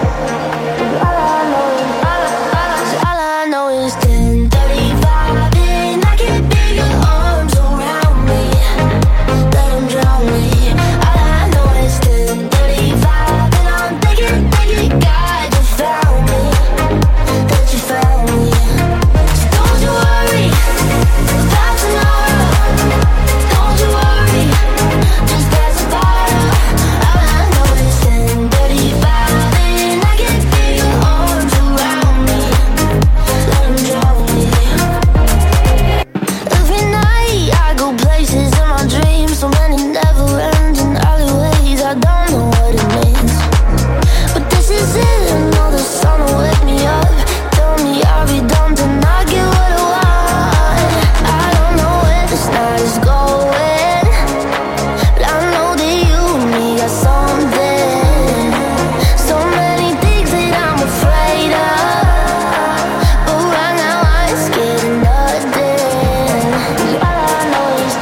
B: 10:35 and I can't feel your arms around me. Let them drown me. All I know is 10:35 and I'm thinking God you found me, that you found me. So don't you worry about tomorrow. Don't you worry, just pass the bottle. All I know is 10:35 and I can't feel your arms around me. Let them drown me. Every night I go places in my dreams, so many never-ending alleyways. I don't know what it means, but this is it. I know the sun will wake me up. Tell me I'll be dumb to not get what I want. I don't know where this night is going, but I know that you and me got something. So many things that I'm afraid of, but right now I ain't scared of nothing. 'Cause all I know is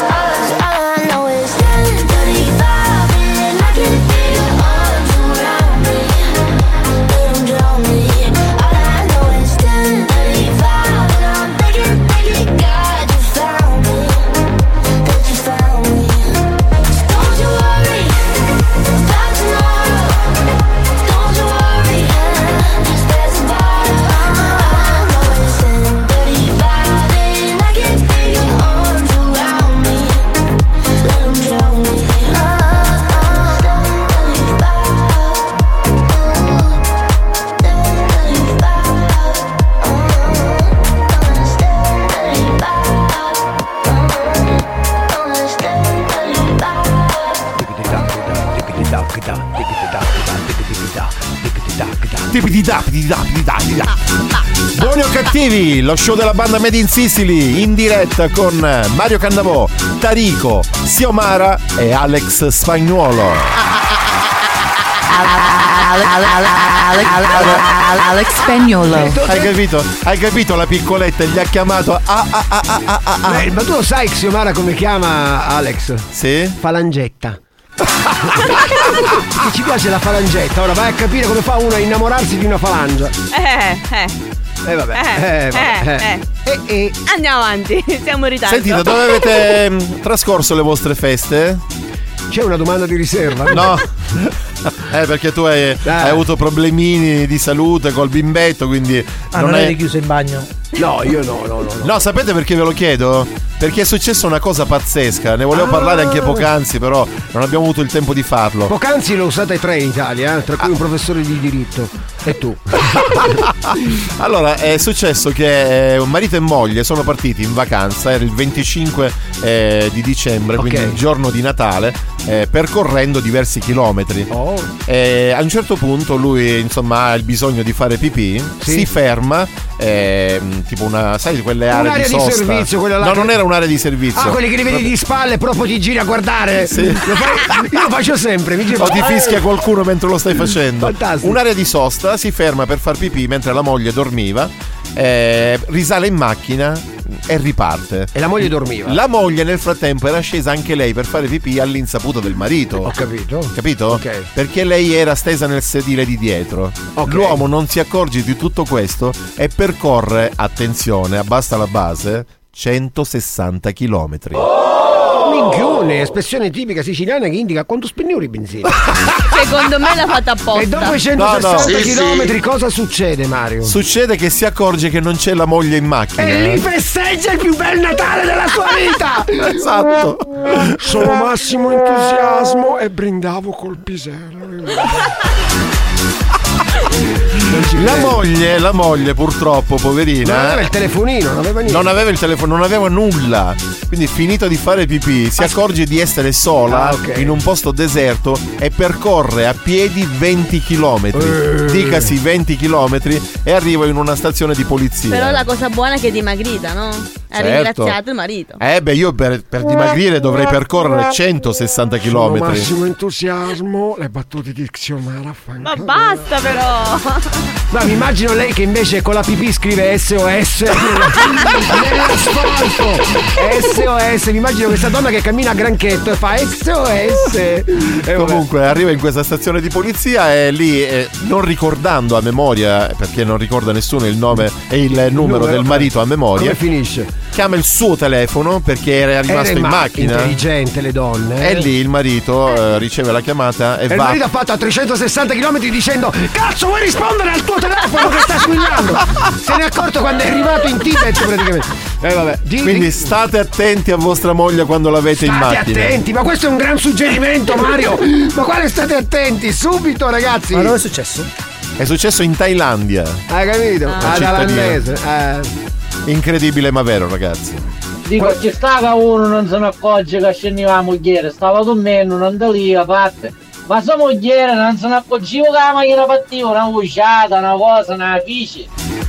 B: 10:35 and I can feel your arms around me. Let them drown me. All I know is 10:35 and I'm thinking God you found me, that you found me. So don't you worry about tomorrow. Don't you worry, just pass the bottle. All I know is 10:35 and I can feel your arms around me. Let them drown me.
E: Buoni o cattivi, lo show della banda Made in Sicily in diretta con Mario Cannavò, Tarico, Xiomara e Alex Spagnuolo.
L: Alex Spagnuolo.
E: Hai capito la piccoletta gli ha chiamato
F: Ma tu lo sai Xiomara come chiama Alex?
E: Sì?
F: Falangetta. Ci piace la falangetta. Ora vai a capire come fa uno a innamorarsi di una falangia.
P: Andiamo avanti, siamo in ritardo.
E: Sentite, dove avete trascorso le vostre feste?
F: C'è una domanda di riserva?
E: No. Perché tu hai avuto problemini di salute col bimbetto, quindi
D: non eri chiuso in bagno?
F: No, io no.
E: No, sapete perché ve lo chiedo? Perché è successa una cosa pazzesca. Ne volevo parlare anche poc'anzi, però non abbiamo avuto il tempo di farlo.
F: Poc'anzi lo usate 3 in Italia, tra cui un professore di diritto. E tu?
E: Allora, è successo che un marito e moglie sono partiti in vacanza. Era il 25 di dicembre, quindi il giorno di Natale, percorrendo diversi chilometri. A un certo punto lui, insomma, ha il bisogno di fare pipì. Si ferma, tipo una, sai, quelle aree di sosta.
F: Servizio, quella là.
E: No, non era un'area di servizio.
F: Quelli che li vedi di spalle e proprio ti giri a guardare. Sì. Io lo faccio sempre.
E: O ti fischia qualcuno mentre lo stai facendo.
F: Fantastico.
E: Un'area di sosta, si ferma per far pipì mentre la moglie dormiva, risale in macchina e riparte.
F: E la moglie dormiva.
E: La moglie nel frattempo era scesa anche lei per fare pipì all'insaputa del marito.
F: Ho capito.
E: Capito?
F: Ok.
E: Perché lei era stesa nel sedile di dietro. L'uomo non si accorge di tutto questo e percorre, attenzione, abbassa la base, 160 chilometri.
F: Minchione, espressione tipica siciliana che indica quanto spendiuri benzina.
P: Secondo me l'ha fatta apposta.
F: E dopo i 160 chilometri cosa succede, Mario?
E: Succede che si accorge che non c'è la moglie in macchina.
F: E lì festeggia il più bel Natale della sua vita.
E: Esatto.
F: Sono massimo entusiasmo e brindavo col pisello.
E: La moglie purtroppo, poverina,
F: non aveva il telefonino, non aveva niente.
E: Non aveva il telefono, non aveva nulla. Quindi Quindi finito di fare pipì si accorge di essere sola in un posto deserto e percorre a piedi 20 km. Dicasi 20 km e arriva in una stazione di polizia.
P: Però la cosa buona è che è dimagrita, no? Ha ringraziato il marito.
E: Io per dimagrire dovrei percorrere 160 km.
F: Massimo entusiasmo, le battute di Xiomara.
P: Ma basta però.
F: Ma mi immagino lei che invece con la pipì scrive SOS nell'asfalto. SOS, mi immagino questa donna che cammina a granchetto e fa SOS.
E: Comunque arriva in questa stazione di polizia e lì, non ricordando a memoria, perché non ricorda nessuno il nome e il numero del marito a memoria,
F: come finisce?
E: Chiama il suo telefono perché era rimasto in macchina.
F: Intelligente le donne.
E: E lì il marito riceve la chiamata e
F: il marito ha fatto a 360 km dicendo: cazzo, vuoi rispondere al tuo telefono che sta squillando? Se ne è accorto quando è arrivato in Tibet praticamente. Vabbè.
E: Quindi state attenti a vostra moglie quando l'avete in macchina.
F: State attenti, ma questo è un gran suggerimento, Mario. Ma quale state attenti? Subito, ragazzi.
D: Ma dove è successo?
E: È successo in Thailandia.
F: Hai capito? Thailandese.
E: Incredibile ma vero, ragazzi.
M: Dico, ci stava uno, non se ne accorge che scendeva la mogliere, stava dormendo, non da lì a parte. Ma sua mogliere non se ne accorgeva che la macchina partiva, una usciata, una cosa, una fici.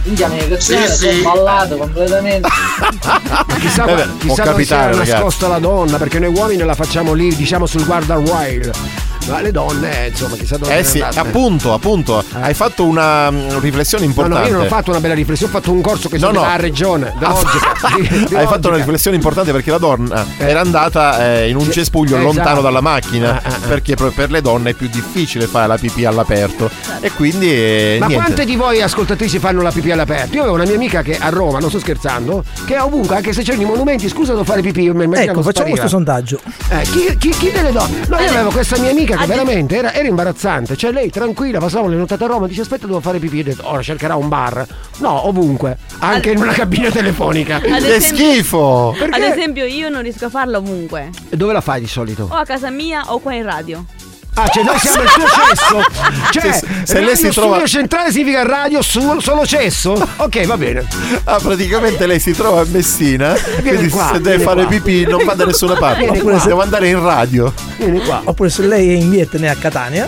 M: Sono ballato completamente.
F: Chissà dove si era nascosta la donna, perché noi uomini la facciamo lì, diciamo sul guardaround. Ma le donne, insomma, chissà dove
E: sì, appunto. Hai fatto una riflessione importante.
F: No, io non ho fatto una bella riflessione, ho fatto un corso che si chiama a Regione.
E: Hai fatto una riflessione importante perché la donna era andata in un cespuglio lontano dalla macchina, perché per le donne è più difficile fare la pipì all'aperto. E quindi
F: ma
E: niente.
F: quante di voi ascoltatrici fanno la pipì all'aperto? Io avevo una mia amica che a Roma, non sto scherzando, che ovunque, anche se c'erano i monumenti, scusa, devo fare pipì.
D: Ecco, facciamo questo sondaggio.
F: Chi delle donne? No, io avevo questa mia amica che veramente era imbarazzante. Cioè lei tranquilla, passava le nottate a Roma, dice aspetta, devo fare pipì. Ho detto, ora cercherà un bar. No, ovunque, anche in una cabina telefonica.
E: Che schifo.
P: Perché? Ad esempio io non riesco a farlo ovunque.
F: E dove la fai di solito?
P: O a casa mia o qua in radio.
F: Cioè noi siamo il suo cesso. Cioè
E: se lei si trova
F: studio centrale significa radio solo cesso. Ok, va bene.
E: Praticamente lei si trova a Messina, quindi
F: qua,
E: se deve fare pipì non va da nessuna parte. Oppure deve andare in radio.
F: Vieni qua.
D: Oppure se lei è in Vietnam a Catania,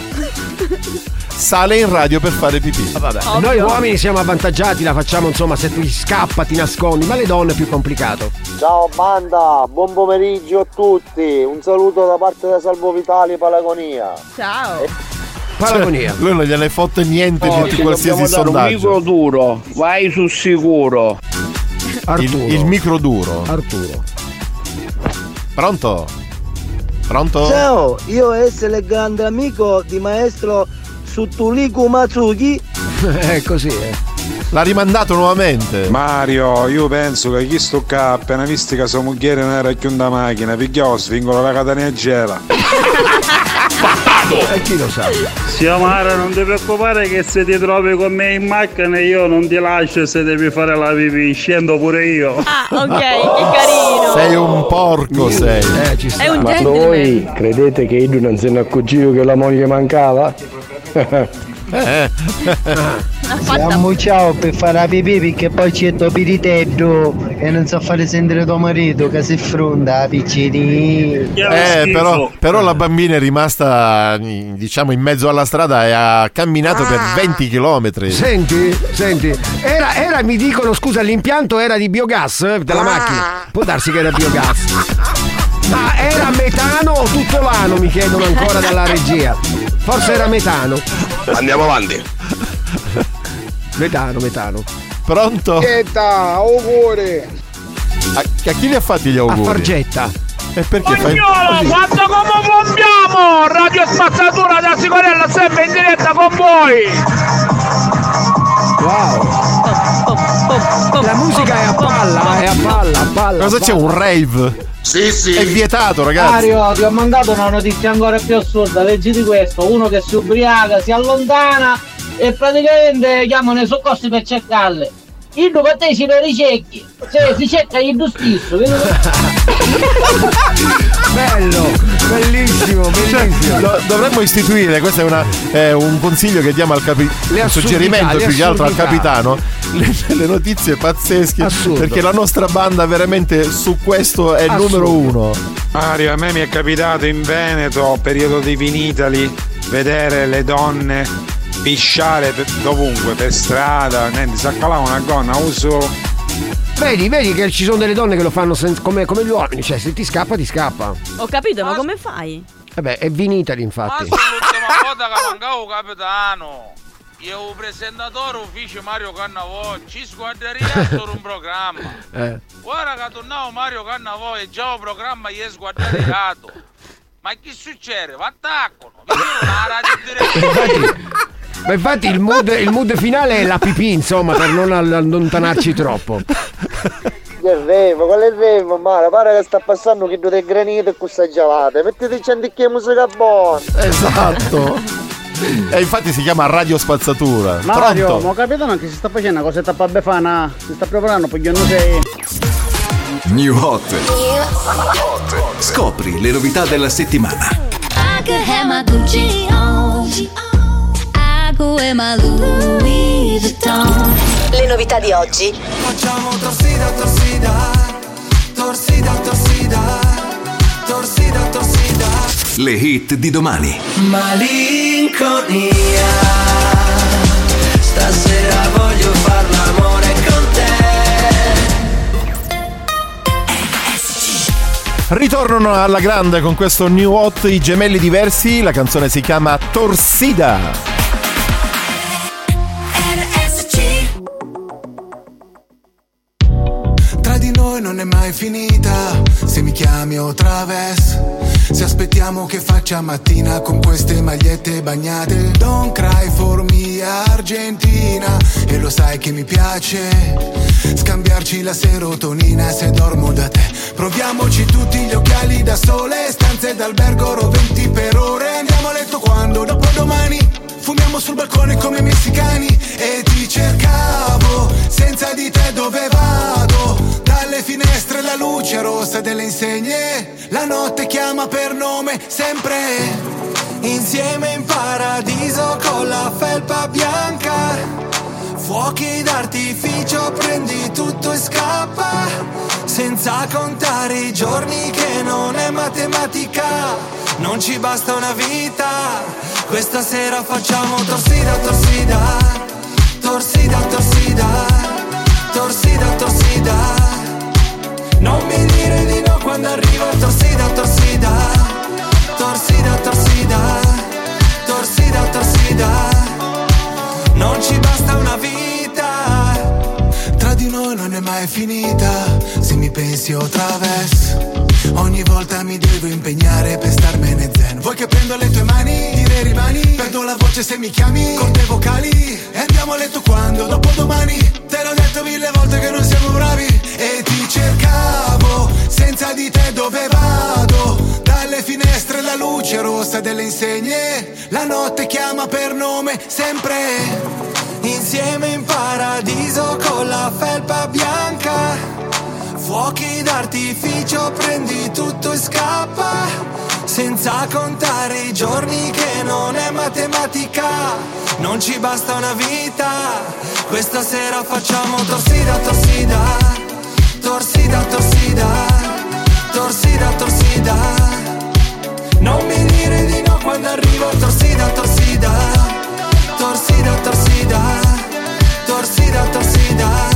E: sale in radio per fare pipì.
F: Vabbè. Noi uomini siamo avvantaggiati, la facciamo insomma, se tu scappa ti nascondi, ma le donne è più complicato.
T: Ciao banda, buon pomeriggio a tutti, un saluto da parte da Salvo Vitali Palagonia.
P: Ciao.
F: Palagonia.
E: Lui non gliene fotte niente di tutti qualsiasi sondaggio.
R: Un micro duro, vai sul sicuro.
E: Il micro duro.
F: Arturo.
E: Pronto?
T: Ciao, io essere il grande amico di maestro Sutuliku Matsuki.
F: È così,
E: L'ha rimandato nuovamente.
Q: Mario, io penso che chi sto qua appena visto che sua moglie non era più da macchina, pigliò, svingola la cataneggiera.
F: E chi lo sa?
G: Xiomara, non ti preoccupare che se ti trovi con me in macchina io non ti lascio, se devi fare la pipì, scendo pure io.
P: Ok, che carino.
E: Sei un porco, sei.
F: Ci sta.
P: È un
J: Ma
P: gentleman.
J: voi credete che io non se ne accorgivo che la moglie mancava?
T: Siamo ciao per fare la pipì perché poi c'è tuo piritello e non so fare sentire tuo marito che si fronda piccini.
E: Però la bambina è rimasta, diciamo, in mezzo alla strada e ha camminato per 20 km.
F: Senti, era mi dicono, scusa, l'impianto era di biogas della macchina. Può darsi che era biogas. Ma era metano o tutto l'anno, mi chiedono ancora dalla regia. Forse era metano.
I: Andiamo avanti.
F: Metano.
E: Pronto?
H: Auguri.
E: A chi li ha fatti gli auguri?
F: A Fargetta.
E: E perché fai
R: Spagnolo, quanto come bombiamo! Radio Spazzatura da Sicorella sempre in diretta con voi!
F: Wow! La musica è a palla,
E: Cosa c'è? Un rave?
I: Sì.
E: È vietato, ragazzi.
M: Mario, ti ho mandato una notizia ancora più assurda, leggi di questo, uno che si ubriaca, si allontana e praticamente chiamano i soccorsi per cercarle. Il tuo partecipa ai ricecchi, se si cerca il stesso.
F: Bello, Bellissimo, bellissimo.
E: Dovremmo istituire, questo è un consiglio che diamo al un suggerimento più che altro al capitano. Le notizie pazzesche, perché la nostra banda veramente su questo è il numero uno.
Q: Mario, a me mi è capitato in Veneto, periodo di Vinitali, vedere le donne pisciare dovunque, per strada, si accalava una gonna, uso.
F: Vedi che ci sono delle donne che lo fanno come gli uomini, cioè se ti scappa ti scappa.
P: Ho capito, ma come fai?
F: Vabbè, è Vinitali infatti.
C: Ma l'ultima volta che mancavo capitano, io presentatore ufficio Mario Cannavò, ci sguarderia su un programma. Guarda che tornavo Mario Cannavò e già un programma gli è sguarderiato. Ma che succede? Va attaccano,
F: ma infatti il mood finale è la pipì, insomma, per non allontanarci troppo.
H: Il revo, qual è il revo? Ma pare che sta passando che due granite e questa gelata. Mettete che musica buona.
E: Esatto. E infatti si chiama Radio Spazzatura.
O: Mario,
E: Pronto?
O: ma capitano che si sta facendo una cosetta per befana. Si sta preparando per gli anni 6.
W: New Hot. Scopri le novità della settimana.
B: I could have my Gucci on. I go wear my Louis Vuitton.
X: Le novità di oggi.
B: Facciamo torsida,
W: Le hit di domani.
B: malinconia. Stasera voglio far l'amore con te.
E: Ritornano alla grande con questo New Hot, i gemelli diversi. La canzone si chiama Torsida.
Y: Tra di noi non è mai finita, se mi chiami o traves, se aspettiamo che faccia mattina con queste magliette bagnate. Don't cry for me Argentina, e lo sai che mi piace scambiarci la serotonina se dormo da te. Proviamoci tutti gli occhiali da sole, stanze d'albergo, roventi per ore. Andiamo a letto quando? Dopodomani. Fumiamo sul balcone come messicani. E ti cercavo, senza di te dove vado? Dalle finestre la luce rossa delle insegne. La notte chiama per nome, sempre insieme in paradiso con la felpa bianca. Fuochi d'artificio, prendi tutto e scappa, senza contare i giorni che non è matematica. Non ci basta una vita, questa sera facciamo torsida, torsida, torsida, torsida, torsida, torsida. Non mi dire di no quando arrivo, torsida, torsida, torsida, torsida, torsida, torsida. Non ci basta una vita, tra di noi non è mai finita, se mi pensi o traves. Ogni volta mi devo impegnare per starmene zen. Vuoi che prendo le tue mani, dire rimani? Perdo la voce se mi chiami, con te vocali. E andiamo a letto quando? Dopodomani. Te l'ho detto 1000 volte che non siamo bravi. E ti cercavo, senza di te dove vado? Dalle finestre la luce rossa delle insegne. La notte chiama per nome, sempre insieme in paradiso con la felpa bianca. Fuochi d'artificio, prendi tutto e scappa, senza contare i giorni che non è matematica. Non ci basta una vita, questa sera facciamo torsida, torsida, torsida, torsida, torsida, torsida. Non mi dire di no quando arrivo, torsida, torsida, torsida, torsida, torsida, torsida.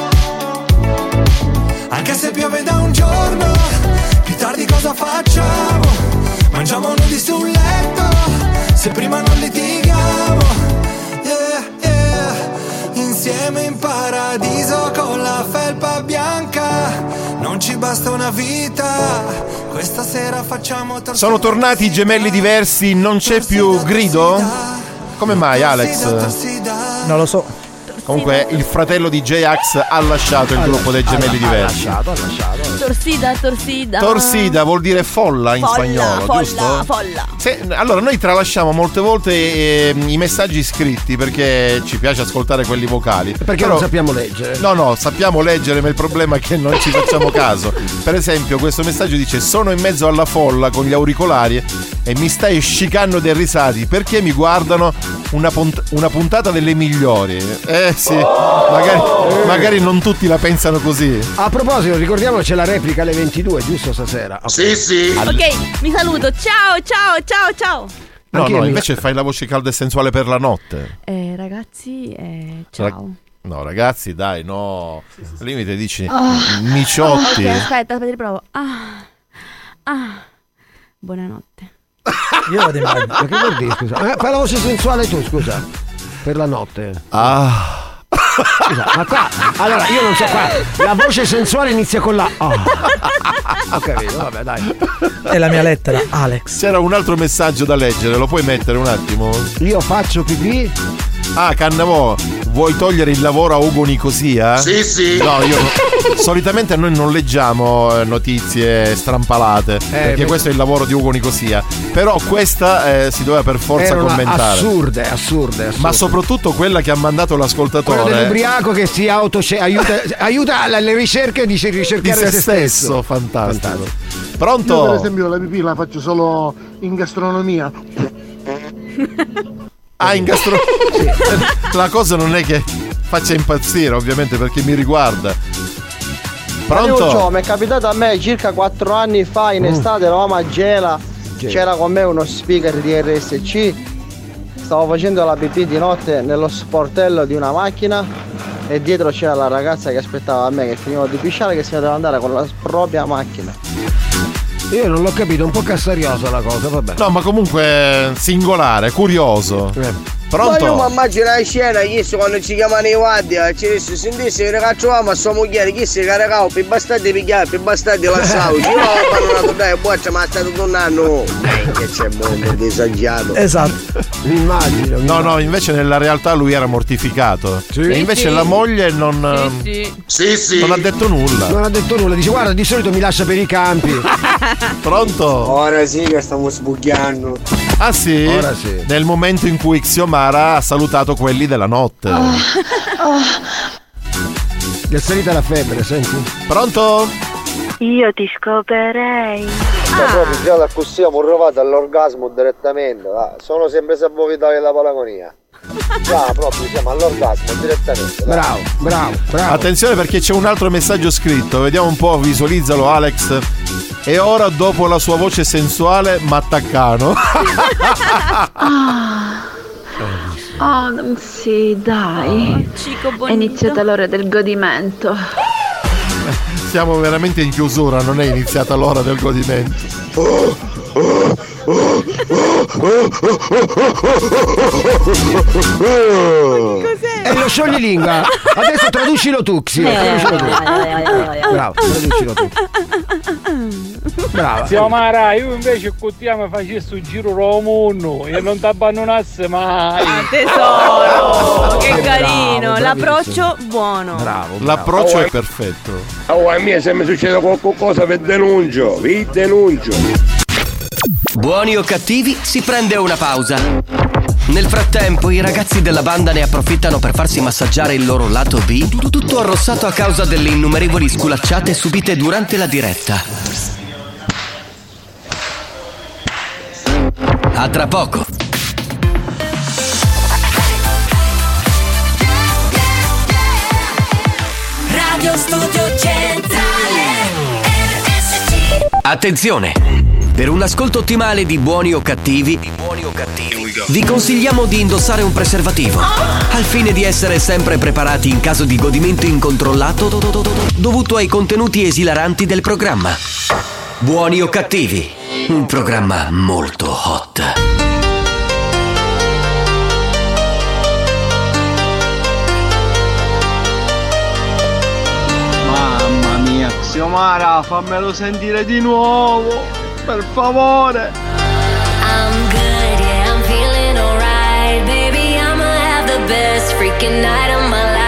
Y: Anche se piove da un giorno, più tardi cosa facciamo? Mangiamo nudi sul letto, se prima non litighiamo. Yeah, yeah. Insieme in paradiso con la felpa bianca. Non ci basta una vita, questa sera facciamo torsida.
E: Sono tornati i gemelli diversi, non c'è più grido? Come mai, Alex?
D: Non lo so.
E: Comunque il fratello di J-Ax ha lasciato il gruppo dei Gemelli Diversi.
F: Ha lasciato.
P: Torsida
E: vuol dire folla in spagnolo, giusto?
P: Folla.
E: Allora noi tralasciamo molte volte i messaggi scritti perché ci piace ascoltare quelli vocali.
F: Perché non sappiamo leggere.
E: No, sappiamo leggere, ma il problema è che non ci facciamo caso. Per esempio questo messaggio dice: sono in mezzo alla folla con gli auricolari e mi stai scicando dei risati perché mi guardano una puntata delle migliori. Sì, magari non tutti la pensano così.
F: A proposito, ricordiamo che c'è la replica alle 22, giusto stasera?
E: Okay. Sì.
P: Ok, mi saluto. Ciao.
E: No, invece fai la voce calda e sensuale per la notte.
P: Ragazzi, ciao.
E: No, ragazzi, dai, no. Al limite dici miciotti.
P: Ok, aspetta, riprovo. Buonanotte.
F: Io vado in bagno. Ma che vuol dire, scusa? Fai la voce sensuale tu, scusa. Per la notte. Scusa, ma qua, allora io non so qua, la voce sensuale inizia con la ho capito, vabbè, dai.
D: È la mia lettera, Alex.
E: C'era un altro messaggio da leggere, lo puoi mettere un attimo?
F: Io faccio pipì.
E: Cannavò, vuoi togliere il lavoro a Ugo Nicosia?
I: Sì.
E: No, solitamente noi non leggiamo notizie strampalate perché questo è il lavoro di Ugo Nicosia. Però questa si doveva per forza commentare.
F: Assurde.
E: Ma soprattutto quella che ha mandato l'ascoltatore.
F: Quello dell'ubriaco che si aiuta alle ricerche di ricercare se stesso.
E: Fantastico. Pronto?
H: Io per esempio la pipì la faccio solo in gastronomia.
E: In gastronomia. La cosa non è che faccia impazzire, ovviamente, perché mi riguarda. Pronto?
U: Mi è capitato a me circa 4 anni fa in estate, eravamo a Gela, c'era con me uno speaker di RSC, stavo facendo la pipì di notte nello sportello di una macchina e dietro c'era la ragazza che aspettava a me che finivo di pisciare, che se ne doveva andare con la propria macchina.
F: Io non l'ho capito, un po' cassariosa la cosa, vabbè.
E: No, ma comunque singolare, curioso. Pronto?
T: Ma io mi immagino la scena, quando ci chiamano i guardia, ci disse, sentisse che ragazziamo a sua moglie, chi si caricava, per bastardi pigliare, per bastardi lasciavo. Io ho parlato dai, boccia, ma è stato un anno. Che c'è mondo disagiato.
D: Esatto.
E: Immagino. No, invece nella realtà lui era mortificato. Sì. E invece la moglie non.
I: Sì.
E: Non ha detto nulla.
F: Non ha detto nulla, dice guarda, di solito mi lascia per i campi.
E: Pronto?
U: Ora sì che stiamo sbugliando.
E: Ah sì?
F: Ora sì.
E: Nel momento in cui Xiomara ha salutato quelli della notte.
F: Gli è salita la febbre, senti?
E: Pronto?
K: Io ti scoperei.
U: Proprio già da così siamo arrivati all'orgasmo direttamente. Sono sempre sapovitare la palagonia. Già proprio siamo all'orgasmo direttamente.
F: Bravo.
E: Attenzione perché c'è un altro messaggio scritto. Vediamo un po', visualizzalo Alex. E ora dopo la sua voce sensuale m'attaccano.
K: Sì, dai. È iniziata l'ora del godimento.
E: Siamo veramente in chiusura, non è iniziata l'ora del godimento.
P: Cos'è?
F: È lo scioglilingua. Adesso traducilo tu, Bravo, traducilo tu. Brava.
G: Xiomara, io invece cottiamo facessi un giro romono e non ti abbandonassi mai.
P: Tesoro, che carino. L'approccio buono.
F: Bravo.
E: L'approccio è perfetto.
I: A me se mi succede qualcosa vi denuncio.
A: Buoni o cattivi, si prende una pausa. Nel frattempo i ragazzi della banda ne approfittano per farsi massaggiare il loro lato B, tutto arrossato a causa delle innumerevoli sculacciate subite durante la diretta. A tra poco.
B: Radio Studio Centrale RSC.
A: Attenzione! Per un ascolto ottimale di Buoni o Cattivi, vi consigliamo di indossare un preservativo, al fine di essere sempre preparati in caso di godimento incontrollato dovuto ai contenuti esilaranti del programma. Buoni o Cattivi, un programma molto hot.
U: Mamma mia, Xiomara, fammelo sentire di nuovo. Per favore.
B: I'm good, yeah, I'm feeling alright. Baby, I'ma have the best freaking night of my life.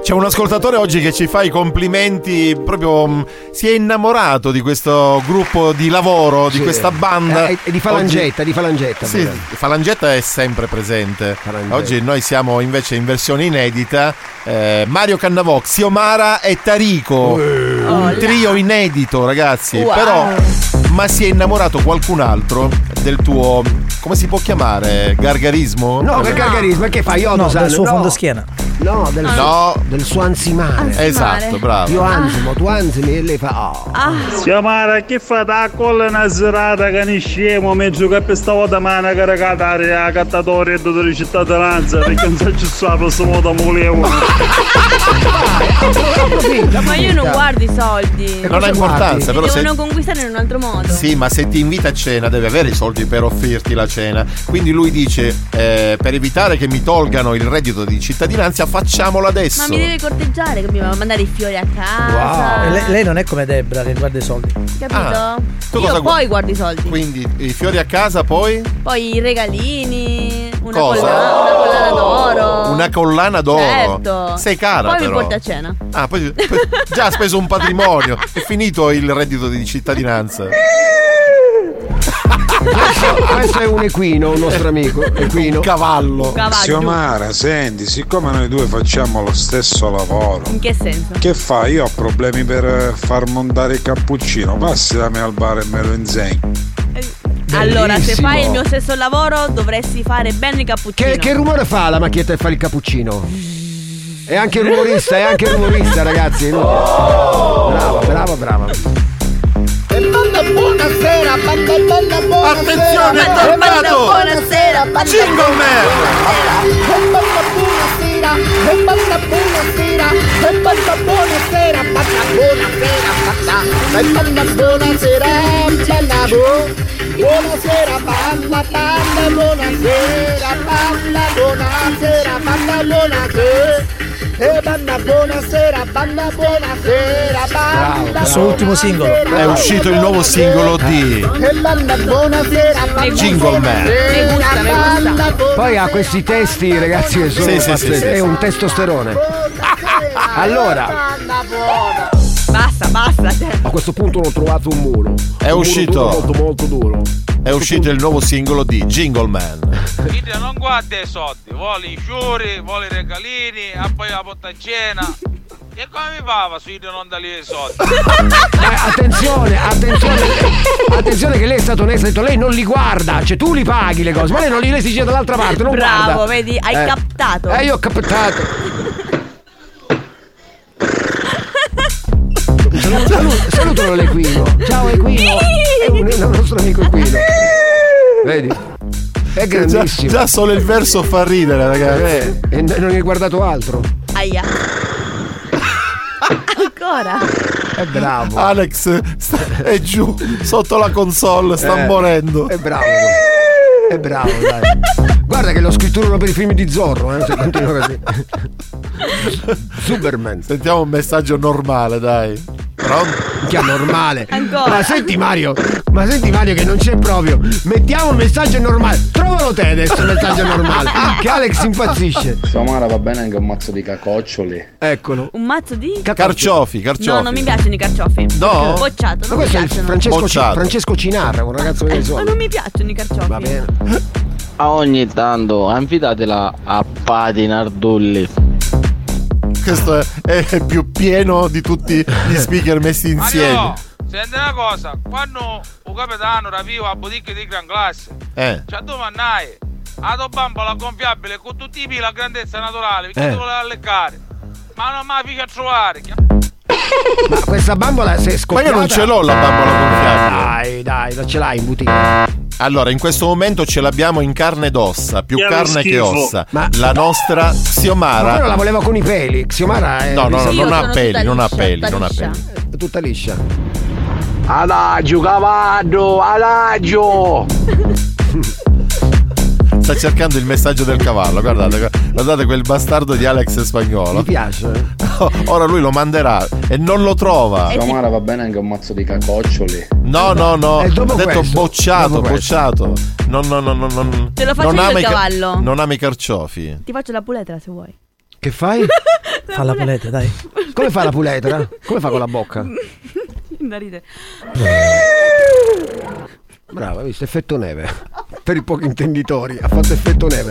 E: C'è un ascoltatore oggi che ci fa i complimenti, proprio si è innamorato di questo gruppo di lavoro, di questa banda.
F: Di Falangetta,
E: oggi...
F: di Falangetta.
E: Sì, Falangetta è sempre presente. Falangetta. Oggi noi siamo invece in versione inedita. Mario Cannavò, Xiomara e Tarico. Un trio inedito, ragazzi.
P: Wow.
E: Però, ma si è innamorato qualcun altro del tuo, come si può chiamare? Gargarismo?
F: No, che gargarismo? Che fa? Io
D: del suo fondoschiena.
F: No, del suo ansimare.
E: Esatto, bravo.
F: Io ansimo, tu ansimi e lei fa.
G: Xiomara, che fa da colla una serata che ne scemo mezzo che per stavolta ma una caricata a cattatore e di cittadinanza perché non so ci sta per questo modo mulevo.
P: Ma io non guardo i soldi.
E: Non ha importanza, però
P: devono conquistare in un altro modo.
E: Sì, ma se ti invita a cena deve avere i soldi per offrirti la cena. Quindi lui dice per evitare che mi tolgano il reddito di cittadinanza facciamolo adesso.
P: Ma mi deve corteggiare, che mi va a mandare i fiori a casa.
D: Wow. Lei non è come Debra che guarda i soldi.
P: Capito?
E: Tu
P: io
E: cosa
P: poi guardo i soldi.
E: Quindi i fiori a casa, poi
P: i regalini, una
E: cosa?
P: collana d'oro.
E: Una collana d'oro.
P: Certo.
E: Sei cara
P: poi
E: però.
P: mi porta a cena.
E: Poi già ha speso un patrimonio. È finito il reddito di cittadinanza.
F: Questo è un equino, un nostro amico. Equino.
E: Un cavallo.
Q: Xiomara, senti, siccome noi due facciamo lo stesso lavoro.
P: In che senso?
Q: Che fa? Io ho problemi per far montare il cappuccino. Passi da me al bar e me lo insegni.
P: Allora, se fai il mio stesso lavoro, dovresti fare bene il cappuccino.
F: Che rumore fa la macchinetta per fare il cappuccino? È anche rumorista, ragazzi. Brava.
B: Buonasera, banda, buonasera.
E: Attenzione, è tornato.
B: Buonasera, banda,
E: Jingle Man.
B: Buonasera, banda, buonasera. E banda, buonasera, banda.
D: Il suo ultimo singolo.
E: È uscito il nuovo singolo di
B: E banda, buonasera,
E: Jingle Man.
P: Mi gusta.
F: Poi ha questi testi, ragazzi, che sono pazzeschi. È un testosterone. Allora,
P: Basta.
F: a questo punto ho trovato un muro.
E: È uscito
F: molto duro.
E: È uscito il nuovo singolo di Jingle Man.
C: Quindi non guarda i soldi, vuole i fiori, vuole i regalini, e poi la porta a cena. E come mi pava su io non dare i soldi?
F: Attenzione che lei è stato onesto, ha detto lei non li guarda, cioè tu li paghi le cose, ma lei non li si gira dall'altra parte, non guarda.
P: Bravo, vedi, hai captato.
F: Io ho captato. Salutalo l'Equino. Ciao Equino. È un nostro amico Equino. Vedi? È grandissimo.
E: Già solo il verso fa ridere, ragazzi.
F: E non hai guardato altro.
P: Aia. Ancora.
F: È bravo.
E: Alex è giù sotto la console, sta morendo.
F: È bravo, dai. Guarda che l'ho scritto uno per i film di Zorro, se continua così. Superman.
E: Sentiamo un messaggio normale, dai. Pronto?
F: Che è normale.
P: Ancora.
F: Ma senti Mario che non c'è proprio. Mettiamo un messaggio normale. Trovalo te adesso il messaggio normale. Che Alex impazzisce.
J: Xiomara va bene anche un mazzo di cacoccioli.
F: Eccolo.
P: Un mazzo di
E: Carciofi.
P: No, non mi piacciono i carciofi.
E: No?
P: Bocciato.
F: Ma
P: Non mi
F: questo è
P: piacciono.
F: Francesco Cinarra, un ragazzo che
P: Ma non mi piacciono i carciofi.
F: Va bene.
J: A ogni tanto invitatela a Pati Nardulli.
E: Questo è più pieno di tutti gli speaker messi insieme.
C: Mario, senti una cosa, quando un capitano rapiva a boutique di gran classe, c'ha domandai a tua bambola gonfiabile con tutti i pili a grandezza naturale, perché ti voleva leccare, ma non mi ha figa a trovare.
F: Ma questa bambola si è scoppiata.
E: Ma io non ce l'ho la bambola gonfiabile.
F: Dai, non ce l'hai in boutique.
E: Allora, in questo momento ce l'abbiamo in carne ed ossa, più carne che ossa.
F: Ma
E: la nostra Xiomara.
F: Ma però la voleva con i peli. Xiomara è.
E: No, non ha peli, non ha peli.
F: È tutta liscia.
J: Adagio cavallo, adagio.
E: Sta cercando il messaggio del cavallo. Guardate quel bastardo di Alex Spagnolo.
F: Mi piace.
E: Ora lui lo manderà e non lo trova.
J: Xiomara va bene anche un mazzo di cacoccioli.
E: No. Ha detto
F: questo,
E: bocciato. Non
P: Te lo faccio io il cavallo.
E: Non ama i carciofi.
P: Ti faccio la puletra se vuoi.
F: Che fai?
D: Fa la puleta, dai.
F: Come fa la puletra? Come fa con la bocca?
P: Da ridere.
F: Brava, hai visto? Effetto neve. Per i pochi intenditori, ha fatto effetto neve.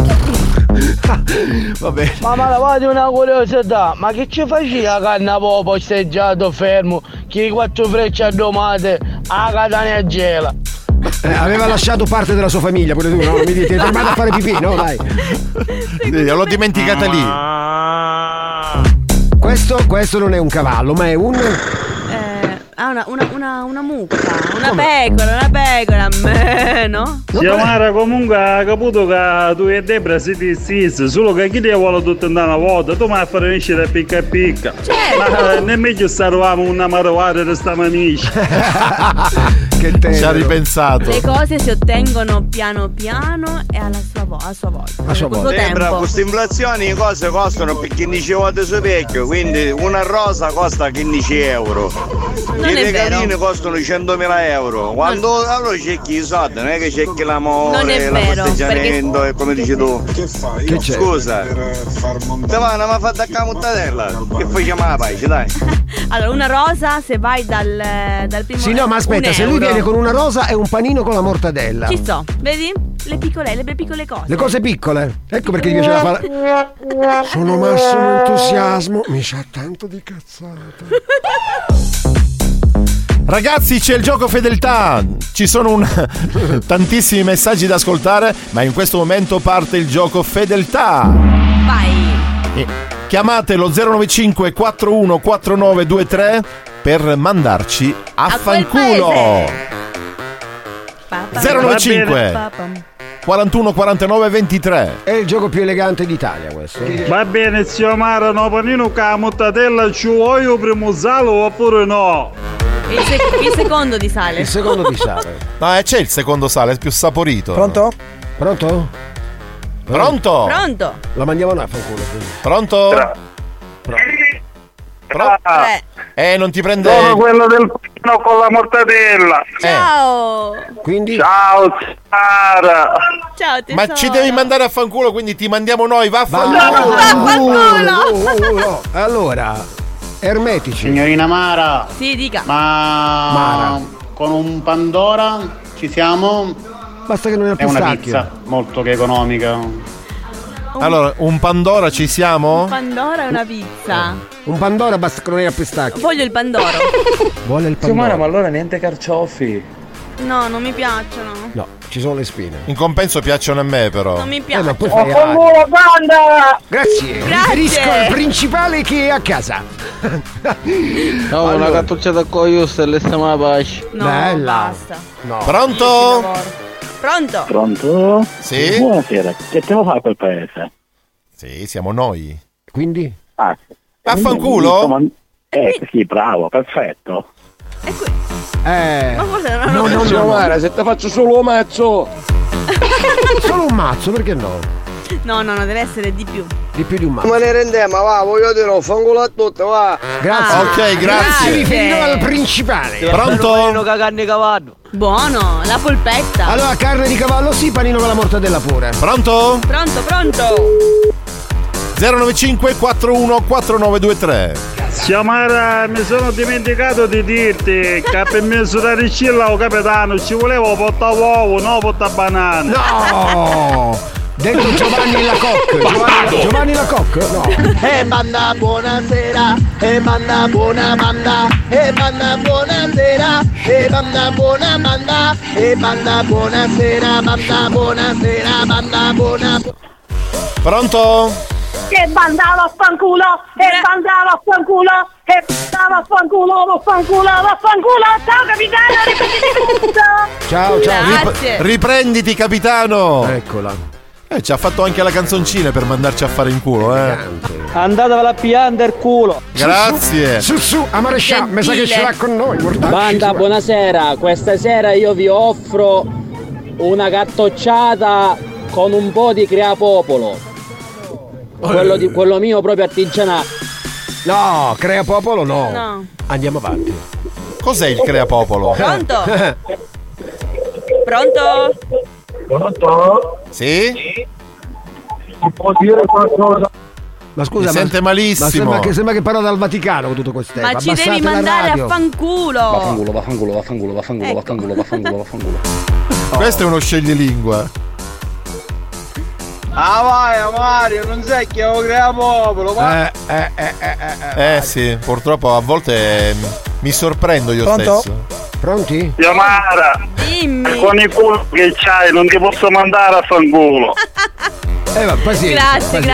F: Vabbè.
T: Ma lavate una curiosità, ma che ci faceva Cannavò posteggiato fermo, che 4 frecce a domate a Catania a Gela?
F: Aveva lasciato parte della sua famiglia, pure tu, no? Mi dite, tornate a fare pipì, no? Dai.
E: L'ho dimenticata lì.
F: Questo non è un cavallo, ma è un...
P: una mucca, una pecora, no?
G: Chiamara comunque ha capito che tu e Debra siete stessi, solo che chi ti vuole tutto andare una volta, tu mi fai fare uscire a picca.
P: Certo.
G: Ma non è meglio stare una marovata e restiamo amici.
F: Che
E: ci ha ripensato.
P: Le cose si ottengono piano piano e alla sua volta.
F: A sua volta.
R: Sembra queste inflazioni, le cose costano per 15 volte su vecchio, quindi una rosa costa 15 euro.
P: Non
R: I
P: è
R: regalini
P: vero.
R: costano 100.000 euro. Quando allora cerchi i soldi, non è che cerchi l'amore,
P: Non è vero,
R: festeggiamento e come dici tu.
Q: Che fai?
F: Che c'è?
R: Scusa, te vanno a fare da muttadella. Che facciamo la pace, dai.
P: Allora, una rosa se vai dal primo.
F: Sì, no, ma aspetta, se lui viene con una rosa e un panino con la mortadella.
P: Ci sto, vedi? Le piccole cose.
F: Le cose piccole. Ecco perché ti piace la palla. Sono massimo entusiasmo. Mi sa tanto di cazzata.
E: Ragazzi, c'è il gioco fedeltà. Ci sono tantissimi messaggi da ascoltare, ma in questo momento parte il gioco fedeltà.
P: Vai.
E: Chiamate lo 095 414923 per mandarci a fanculo. 095 41 49 23.
F: È il gioco più elegante d'Italia questo.
G: Va bene, zio Mara, no panino con la mortadella ci voglio primo salo oppure no?
P: Il secondo di sale.
F: Il secondo di sale.
E: No, c'è il secondo sale, è più saporito.
D: Pronto?
F: Pronto?
E: Pronto?
P: Pronto?
F: La mandiamo noi a fanculo.
E: Pronto? Non ti prende.
G: Sono quello del panino con la mortadella.
P: Ciao.
F: Quindi?
G: Ciao Sara.
P: Ciao tesoro.
E: Ma ci devi mandare a fanculo, quindi ti mandiamo noi, vaffanculo.
P: Vaffanculo.
F: Allora, ermetici.
O: Signorina Mara.
P: Sì, dica.
O: Ma con un Pandora ci siamo?
F: Basta che non è
O: È una pizza molto che economica.
E: Allora, un Pandora ci siamo?
P: Pandora è una pizza.
F: Un Pandora basta che non è a pistacchio.
P: Voglio il Pandoro.
F: Vuole il Pandora.
L: Ma allora niente carciofi.
P: No, non mi piacciono.
F: No, ci sono le spine.
E: In compenso piacciono a me però.
P: Non mi piacciono.
F: Ma poi fai Grazie. Riferisco al principale che è a casa.
U: No, una cartocciata con io e le stiamo a pace.
P: No,
F: Bella.
P: basta.
F: No.
E: Pronto?
P: Pronto?
L: Pronto?
E: Sì?
L: Buonasera, che te lo fa quel paese?
E: Sì, siamo noi.
F: Quindi?
E: Affanculo?
L: Sì, bravo, perfetto.
P: Ma forse
U: No, Mara, se te faccio solo un mazzo.
F: Solo un mazzo, perché no?
P: No, deve essere di più.
F: Di più di un mazzo.
U: Ma ne rendiamo, va, voglio dire, un fanculo a tutto, va.
F: Grazie.
E: Ok, grazie.
F: Si riferisco al principale.
E: Pronto?
U: Carne cavallo.
P: Buono, la polpetta.
F: Allora, carne di cavallo sì, panino con la mortadella pure.
E: Pronto?
P: Pronto.
E: 095 41 4923.
G: Zio Mara, mi sono dimenticato di dirti che per misurare il capitano ci voleva portare uovo, no portare banane.
F: No! Detto Giovanni Lacocque. Giovanni Lacocque? No.
T: Banda buonasera, banda buona banda, banda buonasera, banda buona banda, banda buonasera, banda buonasera, banda buona.
E: Pronto?
N: E banda vaffanculo, vaffanculo, ciao capitano, ripetete tutto.
F: Ciao.
P: Grazie.
E: Riprenditi, capitano.
F: Eccola.
E: Ci ha fatto anche la canzoncina per mandarci a fare in culo,
U: Andatevela a piante il culo.
E: Grazie.
F: Su, a maresciallo, mi sa che ce l'ha con noi.
M: Banda, buonasera. Questa sera io vi offro una cartocciata con un po' di creapopolo. Quello mio proprio artigianato.
F: No, creapopolo no.
P: No.
F: Andiamo avanti.
E: Cos'è il creapopolo?
P: Pronto?
L: Pronto?
E: Sì?
L: Si può dire qualcosa?
F: Ma scusa,
E: mi sente malissimo.
F: Ma sembra che parla dal Vaticano con tutto questo tempo.
P: Ma ci devi mandare a fanculo.
F: Vaffanculo.
E: Questo è uno sceglilingua.
U: Ah vai Mario, non sai che ho creato popolo.
E: Sì, purtroppo a volte mi sorprendo io stesso.
F: Pronti?
G: Yamara,
P: dimmi.
G: Con il culo che c'hai non ti posso mandare a fanculo.
P: Grazie.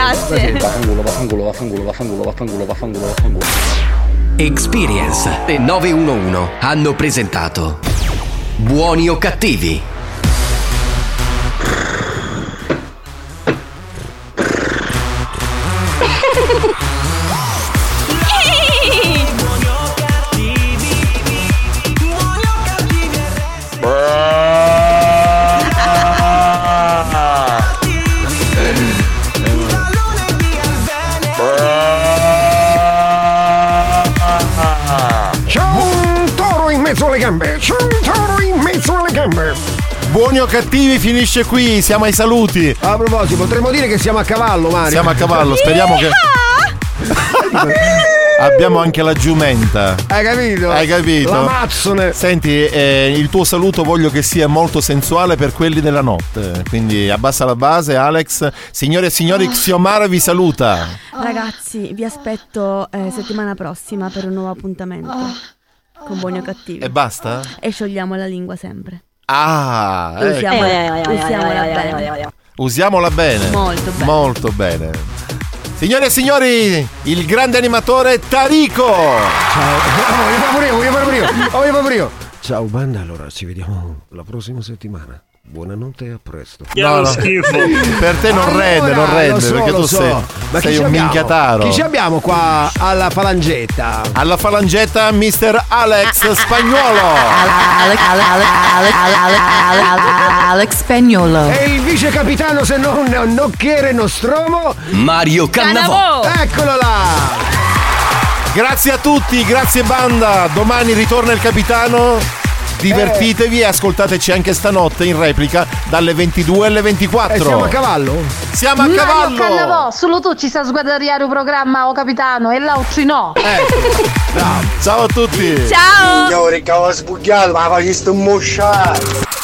A: Vaffanculo. Experience e 911 hanno presentato Buoni o cattivi?
E: Buoni o cattivi finisce qui, siamo ai saluti.
F: A proposito, potremmo dire che siamo a cavallo, Mario.
E: Siamo a cavallo, speriamo che abbiamo anche la giumenta.
F: Hai capito? La mazzone.
E: Senti, il tuo saluto voglio che sia molto sensuale per quelli della notte. Quindi abbassa la base, Alex. Signore e signori, Xiomara vi saluta.
P: Ragazzi, vi aspetto settimana prossima per un nuovo appuntamento con Buoni o cattivi.
E: E basta?
P: E sciogliamo la lingua sempre.
E: Usiamola
P: bene.
E: Usiamola bene. Molto bene. Signore e signori, il grande animatore Tarico.
F: Ciao. Voglio fare io. Ciao banda, allora ci vediamo la prossima settimana. Buonanotte e a presto.
E: No. Per te non rende, perché tu sei un minchiataro.
F: Chi ci abbiamo qua alla falangetta?
E: Alla falangetta Mr. Alex Spagnuolo.
S: Alex Spagnuolo.
F: E il vice capitano, se non Nocchiere Nostromo,
A: Mario Cannavò.
F: Eccolo là.
E: Grazie a tutti, grazie banda. Domani ritorna il capitano. Divertitevi e ascoltateci anche stanotte in replica dalle 22 alle 24.
F: Siamo a cavallo?
E: Siamo a cavallo!
N: Cannavò, solo tu ci sa sguadagnare un programma, o capitano, e l'altro no.
E: Ciao a tutti!
P: Ciao!
U: Io ricavo sbugliato, ma faccio sto mosciato.